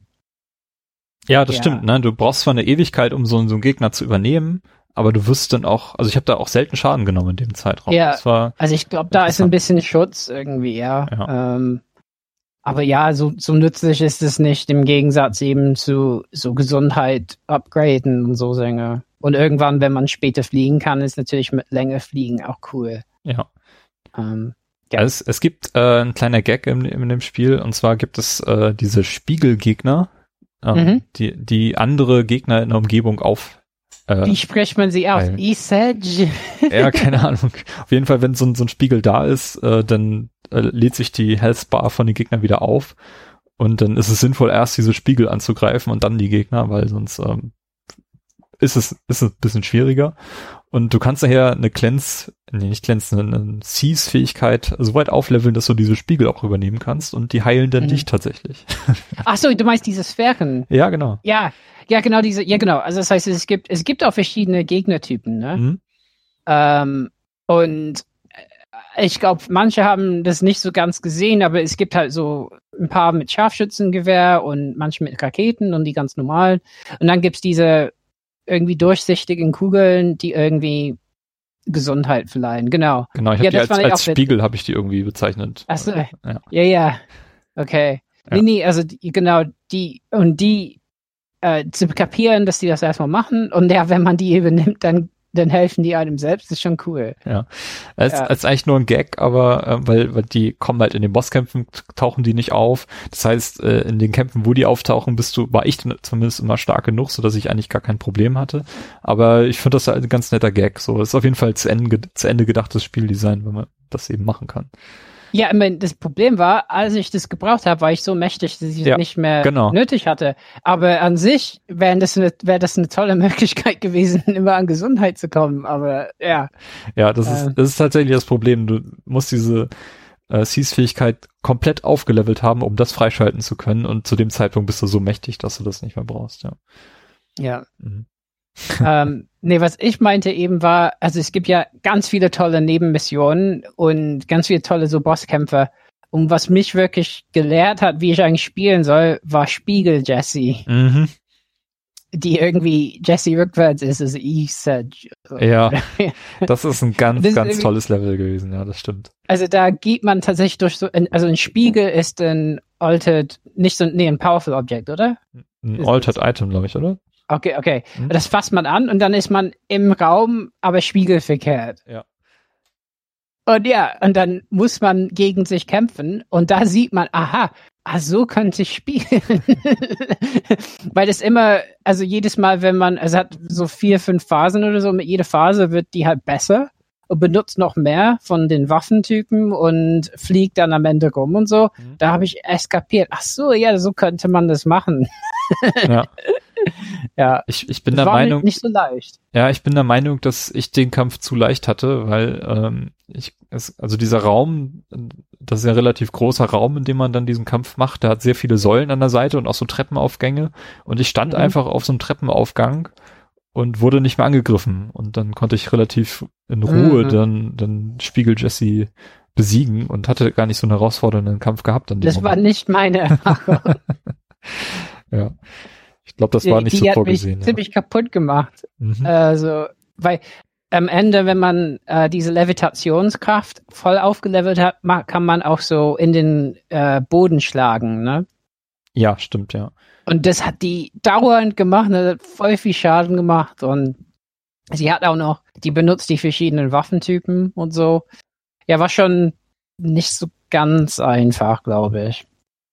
ja, das ja. stimmt, ne? Du brauchst zwar eine Ewigkeit, um so, so einen Gegner zu übernehmen, aber du wirst dann auch, also ich habe da auch selten Schaden genommen in dem Zeitraum. Ja, das war also ich glaube, da ist ein bisschen Schutz irgendwie, ja. ja. Ähm, aber ja, so, so nützlich ist es nicht, im Gegensatz eben zu so Gesundheit upgraden und so Dinge. Und irgendwann, wenn man später fliegen kann, ist natürlich mit länger fliegen auch cool. Ja. Ähm, ja. Also es, es gibt äh, ein kleiner Gag in, in dem Spiel, und zwar gibt es äh, diese Spiegelgegner, ähm, mhm. die, die andere Gegner in der Umgebung auf Äh, Wie spricht man sie aus? weil- Isedge? Ja, keine Ahnung. Auf jeden Fall, wenn so ein, so ein Spiegel da ist, äh, dann äh, lädt sich die Health Bar von den Gegnern wieder auf. Und dann ist es sinnvoll, erst diese Spiegel anzugreifen und dann die Gegner, weil sonst ähm, ist es ist es ein bisschen schwieriger. Und du kannst daher eine Cleanse, nee, nicht Cleanse, eine, eine Seize-Fähigkeit so weit aufleveln, dass du diese Spiegel auch übernehmen kannst, und die heilen dann Mhm. dich tatsächlich. Ach so, du meinst diese Sphären. Ja, genau. Ja, ja, genau diese, ja genau. Also das heißt, es gibt, es gibt auch verschiedene Gegnertypen, ne? Mhm. Ähm, und äh, ich glaube, manche haben das nicht so ganz gesehen, aber es gibt halt so ein paar mit Scharfschützengewehr und manche mit Raketen und die ganz normalen. Und dann gibt's diese irgendwie durchsichtigen Kugeln, die irgendwie Gesundheit verleihen. Genau. Genau, ich Ja, habe die das als, fand ich als auch witzig. Spiegel habe ich die irgendwie bezeichnet. Ach so. Ja. Ja, ja. Okay. Ja. Nee, nee, also die, genau, die und die äh, zu kapieren, dass die das erstmal machen, und ja, wenn man die übernimmt, dann dann helfen die einem selbst, das ist schon cool. Ja, es Ja. ist eigentlich nur ein Gag, aber äh, weil, weil die kommen halt in den Bosskämpfen, tauchen die nicht auf. Das heißt, äh, in den Kämpfen, wo die auftauchen, bist du, war ich zumindest immer stark genug, so dass ich eigentlich gar kein Problem hatte. Aber ich finde das halt ein ganz netter Gag. So, ist auf jeden Fall zu Ende, zu Ende gedachtes Spieldesign, wenn man das eben machen kann. Ja, ich meine, das Problem war, als ich das gebraucht habe, war ich so mächtig, dass ich es Ja, nicht mehr genau. nötig hatte. Aber an sich wäre das, eine, wär das eine tolle Möglichkeit gewesen, immer an Gesundheit zu kommen. Aber ja. Ja, das Ähm. ist, das ist tatsächlich das Problem. Du musst diese äh, Seize-Fähigkeit komplett aufgelevelt haben, um das freischalten zu können. Und zu dem Zeitpunkt bist du so mächtig, dass du das nicht mehr brauchst. Ja. Ja. Mhm. ähm, nee, was ich meinte eben war, also es gibt ja ganz viele tolle Nebenmissionen und ganz viele tolle so Bosskämpfe. Und was mich wirklich gelehrt hat, wie ich eigentlich spielen soll, war Spiegel Jessie, Mhm. die irgendwie Jessie rückwärts ist, also ich said. Ja, das ist ein ganz, Das ist ganz irgendwie- tolles Level gewesen. Ja, das stimmt. Also da geht man tatsächlich durch so, ein, also ein Spiegel ist ein altered, nicht so, nee, ein Powerful Object, oder? Ein Ist Altered Item, glaube ich, oder? Okay, okay. Hm? Das fasst man an und dann ist man im Raum, aber spiegelverkehrt. Ja. Und ja, und dann muss man gegen sich kämpfen und da sieht man, aha, ah, so könnte ich spielen. Weil das immer, also jedes Mal, wenn man, es hat so vier, fünf Phasen oder so, mit jeder Phase wird die halt besser und benutzt noch mehr von den Waffentypen und fliegt dann am Ende rum und so. Mhm. Da habe ich eskapiert, ach so, ja, so könnte man das machen. Ja. Ja, Ich, ich bin das der war Meinung, nicht so leicht. ja, ich bin der Meinung, dass ich den Kampf zu leicht hatte, weil ähm, ich, es, also dieser Raum, das ist ja ein relativ großer Raum, in dem man dann diesen Kampf macht. Der hat sehr viele Säulen an der Seite und auch so Treppenaufgänge. Und ich stand Mhm. einfach auf so einem Treppenaufgang und wurde nicht mehr angegriffen. Und dann konnte ich relativ in Ruhe Mhm. dann, dann Spiegel Jessie besiegen und hatte gar nicht so einen herausfordernden Kampf gehabt an dem Das war Moment. nicht meine Erfahrung. Ja. Ich glaube, das war nicht die so hat vorgesehen. mich ziemlich kaputt gemacht. Ja. Mhm. Also, weil am Ende, wenn man äh, diese Levitationskraft voll aufgelevelt hat, ma- kann man auch so in den äh, Boden schlagen, ne? Ja, stimmt, ja. Und das hat die dauernd gemacht, das hat voll viel Schaden gemacht und sie hat auch noch, die benutzt die verschiedenen Waffentypen und so. Ja, war schon nicht so ganz einfach, glaube ich.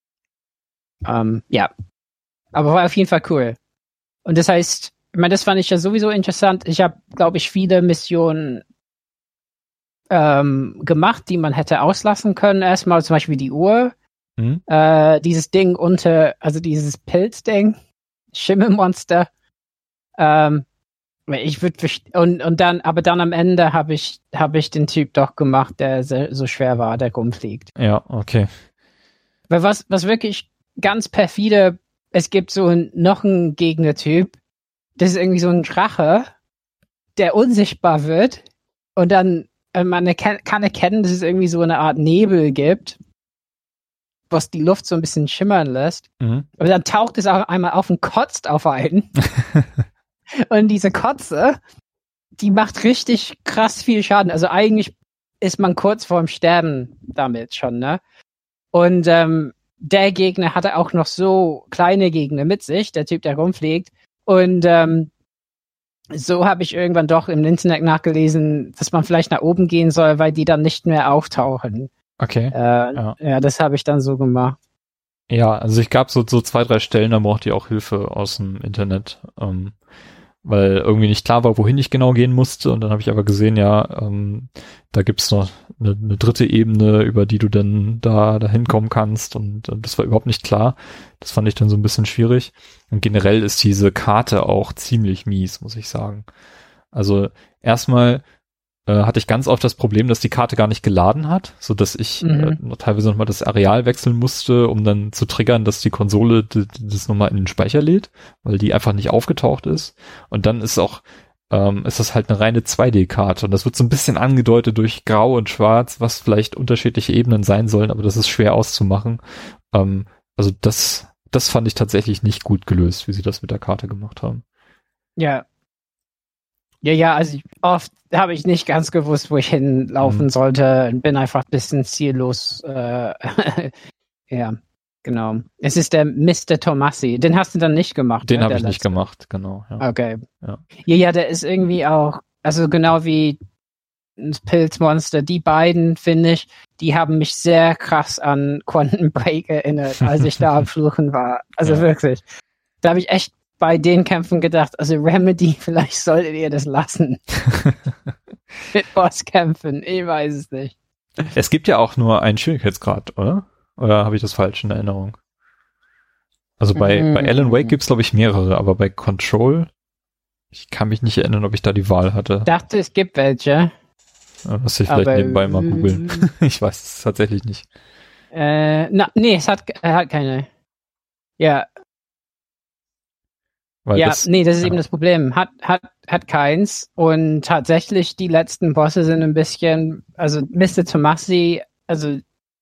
Ähm, ja. Aber war auf jeden Fall cool. Und das heißt, ich meine, das fand ich ja sowieso interessant. Ich habe, glaube ich, viele Missionen ähm, gemacht, die man hätte auslassen können. Erstmal zum Beispiel die Uhr. Mhm. Äh, dieses Ding unter, also dieses Pilzding, Schimmelmonster. Ähm, ich würde und und dann, aber dann am Ende habe ich habe ich den Typ doch gemacht, der sehr, so schwer war, der rumfliegt. Ja, okay. Weil was was wirklich ganz perfide, es gibt so ein, noch einen Gegnertyp, das ist irgendwie so ein Drache, der unsichtbar wird und dann äh, man erken- kann erkennen, dass es irgendwie so eine Art Nebel gibt, was die Luft so ein bisschen schimmern lässt. Mhm. Aber dann taucht es auch einmal auf und kotzt auf einen. Und diese Kotze, die macht richtig krass viel Schaden. Also eigentlich ist man kurz vorm Sterben damit schon, ne? Und ähm, der Gegner hatte auch noch so kleine Gegner mit sich, der Typ, der rumfliegt. Und ähm, so habe ich irgendwann doch im Internet nachgelesen, dass man vielleicht nach oben gehen soll, weil die dann nicht mehr auftauchen. Okay. Äh, Ja. ja, das habe ich dann so gemacht. Ja, also ich gab so, so zwei, drei Stellen, da brauchte ich auch Hilfe aus dem Internet, ähm, weil irgendwie nicht klar war, wohin ich genau gehen musste. Und dann habe ich aber gesehen, ja, ähm, da gibt's noch eine, eine dritte Ebene, über die du dann da dahin kommen kannst. Und, und das war überhaupt nicht klar. Das fand ich dann so ein bisschen schwierig. Und generell ist diese Karte auch ziemlich mies, muss ich sagen. Also erstmal äh, hatte ich ganz oft das Problem, dass die Karte gar nicht geladen hat, so dass ich Mhm. äh, noch teilweise nochmal das Areal wechseln musste, um dann zu triggern, dass die Konsole d- d- das nochmal in den Speicher lädt, weil die einfach nicht aufgetaucht ist. Und dann ist auch, ähm, ist das halt eine reine zwei D-Karte und das wird so ein bisschen angedeutet durch Grau und Schwarz, was vielleicht unterschiedliche Ebenen sein sollen, aber das ist schwer auszumachen. Ähm, also das, das fand ich tatsächlich nicht gut gelöst, wie sie das mit der Karte gemacht haben. Ja. Ja, ja, also ich, oft habe ich nicht ganz gewusst, wo ich hinlaufen Mhm. sollte und bin einfach ein bisschen ziellos. Äh, ja, genau. Es ist der Mister Tomassi. Den hast du dann nicht gemacht. Den ne, habe der ich nicht letzte. gemacht, genau. Ja. Okay. Ja. Ja, ja, der ist irgendwie auch also genau wie das Pilzmonster, die beiden, finde ich, die haben mich sehr krass an Quantum Break erinnert, als ich da am Fluchen war. Also ja. wirklich. Da habe ich echt bei den Kämpfen gedacht, also Remedy, vielleicht solltet ihr das lassen. Mit Bosskämpfen, ich weiß es nicht. Es gibt ja auch nur einen Schwierigkeitsgrad, oder? Oder habe ich das falsch in Erinnerung? Also bei, mm. bei Alan Wake gibt's glaube ich mehrere, aber bei Control, ich kann mich nicht erinnern, ob ich da die Wahl hatte. Ich dachte, es gibt welche. Lass ich vielleicht aber, nebenbei mal googeln. Ich weiß es tatsächlich nicht. Äh, na, nee, es hat, er hat keine. Ja. Weil ja, das, nee, das ist ja. eben das Problem. Hat, hat, hat keins. Und tatsächlich, die letzten Bosse sind ein bisschen, also Mister Tomasi, also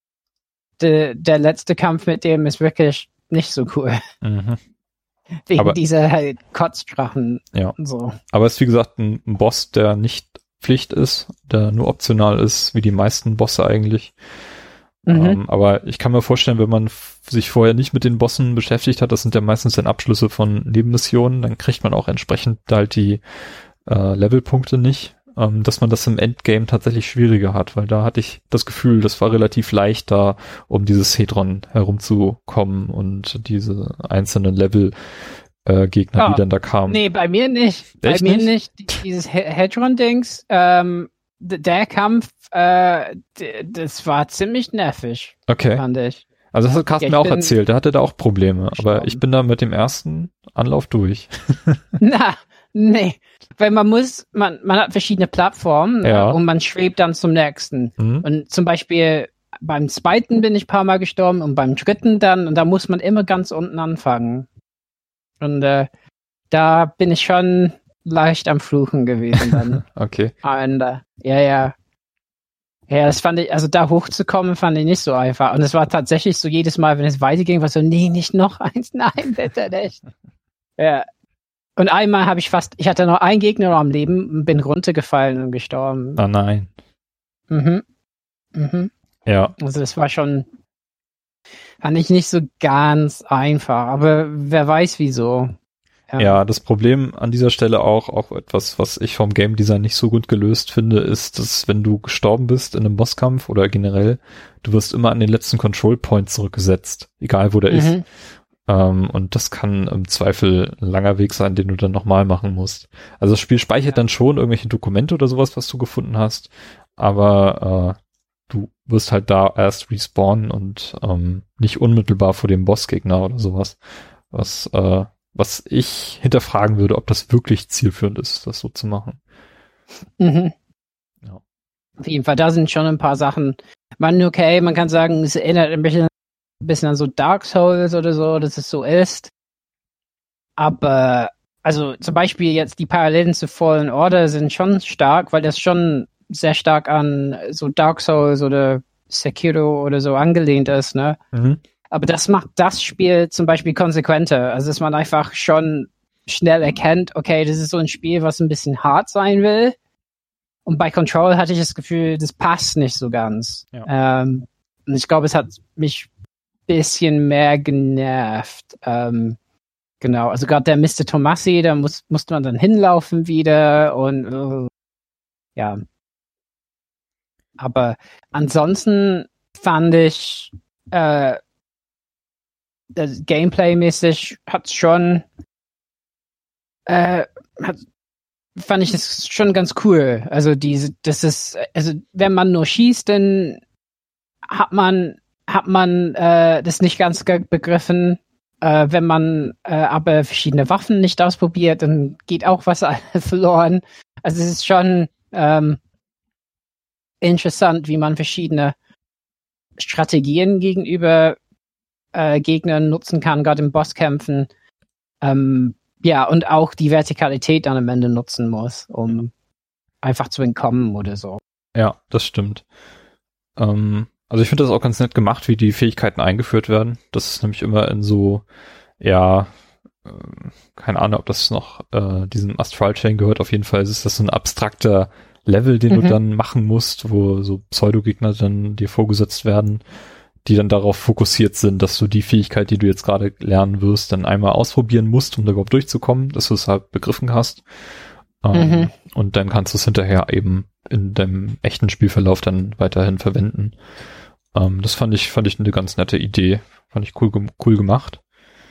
de, der letzte Kampf mit dem ist wirklich nicht so cool. Mhm. Wegen aber, dieser halt Kotzdrachen ja. und so. Aber es ist wie gesagt ein, ein Boss, der nicht Pflicht ist, der nur optional ist, wie die meisten Bosse eigentlich. Mhm. Ähm, aber ich kann mir vorstellen, wenn man f- sich vorher nicht mit den Bossen beschäftigt hat, das sind ja meistens dann Abschlüsse von Nebenmissionen, dann kriegt man auch entsprechend halt die äh, Levelpunkte nicht, ähm, dass man das im Endgame tatsächlich schwieriger hat, weil da hatte ich das Gefühl, das war relativ leicht da, um dieses Hedron herumzukommen und diese einzelnen Level Äh, Gegner, oh, die dann da kamen. Nee, bei mir nicht. Echt bei mir nicht? nicht. Dieses Hedron-Dings, ähm, d- der Kampf, äh, d- das war ziemlich nervig. Okay. Fand ich. Also das hat Carsten ja, mir auch erzählt, der hatte da auch Probleme, gestorben. Aber ich bin da mit dem ersten Anlauf durch. Na, nee. Weil man muss, man, man hat verschiedene Plattformen ja. und man schwebt dann zum nächsten. Mhm. Und zum Beispiel beim zweiten bin ich ein paar Mal gestorben und beim dritten dann, und da muss man immer ganz unten anfangen. Und äh, da bin ich schon leicht am Fluchen gewesen dann. Okay. Und äh, ja, ja. Ja, das fand ich, also da hochzukommen, fand ich nicht so einfach. Und es war tatsächlich so jedes Mal, wenn es weiterging, war so, nee, nicht noch eins, nein, bitte nicht. Ja. Und einmal habe ich fast, ich hatte noch einen Gegner am Leben und bin runtergefallen und gestorben. Oh nein. Mhm. Mhm. Ja. Also das war schon, fand ich nicht so ganz einfach, aber wer weiß wieso. Ja. ja, das Problem an dieser Stelle auch, auch etwas, was ich vom Game Design nicht so gut gelöst finde, ist, dass wenn du gestorben bist in einem Bosskampf oder generell, du wirst immer an den letzten Control Point zurückgesetzt, egal wo der mhm. ist. Ähm, und das kann im Zweifel ein langer Weg sein, den du dann nochmal machen musst. Also das Spiel speichert ja. dann schon irgendwelche Dokumente oder sowas, was du gefunden hast, aber äh, du wirst halt da erst respawnen und ähm, nicht unmittelbar vor dem Bossgegner oder sowas. Was, äh, was ich hinterfragen würde, ob das wirklich zielführend ist, das so zu machen. Mhm. Ja. Auf jeden Fall, da sind schon ein paar Sachen. Man, okay, man kann sagen, es erinnert ein bisschen, ein bisschen an so Dark Souls oder so, dass es so ist. Aber, also zum Beispiel jetzt die Parallelen zu Fallen Order sind schon stark, weil das schon sehr stark an so Dark Souls oder Sekiro oder so angelehnt ist, ne? Mhm. Aber das macht das Spiel zum Beispiel konsequenter. Also, dass man einfach schon schnell erkennt, okay, das ist so ein Spiel, was ein bisschen hart sein will. Und bei Control hatte ich das Gefühl, das passt nicht so ganz. Ja. Ähm, und ich glaube, es hat mich ein bisschen mehr genervt. Ähm, genau, also gerade der Mister Tomasi, da muss, musste man dann hinlaufen wieder und uh, ja. Aber ansonsten fand ich, äh, das Gameplay-mäßig hat's schon, äh, hat, fand ich es schon ganz cool. Also diese, das ist, also wenn man nur schießt, dann hat man, hat man äh, das nicht ganz begriffen. Äh, wenn man äh, aber verschiedene Waffen nicht ausprobiert, dann geht auch was verloren. Also es ist schon ähm, interessant, wie man verschiedene Strategien gegenüber äh, Gegnern nutzen kann, gerade im Bosskämpfen. Ähm, ja, und auch die Vertikalität dann am Ende nutzen muss, um einfach zu entkommen oder so. Ja, das stimmt. Ähm, also ich finde das auch ganz nett gemacht, wie die Fähigkeiten eingeführt werden. Das ist nämlich immer in so, ja, äh, keine Ahnung, ob das noch äh, diesem Astral Chain gehört. Auf jeden Fall ist das so ein abstrakter Level, den mhm. du dann machen musst, wo so Pseudogegner dann dir vorgesetzt werden, die dann darauf fokussiert sind, dass du die Fähigkeit, die du jetzt gerade lernen wirst, dann einmal ausprobieren musst, um da überhaupt durchzukommen, dass du es halt begriffen hast. Ähm, mhm. und dann kannst du es hinterher eben in deinem echten Spielverlauf dann weiterhin verwenden. Ähm, das fand ich, fand ich eine ganz nette Idee. Fand ich cool, cool gemacht.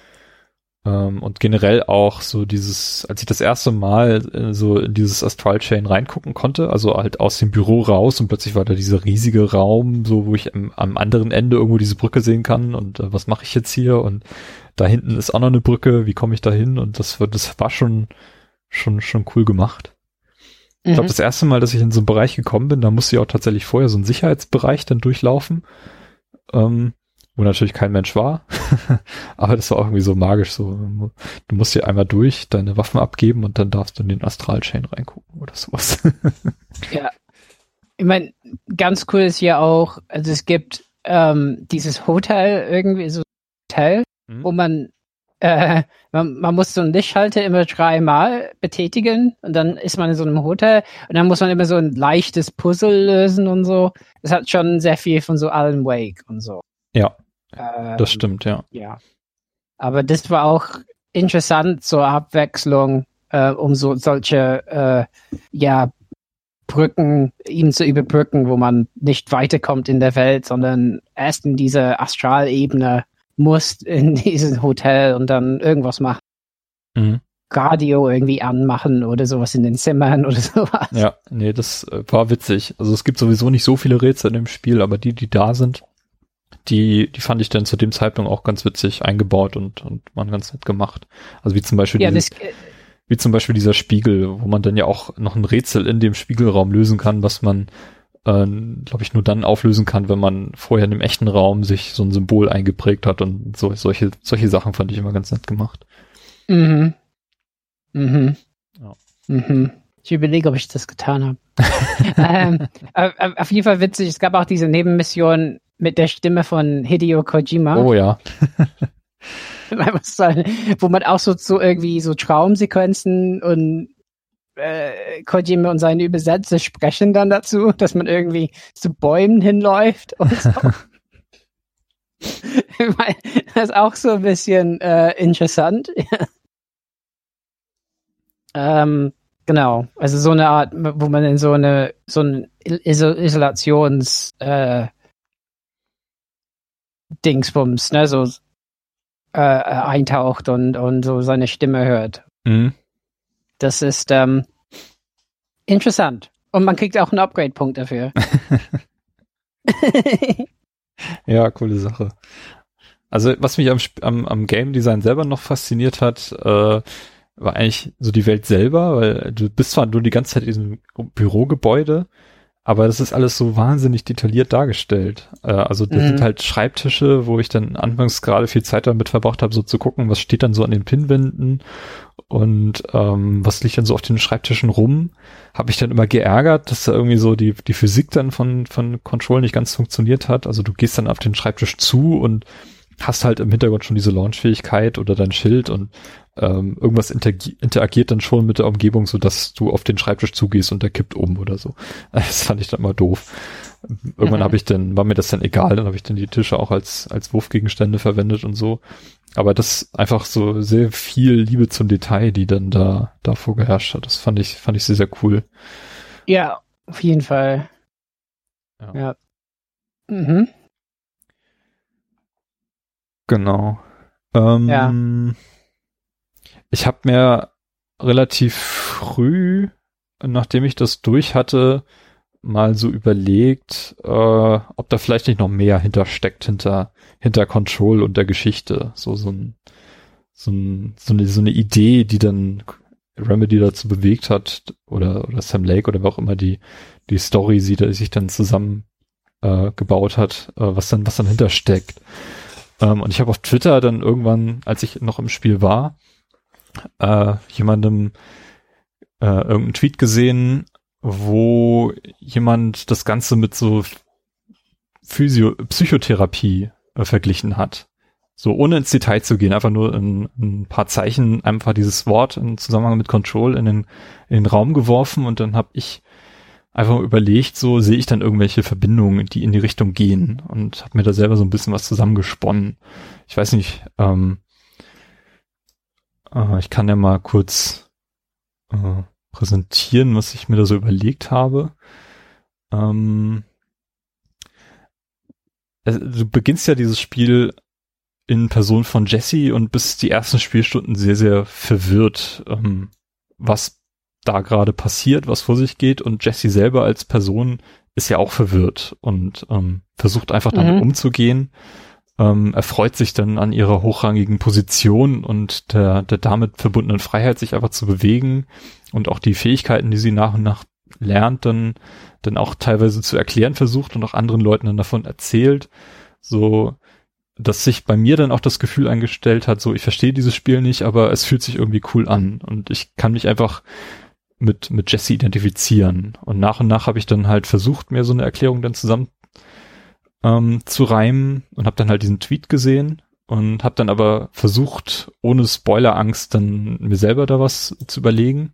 Ähm, und generell auch so dieses, als ich das erste Mal äh, so in dieses Astral Chain reingucken konnte, also halt aus dem Büro raus und plötzlich war da dieser riesige Raum, so wo ich am, am anderen Ende irgendwo diese Brücke sehen kann und äh, was mache ich jetzt hier und da hinten ist auch noch eine Brücke, wie komme ich da hin? Und das, das war schon, schon, schon cool gemacht. Ich glaube, das erste Mal, dass ich in so einen Bereich gekommen bin, da musste ich auch tatsächlich vorher so einen Sicherheitsbereich dann durchlaufen, ähm, wo natürlich kein Mensch war. Aber das war auch irgendwie so magisch. So, du musst hier einmal durch, deine Waffen abgeben und dann darfst du in den Astral Chain reingucken oder sowas. Ja. Ich meine, ganz cool ist ja auch, also es gibt ähm, dieses Hotel irgendwie, so ein Hotel, mhm. wo man Äh, man, man muss so einen Lichtschalter immer dreimal betätigen und dann ist man in so einem Hotel und dann muss man immer so ein leichtes Puzzle lösen und so. Das hat schon sehr viel von so Alan Wake und so. Ja, ähm, das stimmt, ja. Ja. Aber das war auch interessant zur Abwechslung, äh, um so solche äh, ja Brücken ihm zu überbrücken, wo man nicht weiterkommt in der Welt, sondern erst in diese Astralebene musst in diesem Hotel und dann irgendwas machen. Mhm. Radio irgendwie anmachen oder sowas in den Zimmern oder sowas. Ja, nee, das äh, war witzig. Also es gibt sowieso nicht so viele Rätsel in dem Spiel, aber die, die da sind, die, die fand ich dann zu dem Zeitpunkt auch ganz witzig eingebaut und, und waren ganz nett gemacht. Also wie zum Beispiel ja, dieses, das, äh, wie zum Beispiel dieser Spiegel, wo man dann ja auch noch ein Rätsel in dem Spiegelraum lösen kann, was man äh, glaube ich, nur dann auflösen kann, wenn man vorher in dem echten Raum sich so ein Symbol eingeprägt hat und so, solche, solche Sachen fand ich immer ganz nett gemacht. Mhm. Mhm. Ja. Mhm. Ich überlege, ob ich das getan habe. ähm, auf, auf jeden Fall witzig, es gab auch diese Nebenmission mit der Stimme von Hideo Kojima. Oh ja. Wo man auch so, so irgendwie so Traumsequenzen und Äh, Kojima und seine Übersetzer sprechen dann dazu, dass man irgendwie zu Bäumen hinläuft und so. Ich meine, das ist auch so ein bisschen äh, interessant. ähm, genau, also so eine Art, wo man in so eine so ein Iso- Isolations äh, Dingsbums, ne, so äh, eintaucht und und so seine Stimme hört. Mhm. Das ist ähm, interessant. Und man kriegt auch einen Upgrade-Punkt dafür. Ja, coole Sache. Also was mich am, am, am Game Design selber noch fasziniert hat, äh, war eigentlich so die Welt selber, weil du bist zwar nur die ganze Zeit in diesem Bürogebäude, aber das ist alles so wahnsinnig detailliert dargestellt. Äh, also das mhm. sind halt Schreibtische, wo ich dann anfangs gerade viel Zeit damit verbracht habe, so zu gucken, was steht dann so an den Pinnwänden und ähm, was liegt dann so auf den Schreibtischen rum. Habe ich dann immer geärgert, dass da irgendwie so die die Physik dann von von Control nicht ganz funktioniert hat. Also du gehst dann auf den Schreibtisch zu und hast halt im Hintergrund schon diese Launchfähigkeit oder dein Schild und ähm, irgendwas interagi- interagiert dann schon mit der Umgebung, so dass du auf den Schreibtisch zugehst und der kippt um oder so. Das fand ich dann immer doof. Irgendwann mhm. habe ich dann, war mir das dann egal, dann habe ich dann die Tische auch als als Wurfgegenstände verwendet und so. Aber das einfach so sehr viel Liebe zum Detail, die dann da da vorgeherrscht hat. Das fand ich fand ich sehr sehr cool. Ja, auf jeden Fall. Ja. ja. Mhm. Genau. Ähm, ja. Ich habe mir relativ früh, nachdem ich das durch hatte, mal so überlegt, äh, ob da vielleicht nicht noch mehr hintersteckt hinter hinter Control und der Geschichte. So so ein so, ein, so eine so eine Idee, die dann Remedy dazu bewegt hat oder oder Sam Lake oder wer auch immer die die Story sie da sich dann zusammen äh, gebaut hat, äh, was dann was dann hintersteckt. Um, und ich habe auf Twitter dann irgendwann, als ich noch im Spiel war, äh, jemandem äh, irgendeinen Tweet gesehen, wo jemand das Ganze mit so Physio- Psychotherapie äh, verglichen hat. So ohne ins Detail zu gehen, einfach nur in, in ein paar Zeichen, einfach dieses Wort im Zusammenhang mit Control in den, in den Raum geworfen und dann habe ich einfach mal überlegt, so sehe ich dann irgendwelche Verbindungen, die in die Richtung gehen und habe mir da selber so ein bisschen was zusammengesponnen. Ich weiß nicht, ähm, äh, ich kann ja mal kurz äh, präsentieren, was ich mir da so überlegt habe. Ähm, also du beginnst ja dieses Spiel in Person von Jesse und bist die ersten Spielstunden sehr, sehr verwirrt, ähm, was da gerade passiert, was vor sich geht, und Jesse selber als Person ist ja auch verwirrt und ähm, versucht einfach damit Mhm. umzugehen. Ähm, erfreut sich dann an ihrer hochrangigen Position und der, der damit verbundenen Freiheit, sich einfach zu bewegen und auch die Fähigkeiten, die sie nach und nach lernt, dann, dann auch teilweise zu erklären versucht und auch anderen Leuten dann davon erzählt, so, dass sich bei mir dann auch das Gefühl eingestellt hat, so, ich verstehe dieses Spiel nicht, aber es fühlt sich irgendwie cool an und ich kann mich einfach mit, mit Jesse identifizieren. Und nach und nach habe ich dann halt versucht, mir so eine Erklärung dann zusammen ähm, zu reimen und habe dann halt diesen Tweet gesehen und habe dann aber versucht, ohne Spoilerangst dann mir selber da was zu überlegen,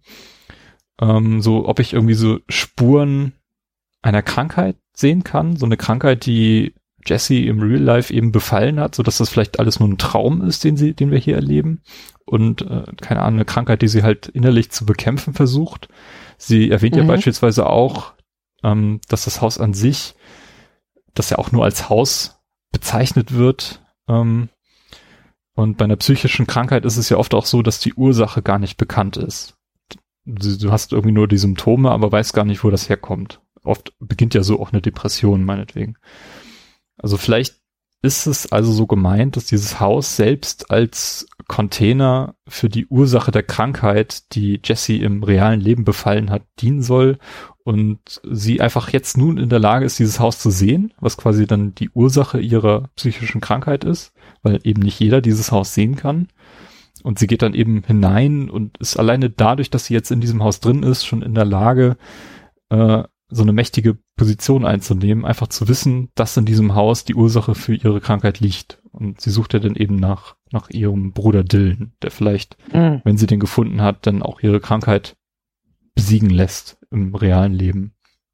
ähm, so ob ich irgendwie so Spuren einer Krankheit sehen kann, so eine Krankheit, die Jesse im Real Life eben befallen hat, so dass das vielleicht alles nur ein Traum ist, den sie, den wir hier erleben und äh, keine Ahnung, eine Krankheit, die sie halt innerlich zu bekämpfen versucht. Sie erwähnt Mhm. ja beispielsweise auch, ähm, dass das Haus an sich, das ja auch nur als Haus bezeichnet wird. Ähm, und bei einer psychischen Krankheit ist es ja oft auch so, dass die Ursache gar nicht bekannt ist. Du, du hast irgendwie nur die Symptome, aber weißt gar nicht, wo das herkommt. Oft beginnt ja so auch eine Depression, meinetwegen. Also vielleicht ist es also so gemeint, dass dieses Haus selbst als Container für die Ursache der Krankheit, die Jesse im realen Leben befallen hat, dienen soll und sie einfach jetzt nun in der Lage ist, dieses Haus zu sehen, was quasi dann die Ursache ihrer psychischen Krankheit ist, weil eben nicht jeder dieses Haus sehen kann. Und sie geht dann eben hinein und ist alleine dadurch, dass sie jetzt in diesem Haus drin ist, schon in der Lage, äh, so eine mächtige Position einzunehmen, einfach zu wissen, dass in diesem Haus die Ursache für ihre Krankheit liegt. Und sie sucht ja dann eben nach, nach ihrem Bruder Dylan, der vielleicht, Mhm. wenn sie den gefunden hat, dann auch ihre Krankheit besiegen lässt im realen Leben.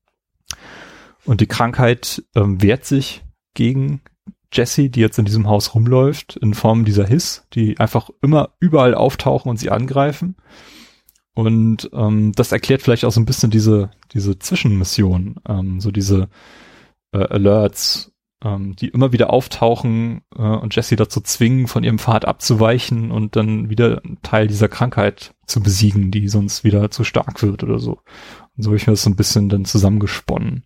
Und die Krankheit ähm, wehrt sich gegen Jesse, die jetzt in diesem Haus rumläuft, in Form dieser Hiss, die einfach immer überall auftauchen und sie angreifen. Und ähm, das erklärt vielleicht auch so ein bisschen diese diese Zwischenmission, ähm, so diese äh, Alerts, ähm, die immer wieder auftauchen äh, und Jesse dazu zwingen, von ihrem Pfad abzuweichen und dann wieder einen Teil dieser Krankheit zu besiegen, die sonst wieder zu stark wird oder so. Und so habe ich mir das so ein bisschen dann zusammengesponnen.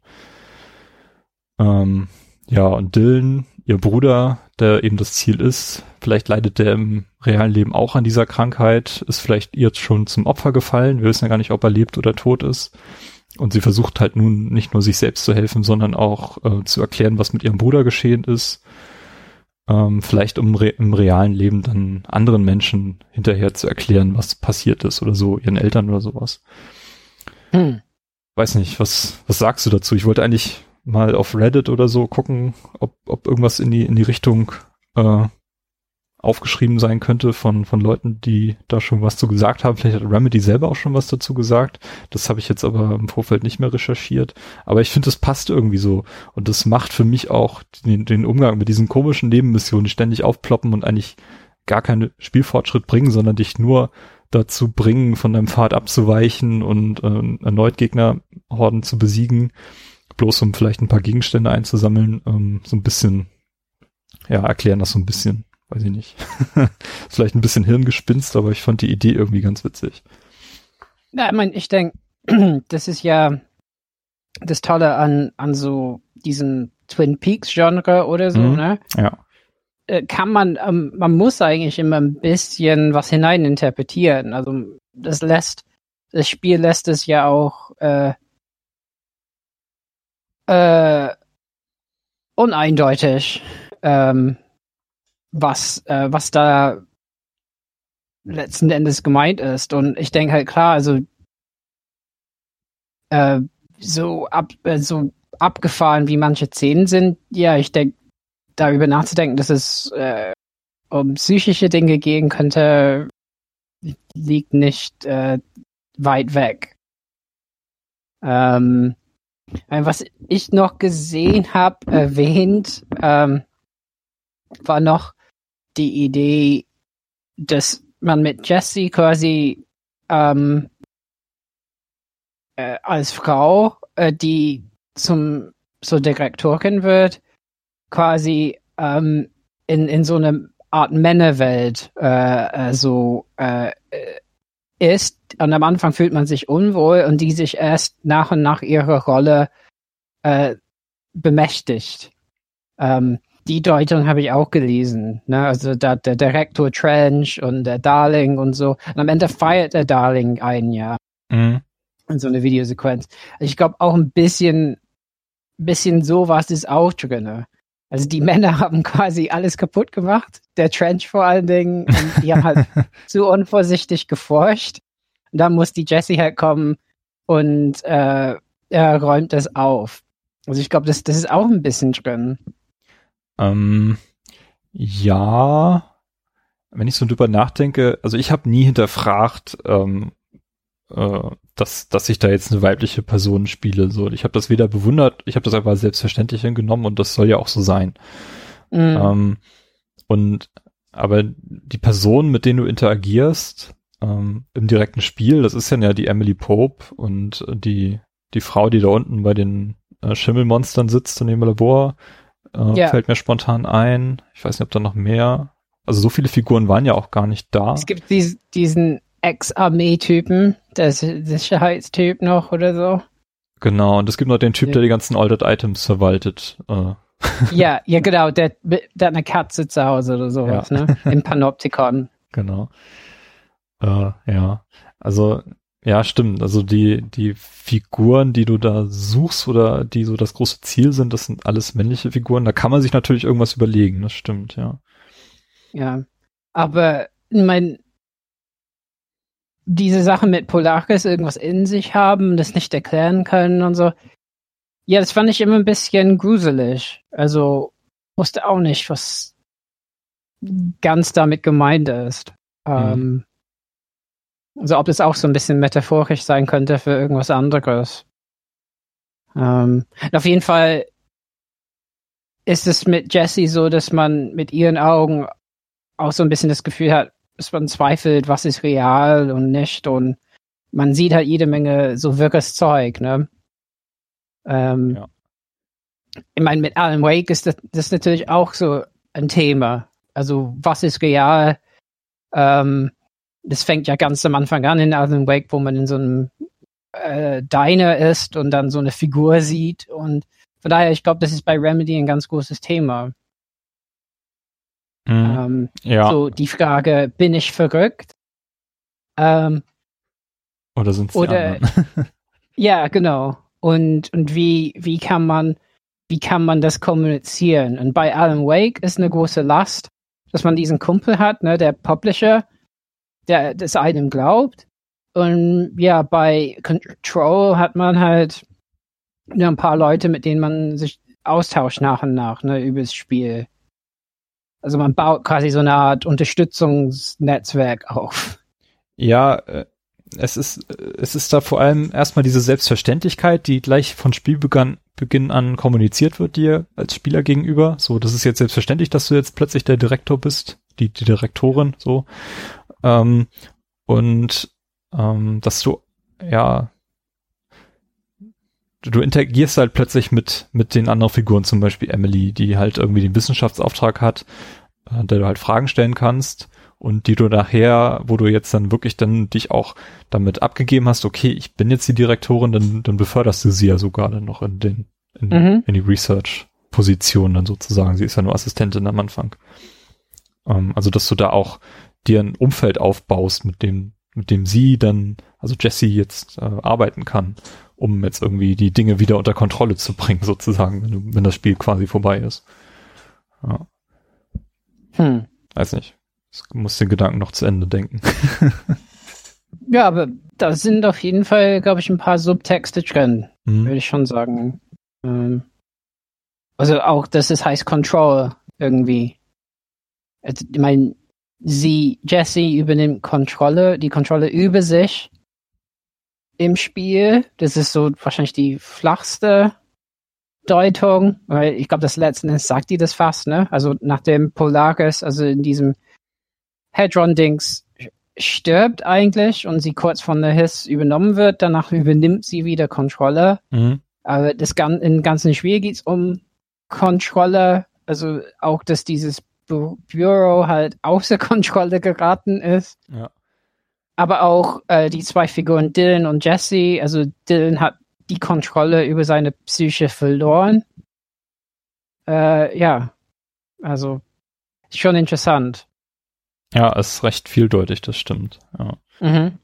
Ähm, ja, und Dylan, ihr Bruder, der eben das Ziel ist, vielleicht leidet der im realen Leben auch an dieser Krankheit, ist vielleicht jetzt schon zum Opfer gefallen. Wir wissen ja gar nicht, ob er lebt oder tot ist. Und sie versucht halt nun nicht nur sich selbst zu helfen, sondern auch äh, zu erklären, was mit ihrem Bruder geschehen ist. Ähm, vielleicht um re- im realen Leben dann anderen Menschen hinterher zu erklären, was passiert ist oder so, ihren Eltern oder sowas. Hm. Weiß nicht, was, was sagst du dazu? Ich wollte eigentlich mal auf Reddit oder so gucken, ob, ob irgendwas in die, in die Richtung äh, aufgeschrieben sein könnte von, von Leuten, die da schon was zu gesagt haben. Vielleicht hat Remedy selber auch schon was dazu gesagt. Das habe ich jetzt aber im Vorfeld nicht mehr recherchiert. Aber ich finde, das passt irgendwie so. Und das macht für mich auch den, den Umgang mit diesen komischen Nebenmissionen, die ständig aufploppen und eigentlich gar keinen Spielfortschritt bringen, sondern dich nur dazu bringen, von deinem Pfad abzuweichen und äh, erneut Gegnerhorden zu besiegen, bloß um vielleicht ein paar Gegenstände einzusammeln, ähm, so ein bisschen, ja, erklären das so ein bisschen, weiß ich nicht. Vielleicht ein bisschen Hirngespinst, aber ich fand die Idee irgendwie ganz witzig. Ja, ich meine, ich denke, das ist ja das Tolle an, an so diesem Twin Peaks-Genre oder so, Mhm. ne? Ja. Äh, Kann man, ähm, man muss eigentlich immer ein bisschen was hineininterpretieren. Also das lässt, das Spiel lässt es ja auch äh, äh, uneindeutig, ähm, was, äh, was da letzten Endes gemeint ist. Und ich denke halt klar, also äh, so ab, äh, so abgefahren wie manche Szenen sind, ja, ich denke, darüber nachzudenken, dass es äh, um psychische Dinge gehen könnte, liegt nicht äh, weit weg. Ähm, was ich noch gesehen habe, erwähnt, ähm, war noch die Idee, dass man mit Jesse quasi ähm, äh, als Frau, äh, die zum so Direktorin wird, quasi ähm, in, in so einer Art Männerwelt äh, äh, so äh, ist. Und am Anfang fühlt man sich unwohl und die sich erst nach und nach ihrer Rolle äh, bemächtigt. Ähm, die Deutung habe ich auch gelesen. Ne? Also da, der Direktor Trench und der Darling und so. Und am Ende feiert der Darling ein Jahr. Mhm. In so eine Videosequenz. Ich glaube auch ein bisschen, bisschen sowas ist auch drin. Also die Männer haben quasi alles kaputt gemacht. Der Trench vor allen Dingen. Und die haben halt zu unvorsichtig geforscht. Und dann muss die Jessie halt kommen und äh, er räumt das auf. Also ich glaube, das, das ist auch ein bisschen drin. Ähm, ja, wenn ich so drüber nachdenke, also ich habe nie hinterfragt, ähm, äh, dass, dass ich da jetzt eine weibliche Person spiele. So, ich habe das weder bewundert, ich habe das einfach als selbstverständlich hingenommen und das soll ja auch so sein. Mhm. Ähm, und aber die Personen, mit denen du interagierst ähm, im direkten Spiel, das ist ja die Emily Pope und die die Frau, die da unten bei den äh, Schimmelmonstern sitzt in dem Labor, äh, ja. fällt mir spontan ein. Ich weiß nicht, ob da noch mehr. Also so viele Figuren waren ja auch gar nicht da. Es gibt dies, diesen Ex-Armee-Typen, der Sicherheitstyp noch oder so. Genau, und es gibt noch den Typ, ja. der die ganzen Altered Items verwaltet. Äh. Ja, ja genau, der, der hat eine Katze zu Hause oder sowas, ja. ne? Im Panoptikon. Genau. Äh, ja, also ja, stimmt. Also die die Figuren, die du da suchst oder die so das große Ziel sind, das sind alles männliche Figuren. Da kann man sich natürlich irgendwas überlegen, das stimmt, ja. Ja, aber ich meine, diese Sache mit Polaris irgendwas in sich haben, das nicht erklären können und so. Ja, das fand ich immer ein bisschen gruselig. Also wusste auch nicht, was ganz damit gemeint ist. Mhm. Ähm, also ob das auch so ein bisschen metaphorisch sein könnte für irgendwas anderes. Ähm, auf jeden Fall ist es mit Jessie so, dass man mit ihren Augen auch so ein bisschen das Gefühl hat, dass man zweifelt, was ist real und nicht. Und man sieht halt jede Menge so wirkes Zeug, ne? Ähm, ja. Ich meine, mit Alan Wake ist das, das ist natürlich auch so ein Thema. Also, was ist real? Ähm, das fängt ja ganz am Anfang an in Alan Wake, wo man in so einem äh, Diner ist und dann so eine Figur sieht. Und von daher, ich glaube, das ist bei Remedy ein ganz großes Thema. Mhm. Ähm, ja. So die Frage, bin ich verrückt? Ähm, oder sind es die oder, anderen? Ja, genau. Und, und wie, wie kann man, wie kann man das kommunizieren? Und bei Alan Wake ist eine große Last, dass man diesen Kumpel hat, ne, der Publisher, der das einem glaubt. Und ja, bei Control hat man halt ja, ein paar Leute, mit denen man sich austauscht nach und nach, ne, über das Spiel. Also man baut quasi so eine Art Unterstützungsnetzwerk auf. Ja, äh, es ist es ist da vor allem erstmal diese Selbstverständlichkeit, die gleich von Spielbeginn Beginn an kommuniziert wird dir als Spieler gegenüber. So, das ist jetzt selbstverständlich, dass du jetzt plötzlich der Direktor bist, die, die Direktorin, so. Ähm, und ähm, dass du, ja, du, du interagierst halt plötzlich mit mit den anderen Figuren, zum Beispiel Emily, die halt irgendwie den Wissenschaftsauftrag hat, äh, der du halt Fragen stellen kannst und die du nachher, wo du jetzt dann wirklich dann dich auch damit abgegeben hast, okay, ich bin jetzt die Direktorin, dann, dann beförderst du sie ja sogar dann noch in den in, mhm. in die Research-Position dann sozusagen. Sie ist ja nur Assistentin am Anfang. Ähm, also, dass du da auch dir ein Umfeld aufbaust, mit dem mit dem sie dann, also Jessie jetzt äh, arbeiten kann, um jetzt irgendwie die Dinge wieder unter Kontrolle zu bringen, sozusagen, wenn, du, wenn das Spiel quasi vorbei ist. Ja. Hm. Weiß nicht. Du musst den Gedanken noch zu Ende denken. Ja, aber da sind auf jeden Fall, glaube ich, ein paar Subtexte drin, mhm. würde ich schon sagen. Ähm, also auch, dass es heißt Control irgendwie. Also, ich meine, sie, Jessie übernimmt Kontrolle, die Kontrolle über sich im Spiel. Das ist so wahrscheinlich die flachste Deutung, weil ich glaube, das letzten Endes sagt die das fast, ne? Also nachdem Polaris, also in diesem Hedron-Dings stirbt eigentlich und sie kurz von der Hiss übernommen wird. Danach übernimmt sie wieder Kontrolle. Mhm. Aber das Gan- im ganzen Spiel geht es um Kontrolle. Also auch, dass dieses Bu- Bureau halt außer Kontrolle geraten ist. Ja. Aber auch äh, die zwei Figuren Dylan und Jesse. Also Dylan hat die Kontrolle über seine Psyche verloren. Äh, ja, also schon interessant. Ja, ist recht vieldeutig, das stimmt. Ja. Mhm.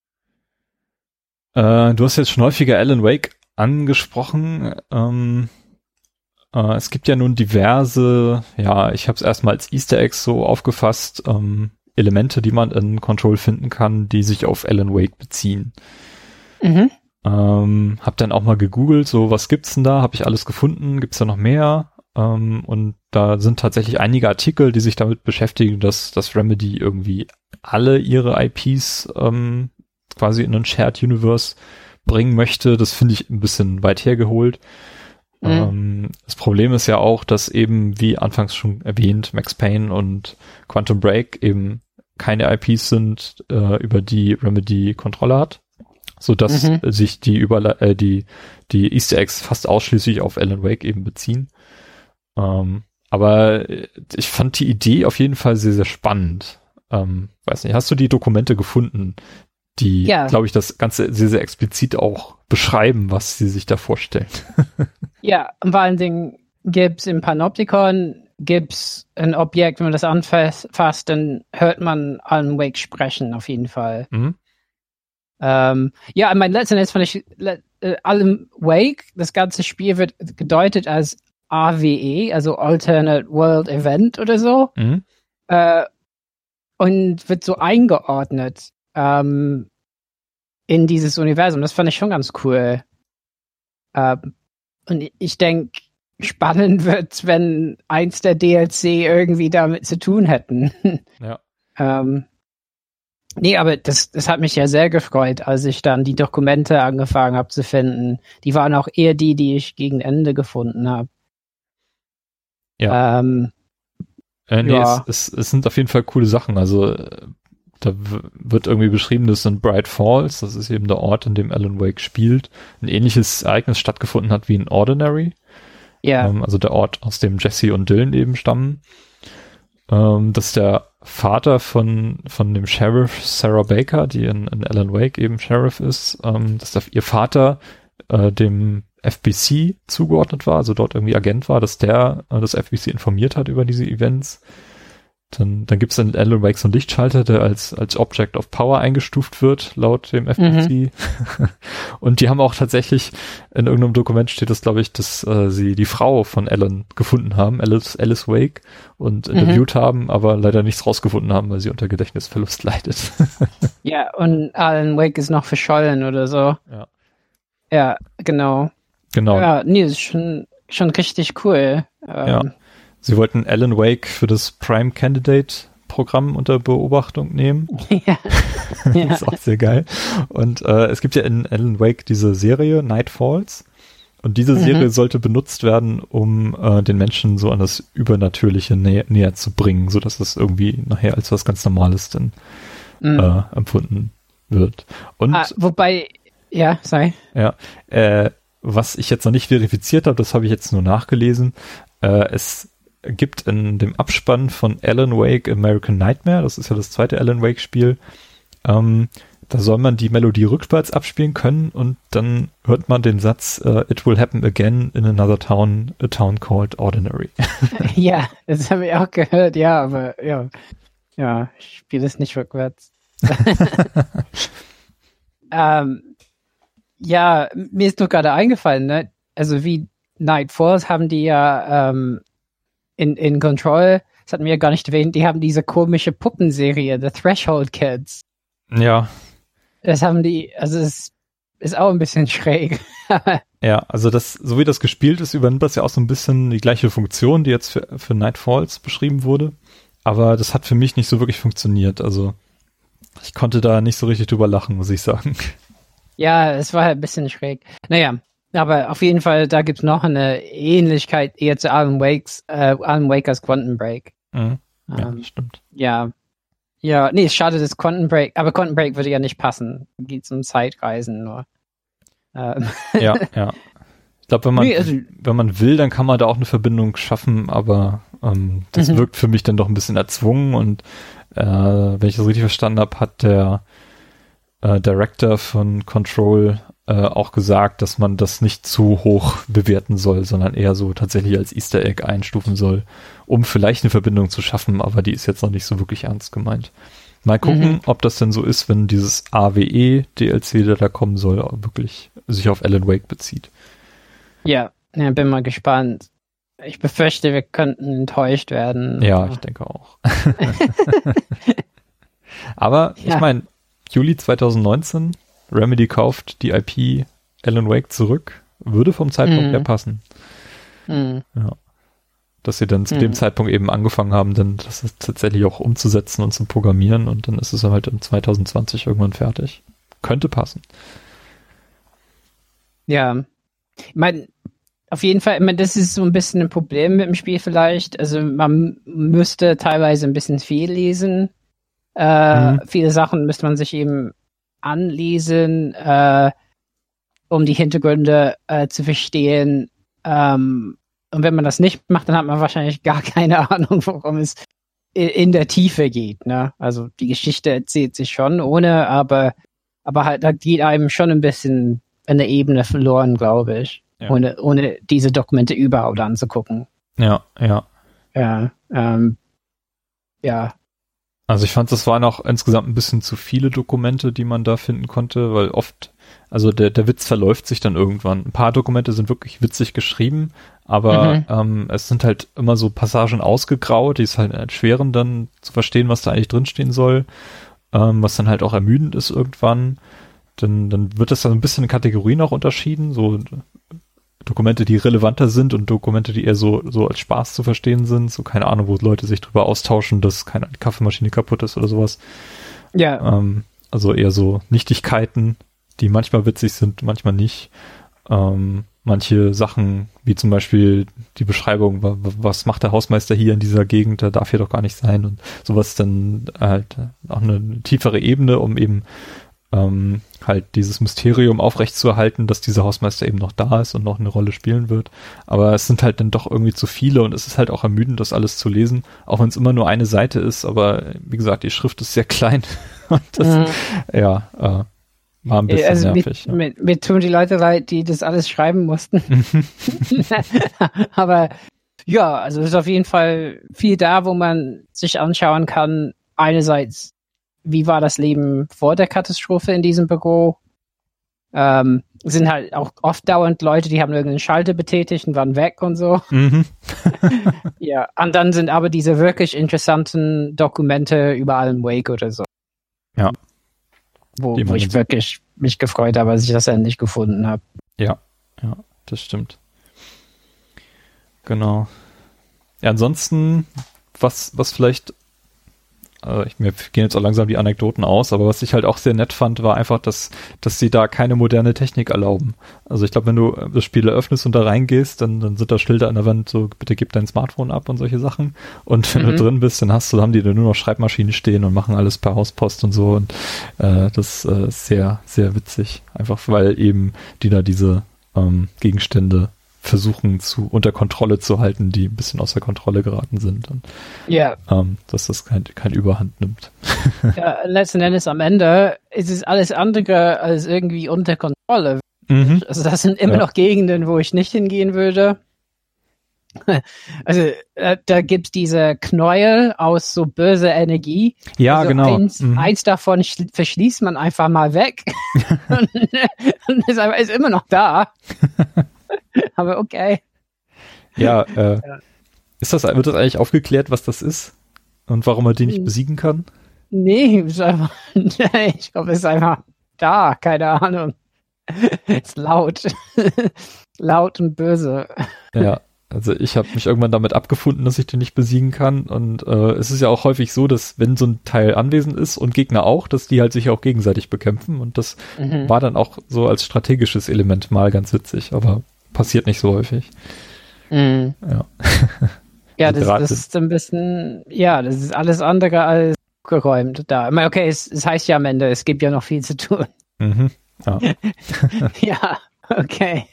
Äh, du hast jetzt schon häufiger Alan Wake angesprochen. Ähm, äh, es gibt ja nun diverse, ja, ich habe es erstmal als Easter Eggs so aufgefasst, ähm, Elemente, die man in Control finden kann, die sich auf Alan Wake beziehen. Mhm. Ähm, hab dann auch mal gegoogelt, so was gibt's denn da? Habe ich alles gefunden? Gibt's da noch mehr? Ähm, und da sind tatsächlich einige Artikel, die sich damit beschäftigen, dass das Remedy irgendwie alle ihre I Ps ähm, quasi in ein Shared Universe bringen möchte. Das finde ich ein bisschen weit hergeholt. Mhm. Ähm, das Problem ist ja auch, dass eben, wie anfangs schon erwähnt, Max Payne und Quantum Break eben keine I Ps sind, äh, über die Remedy Kontrolle hat, so dass Mhm. sich die Überle äh, die die Easter Eggs fast ausschließlich auf Alan Wake eben beziehen. Ähm, aber ich fand die Idee auf jeden Fall sehr, sehr spannend. Ähm, weiß nicht, hast du die Dokumente gefunden, die, Ja. glaube ich, das Ganze sehr, sehr explizit auch beschreiben, was sie sich da vorstellen? Ja, und vor allen Dingen gibt's im Panoptikon gibt's ein Objekt, wenn man das anfasst, dann hört man Alan Wake sprechen, auf jeden Fall. Mhm. Ähm, ja, mein letzten Endes fand ich, le- äh, Alan Wake, das ganze Spiel wird gedeutet als A W E, also Alternate World Event oder so, Mhm. äh, und wird so eingeordnet ähm, in dieses Universum. Das fand ich schon ganz cool. Ähm, und ich denke, spannend wird's, wenn eins der D L C irgendwie damit zu tun hätten. Ja. ähm, nee, aber das, das hat mich ja sehr gefreut, als ich dann die Dokumente angefangen habe zu finden. Die waren auch eher die, die ich gegen Ende gefunden habe. Ja. Ähm, Äh, nee, Ja. es, es, es sind auf jeden Fall coole Sachen. Also äh, da w- wird irgendwie beschrieben, das sind Bright Falls, das ist eben der Ort, in dem Alan Wake spielt. Ein ähnliches Ereignis stattgefunden hat wie in Ordinary. ja. Ähm, also der Ort, aus dem Jesse und Dylan eben stammen. Ähm, das ist der Vater von, von dem Sheriff Sarah Baker, die in, in Alan Wake eben Sheriff ist. Ähm, dass der, ihr Vater äh, dem F B C zugeordnet war, also dort irgendwie Agent war, dass der äh, das F B C informiert hat über diese Events. Dann, dann gibt es in Alan Wake so einen Lichtschalter, der als, als Object of Power eingestuft wird, laut dem F B C. Mhm. Und die haben auch tatsächlich, in irgendeinem Dokument steht das, glaube ich, dass äh, sie die Frau von Alan gefunden haben, Alice, Alice Wake, und Mhm. interviewt haben, aber leider nichts rausgefunden haben, weil sie unter Gedächtnisverlust leidet. Ja, und Alan Wake ist noch verschollen oder so. Ja. Ja, genau. Genau. Ja, nee, das ist schon, schon richtig cool. Ähm, Ja. Sie wollten Alan Wake für das Prime Candidate Programm unter Beobachtung nehmen. ja. Das ja. ist auch sehr geil. Und äh, es gibt ja in Alan Wake diese Serie Night Falls. Und diese Serie Mhm. sollte benutzt werden, um äh, den Menschen so an das Übernatürliche nä näher zu bringen, sodass es irgendwie nachher als was ganz Normales dann Mhm. äh, empfunden wird. Und Ah, wobei, ja, sorry. ja, äh, was ich jetzt noch nicht verifiziert habe, das habe ich jetzt nur nachgelesen. Äh, es gibt in dem Abspann von Alan Wake American Nightmare, das ist ja das zweite Alan Wake Spiel, ähm, da soll man die Melodie rückwärts abspielen können und dann hört man den Satz uh, It will happen again in another town, a town called Ordinary. Ja, das habe ich auch gehört, ja, aber ja. Ja, ich spiele es nicht rückwärts. ähm, ja, mir ist nur gerade eingefallen, ne? Also wie Night Falls haben die ja ähm, in, in Control, das hatten wir ja gar nicht erwähnt, die haben diese komische Puppenserie, The Threshold Kids. Ja, Das haben die, also es ist auch ein bisschen schräg. ja, also das, so wie das gespielt ist, übernimmt das ja auch so ein bisschen die gleiche Funktion, die jetzt für, für Night Falls beschrieben wurde. Aber das hat für mich nicht so wirklich funktioniert. Also ich konnte da nicht so richtig drüber lachen, muss ich sagen. Ja, es war halt ein bisschen schräg. Naja, aber auf jeden Fall, da gibt's noch eine Ähnlichkeit eher zu Alan Wakes, äh, Alan Wakers Quantum Break. Mhm. Ja, Ähm, stimmt. ja. Ja, nee, ist schade, dass Quantum Break, aber Quantum Break würde ja nicht passen. Geht um Zeitreisen nur. Ähm. Ja, ja. Ich glaube, wenn man, Nee, also- wenn man will, dann kann man da auch eine Verbindung schaffen, aber ähm, das Mhm. wirkt für mich dann doch ein bisschen erzwungen und äh, wenn ich das richtig verstanden habe, hat der äh, Director von Control äh, auch gesagt, dass man das nicht zu hoch bewerten soll, sondern eher so tatsächlich als Easter Egg einstufen soll, um vielleicht eine Verbindung zu schaffen, aber die ist jetzt noch nicht so wirklich ernst gemeint. Mal gucken, Mhm. ob das denn so ist, wenn dieses A W E-D L C, der da kommen soll, auch wirklich sich auf Alan Wake bezieht. Ja, ja, bin mal gespannt. Ich befürchte, wir könnten enttäuscht werden. Ja, ich denke auch. Aber Ja. ich meine, Juli zwanzig neunzehn, Remedy kauft die I P Alan Wake zurück, würde vom Zeitpunkt Mhm. her passen. Hm. Dass sie dann zu Mhm. dem Zeitpunkt eben angefangen haben, dann das ist tatsächlich auch umzusetzen und zu programmieren und dann ist es halt im zwanzig zwanzig irgendwann fertig. Könnte passen. Ja. Ich meine, auf jeden Fall, ich meine, das ist so ein bisschen ein Problem mit dem Spiel vielleicht. Also man müsste teilweise ein bisschen viel lesen. Äh, Mhm. Viele Sachen müsste man sich eben anlesen, äh, um die Hintergründe äh, zu verstehen. Ähm, und wenn man das nicht macht, dann hat man wahrscheinlich gar keine Ahnung, worum es i- in der Tiefe geht. Ne? Also die Geschichte erzählt sich schon ohne, aber, aber halt, da geht einem schon ein bisschen eine Ebene verloren, glaube ich. Ja. Ohne, ohne diese Dokumente überhaupt anzugucken. Ja, ja. Ja, ähm, ja. Also ich fand, das waren auch insgesamt ein bisschen zu viele Dokumente, die man da finden konnte, weil oft, also der, der Witz verläuft sich dann irgendwann. Ein paar Dokumente sind wirklich witzig geschrieben, aber Mhm. ähm, es sind halt immer so Passagen ausgegraut, die es halt erschweren dann zu verstehen, was da eigentlich drinstehen soll, ähm, was dann halt auch ermüdend ist irgendwann. Dann, dann wird das dann ein bisschen in Kategorien auch unterschieden, so Dokumente, die relevanter sind und Dokumente, die eher so, so als Spaß zu verstehen sind, so keine Ahnung, wo Leute sich drüber austauschen, dass keine Kaffeemaschine kaputt ist oder sowas. Ja, Ähm, also eher so Nichtigkeiten, die manchmal witzig sind, manchmal nicht. Ähm, manche Sachen, wie zum Beispiel die Beschreibung, wa- wa- was macht der Hausmeister hier in dieser Gegend, der darf hier doch gar nicht sein und sowas dann halt auch eine tiefere Ebene, um eben ähm, halt dieses Mysterium aufrechtzuerhalten, dass dieser Hausmeister eben noch da ist und noch eine Rolle spielen wird. Aber es sind halt dann doch irgendwie zu viele und es ist halt auch ermüdend, das alles zu lesen, auch wenn es immer nur eine Seite ist, aber wie gesagt, die Schrift ist sehr klein und das, Mhm. ja, äh, war ein bisschen also mir, nervig. Ja. mir, mir tun die Leute leid, die das alles schreiben mussten. Aber ja, also es ist auf jeden Fall viel da, wo man sich anschauen kann. Einerseits, wie war das Leben vor der Katastrophe in diesem Büro? Ähm, es sind halt auch oft dauernd Leute, die haben irgendeinen Schalter betätigt und waren weg und so. Mhm. Ja, und dann sind aber diese wirklich interessanten Dokumente über Alan Wake oder so. Ja. Wo, Die wo man ich jetzt- wirklich mich gefreut habe, als ich das endlich gefunden habe. Ja, ja, das stimmt. Genau. Ja, ansonsten, was, was vielleicht, also ich, mir gehen jetzt auch langsam die Anekdoten aus, aber was ich halt auch sehr nett fand, war einfach, dass, dass sie da keine moderne Technik erlauben. Also ich glaube, wenn du das Spiel eröffnest und da reingehst, dann, dann sind da Schilder an der Wand, so bitte gib dein Smartphone ab und solche Sachen. Und wenn Mhm. du drin bist, dann hast du, haben die da nur noch Schreibmaschine stehen und machen alles per Hauspost und so. Und äh, das äh, ist sehr, sehr witzig. Einfach weil eben die da diese ähm, Gegenstände versuchen zu unter Kontrolle zu halten, die ein bisschen außer Kontrolle geraten sind und Ja, ähm, dass das kein, kein Überhand nimmt. ja, letzten Endes am Ende ist es alles andere als irgendwie unter Kontrolle. Mhm. Also das sind immer Ja. noch Gegenden, wo ich nicht hingehen würde. Also äh, da gibt's diese Knäuel aus so böser Energie. Ja, also genau. Eins, Mhm. eins davon schl- verschließt man einfach mal weg und, und ist, einfach, ist immer noch da. Aber okay. Ja, äh, ist das, wird das eigentlich aufgeklärt, was das ist und warum er die nicht Hm. besiegen kann? Nee, ist einfach, ich glaube, es ist einfach da, keine Ahnung. Ist laut. Laut und böse. Ja, also ich habe mich irgendwann damit abgefunden, dass ich den nicht besiegen kann und äh, es ist ja auch häufig so, dass wenn so ein Teil anwesend ist und Gegner auch, dass die halt sich auch gegenseitig bekämpfen und das Mhm. war dann auch so als strategisches Element mal ganz witzig, aber passiert nicht so häufig. Mhm. Ja. Ja, Also das, Draht das sind- ist ein bisschen, ja, das ist alles andere als aufgeräumt da. Ich meine, okay, es, es heißt ja am Ende, es gibt ja noch viel zu tun. Mhm. Ja. Ja, okay.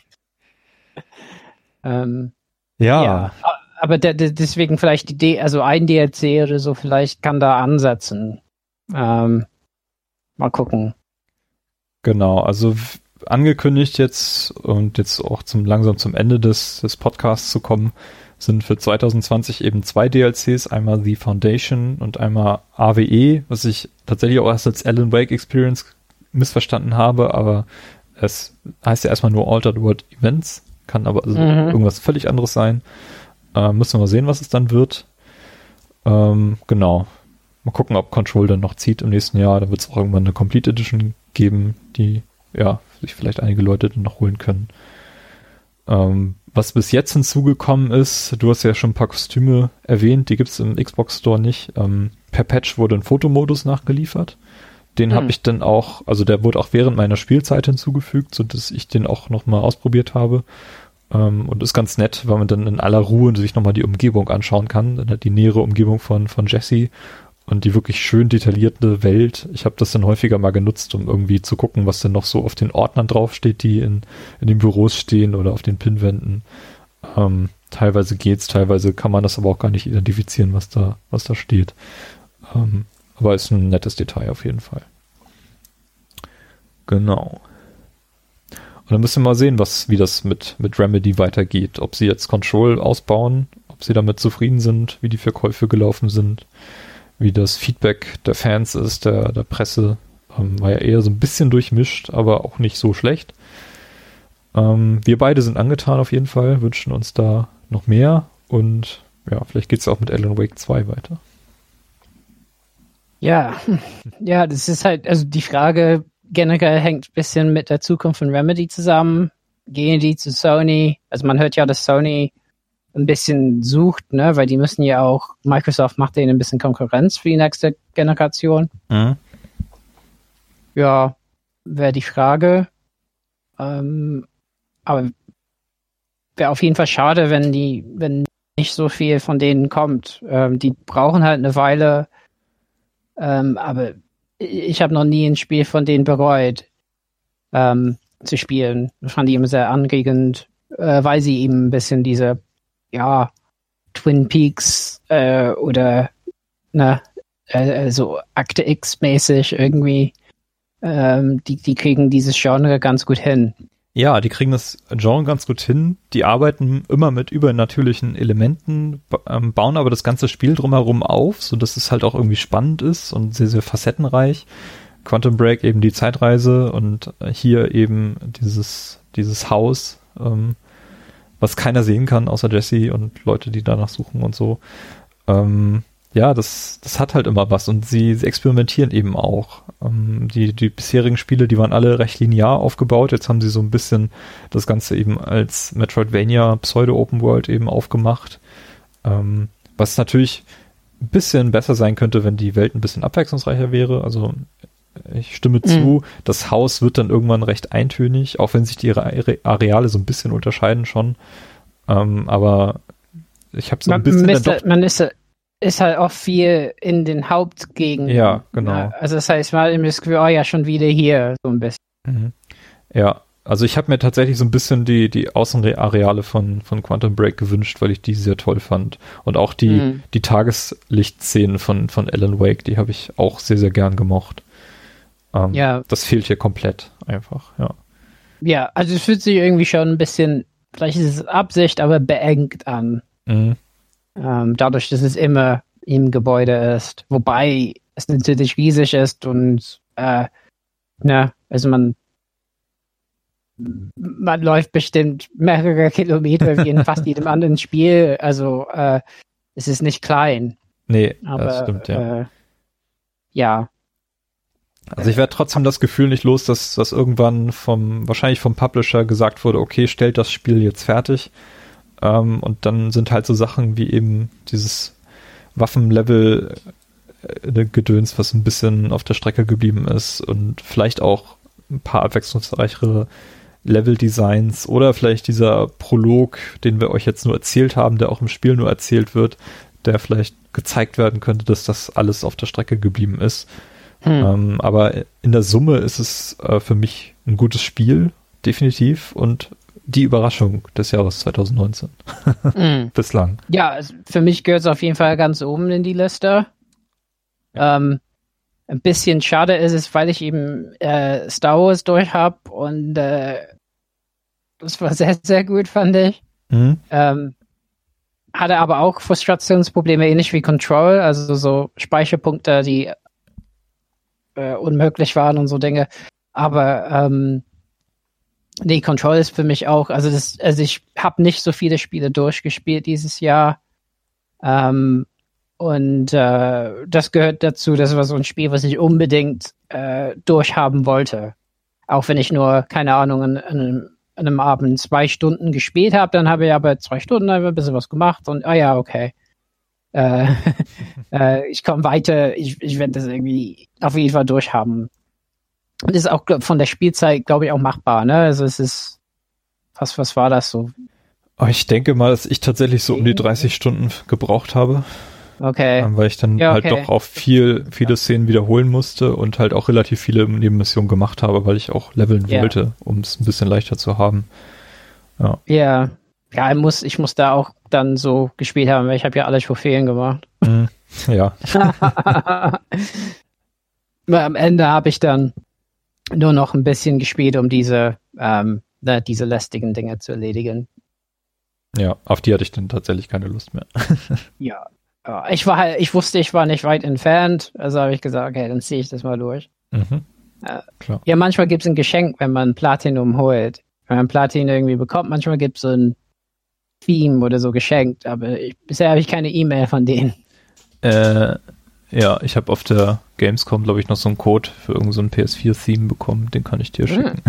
Ähm, ja. ja. Aber de- de- deswegen vielleicht die D, also ein D L C oder so, vielleicht kann da ansetzen. Ähm, mal gucken. Genau, also w- angekündigt jetzt und jetzt auch zum langsam zum Ende des, des Podcasts zu kommen, sind für zwanzig zwanzig eben zwei D L Cs, einmal The Foundation und einmal A W E, was ich tatsächlich auch erst als Alan Wake Experience missverstanden habe, aber es heißt ja erstmal nur Altered World Events, kann aber also Mhm. irgendwas völlig anderes sein. Äh, müssen wir mal sehen, was es dann wird. Ähm, genau. Mal gucken, ob Control dann noch zieht im nächsten Jahr. Da wird es auch irgendwann eine Complete Edition geben, die ja sich vielleicht einige Leute dann noch holen können. Ähm, was bis jetzt hinzugekommen ist, du hast ja schon ein paar Kostüme erwähnt, die gibt es im Xbox Store nicht. Ähm, per Patch wurde ein Fotomodus nachgeliefert. Den Hm. habe ich dann auch, also der wurde auch während meiner Spielzeit hinzugefügt, sodass ich den auch nochmal ausprobiert habe. Ähm, und ist ganz nett, weil man dann in aller Ruhe sich nochmal die Umgebung anschauen kann. Dann hat die nähere Umgebung von, von Jesse und die wirklich schön detaillierte Welt. Ich habe das dann häufiger mal genutzt, um irgendwie zu gucken, was denn noch so auf den Ordnern draufsteht, die in, in den Büros stehen oder auf den Pinwänden. Ähm, teilweise geht's, teilweise kann man das aber auch gar nicht identifizieren, was da, was da steht. Ähm, aber ist ein nettes Detail auf jeden Fall. Genau. Und dann müssen wir mal sehen, was, wie das mit, mit Remedy weitergeht. Ob sie jetzt Control ausbauen, ob sie damit zufrieden sind, wie die Verkäufe gelaufen sind, wie das Feedback der Fans ist, der, der Presse. Ähm, war ja eher so ein bisschen durchmischt, aber auch nicht so schlecht. Ähm, wir beide sind angetan auf jeden Fall, wünschen uns da noch mehr und ja, vielleicht geht es ja auch mit Alan Wake zwei weiter. Ja, ja, das ist halt, also die Frage generell hängt ein bisschen mit der Zukunft von Remedy zusammen. Gehen die zu Sony? Also man hört ja, dass Sony ein bisschen sucht, ne, weil die müssen ja auch, Microsoft macht denen ein bisschen Konkurrenz für die nächste Generation. Mhm. Ja, wäre die Frage. Ähm, aber wäre auf jeden Fall schade, wenn die, wenn nicht so viel von denen kommt. Ähm, die brauchen halt eine Weile. Ähm, aber ich habe noch nie ein Spiel von denen bereut, ähm, zu spielen. Das fand ich immer sehr anregend, äh, weil sie eben ein bisschen diese, ja, Twin Peaks äh, oder ne, äh, so Akte X-mäßig irgendwie, ähm, die, die kriegen dieses Genre ganz gut hin. Ja, die kriegen das Genre ganz gut hin. Die arbeiten immer mit übernatürlichen Elementen, ba- ähm, bauen aber das ganze Spiel drumherum auf, sodass es halt auch irgendwie spannend ist und sehr, sehr facettenreich. Quantum Break eben die Zeitreise und hier eben dieses, dieses Haus, ähm, was keiner sehen kann, außer Jesse und Leute, die danach suchen und so. Ähm, ja, das, das hat halt immer was und sie, sie experimentieren eben auch. Ähm, die, die bisherigen Spiele, die waren alle recht linear aufgebaut. Jetzt haben sie so ein bisschen das Ganze eben als Metroidvania Pseudo-Open World eben aufgemacht. Ähm, was natürlich ein bisschen besser sein könnte, wenn die Welt ein bisschen abwechslungsreicher wäre. Also ich stimme Mhm. zu, das Haus wird dann irgendwann recht eintönig, auch wenn sich die Are- Areale so ein bisschen unterscheiden schon. Ähm, aber ich habe so ein Man, bisschen ist, dann doch man ist, ist halt auch viel in den Hauptgegenden. Ja, genau. Ja, also das heißt, mal im das Gefühl, oh ja, schon wieder hier, so ein bisschen. Mhm. Ja, also ich habe mir tatsächlich so ein bisschen die, die Außenareale von, von Quantum Break gewünscht, weil ich die sehr toll fand. Und auch die, Mhm. die Tageslichtszenen von, von Alan Wake, die habe ich auch sehr, sehr gern gemocht. Ähm, Ja. Das fehlt hier komplett einfach, ja. Ja, also es fühlt sich irgendwie schon ein bisschen, vielleicht ist es Absicht, aber beengt an. Mhm. Ähm, dadurch, dass es immer im Gebäude ist. Wobei es natürlich riesig ist und äh, ne, also man man läuft bestimmt mehrere Kilometer wie in fast jedem anderen Spiel. Also äh, es ist nicht klein. Nee, Aber das stimmt, ja. Äh, ja. Also ich werde trotzdem das Gefühl nicht los, dass das irgendwann vom, wahrscheinlich vom Publisher gesagt wurde, okay, stellt das Spiel jetzt fertig. Ähm, und dann sind halt so Sachen wie eben dieses Waffenlevel äh, Gedöns, was ein bisschen auf der Strecke geblieben ist und vielleicht auch ein paar abwechslungsreichere Level-Designs oder vielleicht dieser Prolog, den wir euch jetzt nur erzählt haben, der auch im Spiel nur erzählt wird, der vielleicht gezeigt werden könnte, dass das alles auf der Strecke geblieben ist. Hm. Ähm, aber in der Summe ist es äh, für mich ein gutes Spiel, definitiv, und die Überraschung des Jahres zwanzig neunzehn. mm. Bislang. Ja, also für mich gehört es auf jeden Fall ganz oben in die Liste. Ja. Ähm, ein bisschen schade ist es, weil ich eben äh, Star Wars durch habe und äh, das war sehr, sehr gut, fand ich. Mhm. Ähm, hatte aber auch Frustrationsprobleme, ähnlich wie Control, also so Speicherpunkte, die äh, unmöglich waren und so Dinge. Aber ähm, nee, Control ist für mich auch, also das, also ich habe nicht so viele Spiele durchgespielt dieses Jahr. Ähm, und äh, das gehört dazu, das war so ein Spiel, was ich unbedingt äh, durchhaben wollte. Auch wenn ich nur, keine Ahnung, an, an, einem, an einem Abend zwei Stunden gespielt habe, dann habe ich aber zwei Stunden ein bisschen was gemacht und ah ja, okay. Äh, äh, ich komme weiter, ich, ich werde das irgendwie auf jeden Fall durchhaben. Und das ist auch von der Spielzeit, glaube ich, auch machbar, ne? Also es ist, was, was war das so? Ich denke mal, dass ich tatsächlich so um die dreißig Stunden gebraucht habe. Okay. Ähm, weil ich dann ja, halt okay. doch auch viel, viele Szenen wiederholen musste und halt auch relativ viele Nebenmissionen gemacht habe, weil ich auch leveln ja. wollte, um es ein bisschen leichter zu haben. Ja. Ja. Ja, ich muss, ich muss da auch dann so gespielt haben, weil ich habe ja alle Trophäen gemacht. Mhm. Ja. Am Ende habe ich dann nur noch ein bisschen gespielt, um diese, ähm, diese lästigen Dinge zu erledigen. Ja, auf die hatte ich dann tatsächlich keine Lust mehr. Ja. Ich war halt, ich wusste, ich war nicht weit entfernt, also habe ich gesagt, okay, dann ziehe ich das mal durch. Mhm. Äh, Klar. Ja, manchmal gibt es ein Geschenk, wenn man Platinum holt. Wenn man Platin irgendwie bekommt, manchmal gibt es so ein Theme oder so geschenkt, aber ich, bisher habe ich keine E-Mail von denen. Äh, ja, ich habe auf der Gamescom, glaube ich, noch so einen Code für irgendein so P S vier Theme bekommen, den kann ich dir schicken.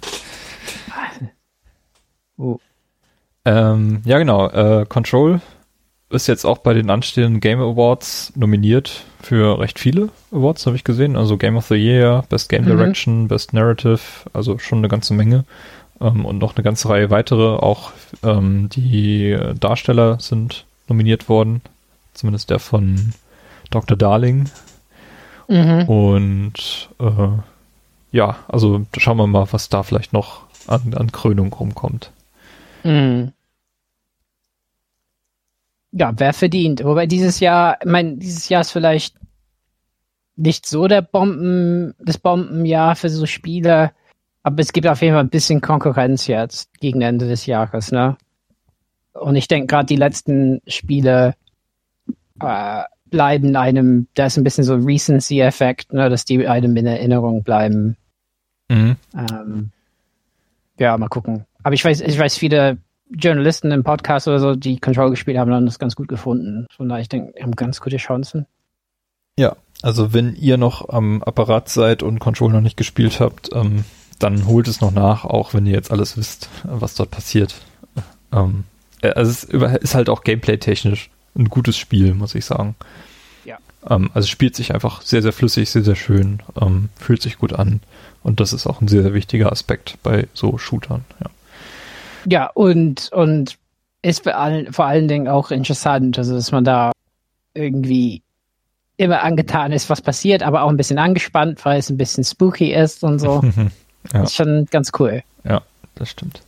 uh. ähm, ja, genau, äh, Control ist jetzt auch bei den anstehenden Game Awards nominiert für recht viele Awards, habe ich gesehen. Also Game of the Year, Best Game Direction, mhm. Best Narrative, also schon eine ganze Menge. Ähm, und noch eine ganze Reihe weitere. Auch ähm, die Darsteller sind nominiert worden. Zumindest der von Doktor Darling. Mhm. Und äh, ja, also schauen wir mal, was da vielleicht noch an, an Krönung rumkommt. Mhm. Ja, wer verdient. Wobei dieses Jahr, ich meine, dieses Jahr ist vielleicht nicht so der Bomben, das Bombenjahr für so Spiele, aber es gibt auf jeden Fall ein bisschen Konkurrenz jetzt gegen Ende des Jahres, ne? Und ich denke gerade die letzten Spiele äh, bleiben einem, da ist ein bisschen so ein Recency-Effekt, ne, dass die einem in Erinnerung bleiben. Mhm. Ähm, ja, mal gucken. Aber ich weiß, ich weiß viele Journalisten im Podcast oder so, die Control gespielt haben, haben das ganz gut gefunden. Von daher, ich denke, wir haben ganz gute Chancen. Ja, also wenn ihr noch am Apparat seid und Control noch nicht gespielt habt, ähm, dann holt es noch nach, auch wenn ihr jetzt alles wisst, was dort passiert. Ähm, also es ist halt auch gameplay-technisch ein gutes Spiel, muss ich sagen. Ja. Ähm, also es spielt sich einfach sehr, sehr flüssig, sehr, sehr schön, ähm, fühlt sich gut an und das ist auch ein sehr, sehr wichtiger Aspekt bei so Shootern, ja. Ja, und, und ist vor allen, vor allen Dingen auch interessant, also dass man da irgendwie immer angetan ist, was passiert, aber auch ein bisschen angespannt, weil es ein bisschen spooky ist und so. Ja. Ist schon ganz cool. Ja, das stimmt.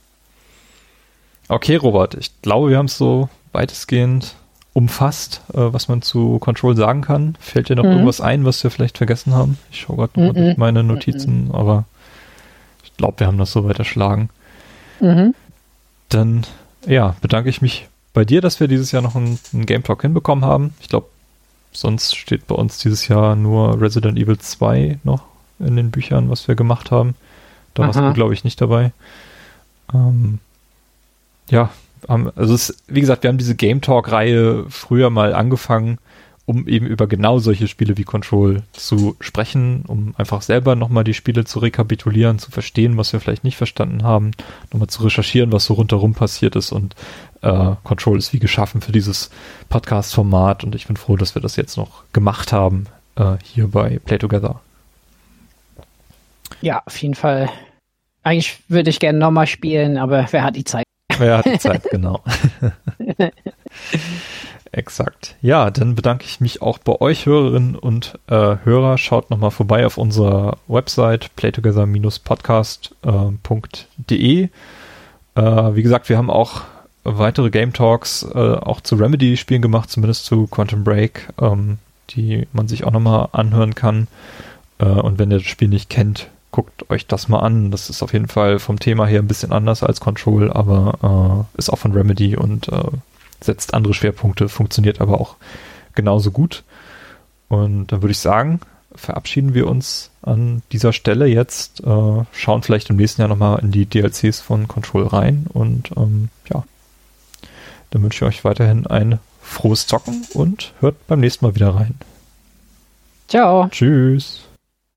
Okay, Robert, ich glaube, wir haben es so weitestgehend umfasst, äh, was man zu Control sagen kann. Fällt dir noch mhm. irgendwas ein, was wir vielleicht vergessen haben? Ich schaue gerade noch mhm. durch meine Notizen, mhm. aber ich glaube, wir haben das so weit erschlagen. Mhm. Dann, ja, bedanke ich mich bei dir, dass wir dieses Jahr noch einen, einen Game Talk hinbekommen haben. Ich glaube, sonst steht bei uns dieses Jahr nur Resident Evil zwei noch in den Büchern, was wir gemacht haben. Da warst du, glaube ich, nicht dabei. Ähm, ja, haben, also es, wie gesagt, wir haben diese Game Talk-Reihe früher mal angefangen, um eben über genau solche Spiele wie Control zu sprechen, um einfach selber nochmal die Spiele zu rekapitulieren, zu verstehen, was wir vielleicht nicht verstanden haben, nochmal zu recherchieren, was so rundherum passiert ist und äh, Control ist wie geschaffen für dieses Podcast-Format und ich bin froh, dass wir das jetzt noch gemacht haben äh, hier bei Play Together. Ja, auf jeden Fall. Eigentlich würde ich gerne nochmal spielen, aber wer hat die Zeit? Wir hatten Zeit, genau. Exakt. Ja, dann bedanke ich mich auch bei euch Hörerinnen und äh, Hörer. Schaut nochmal vorbei auf unserer Website playtogether Bindestrich podcast Punkt de. Äh, wie gesagt, wir haben auch weitere Game Talks äh, auch zu Remedy-Spielen gemacht, zumindest zu Quantum Break, ähm, die man sich auch nochmal anhören kann. Äh, und wenn ihr das Spiel nicht kennt, guckt euch das mal an. Das ist auf jeden Fall vom Thema her ein bisschen anders als Control, aber äh, ist auch von Remedy und äh, setzt andere Schwerpunkte, funktioniert aber auch genauso gut. Und dann würde ich sagen, verabschieden wir uns an dieser Stelle jetzt, äh, schauen vielleicht im nächsten Jahr nochmal in die D L Cs von Control rein und ähm, ja, dann wünsche ich euch weiterhin ein frohes Zocken und hört beim nächsten Mal wieder rein. Ciao. Tschüss.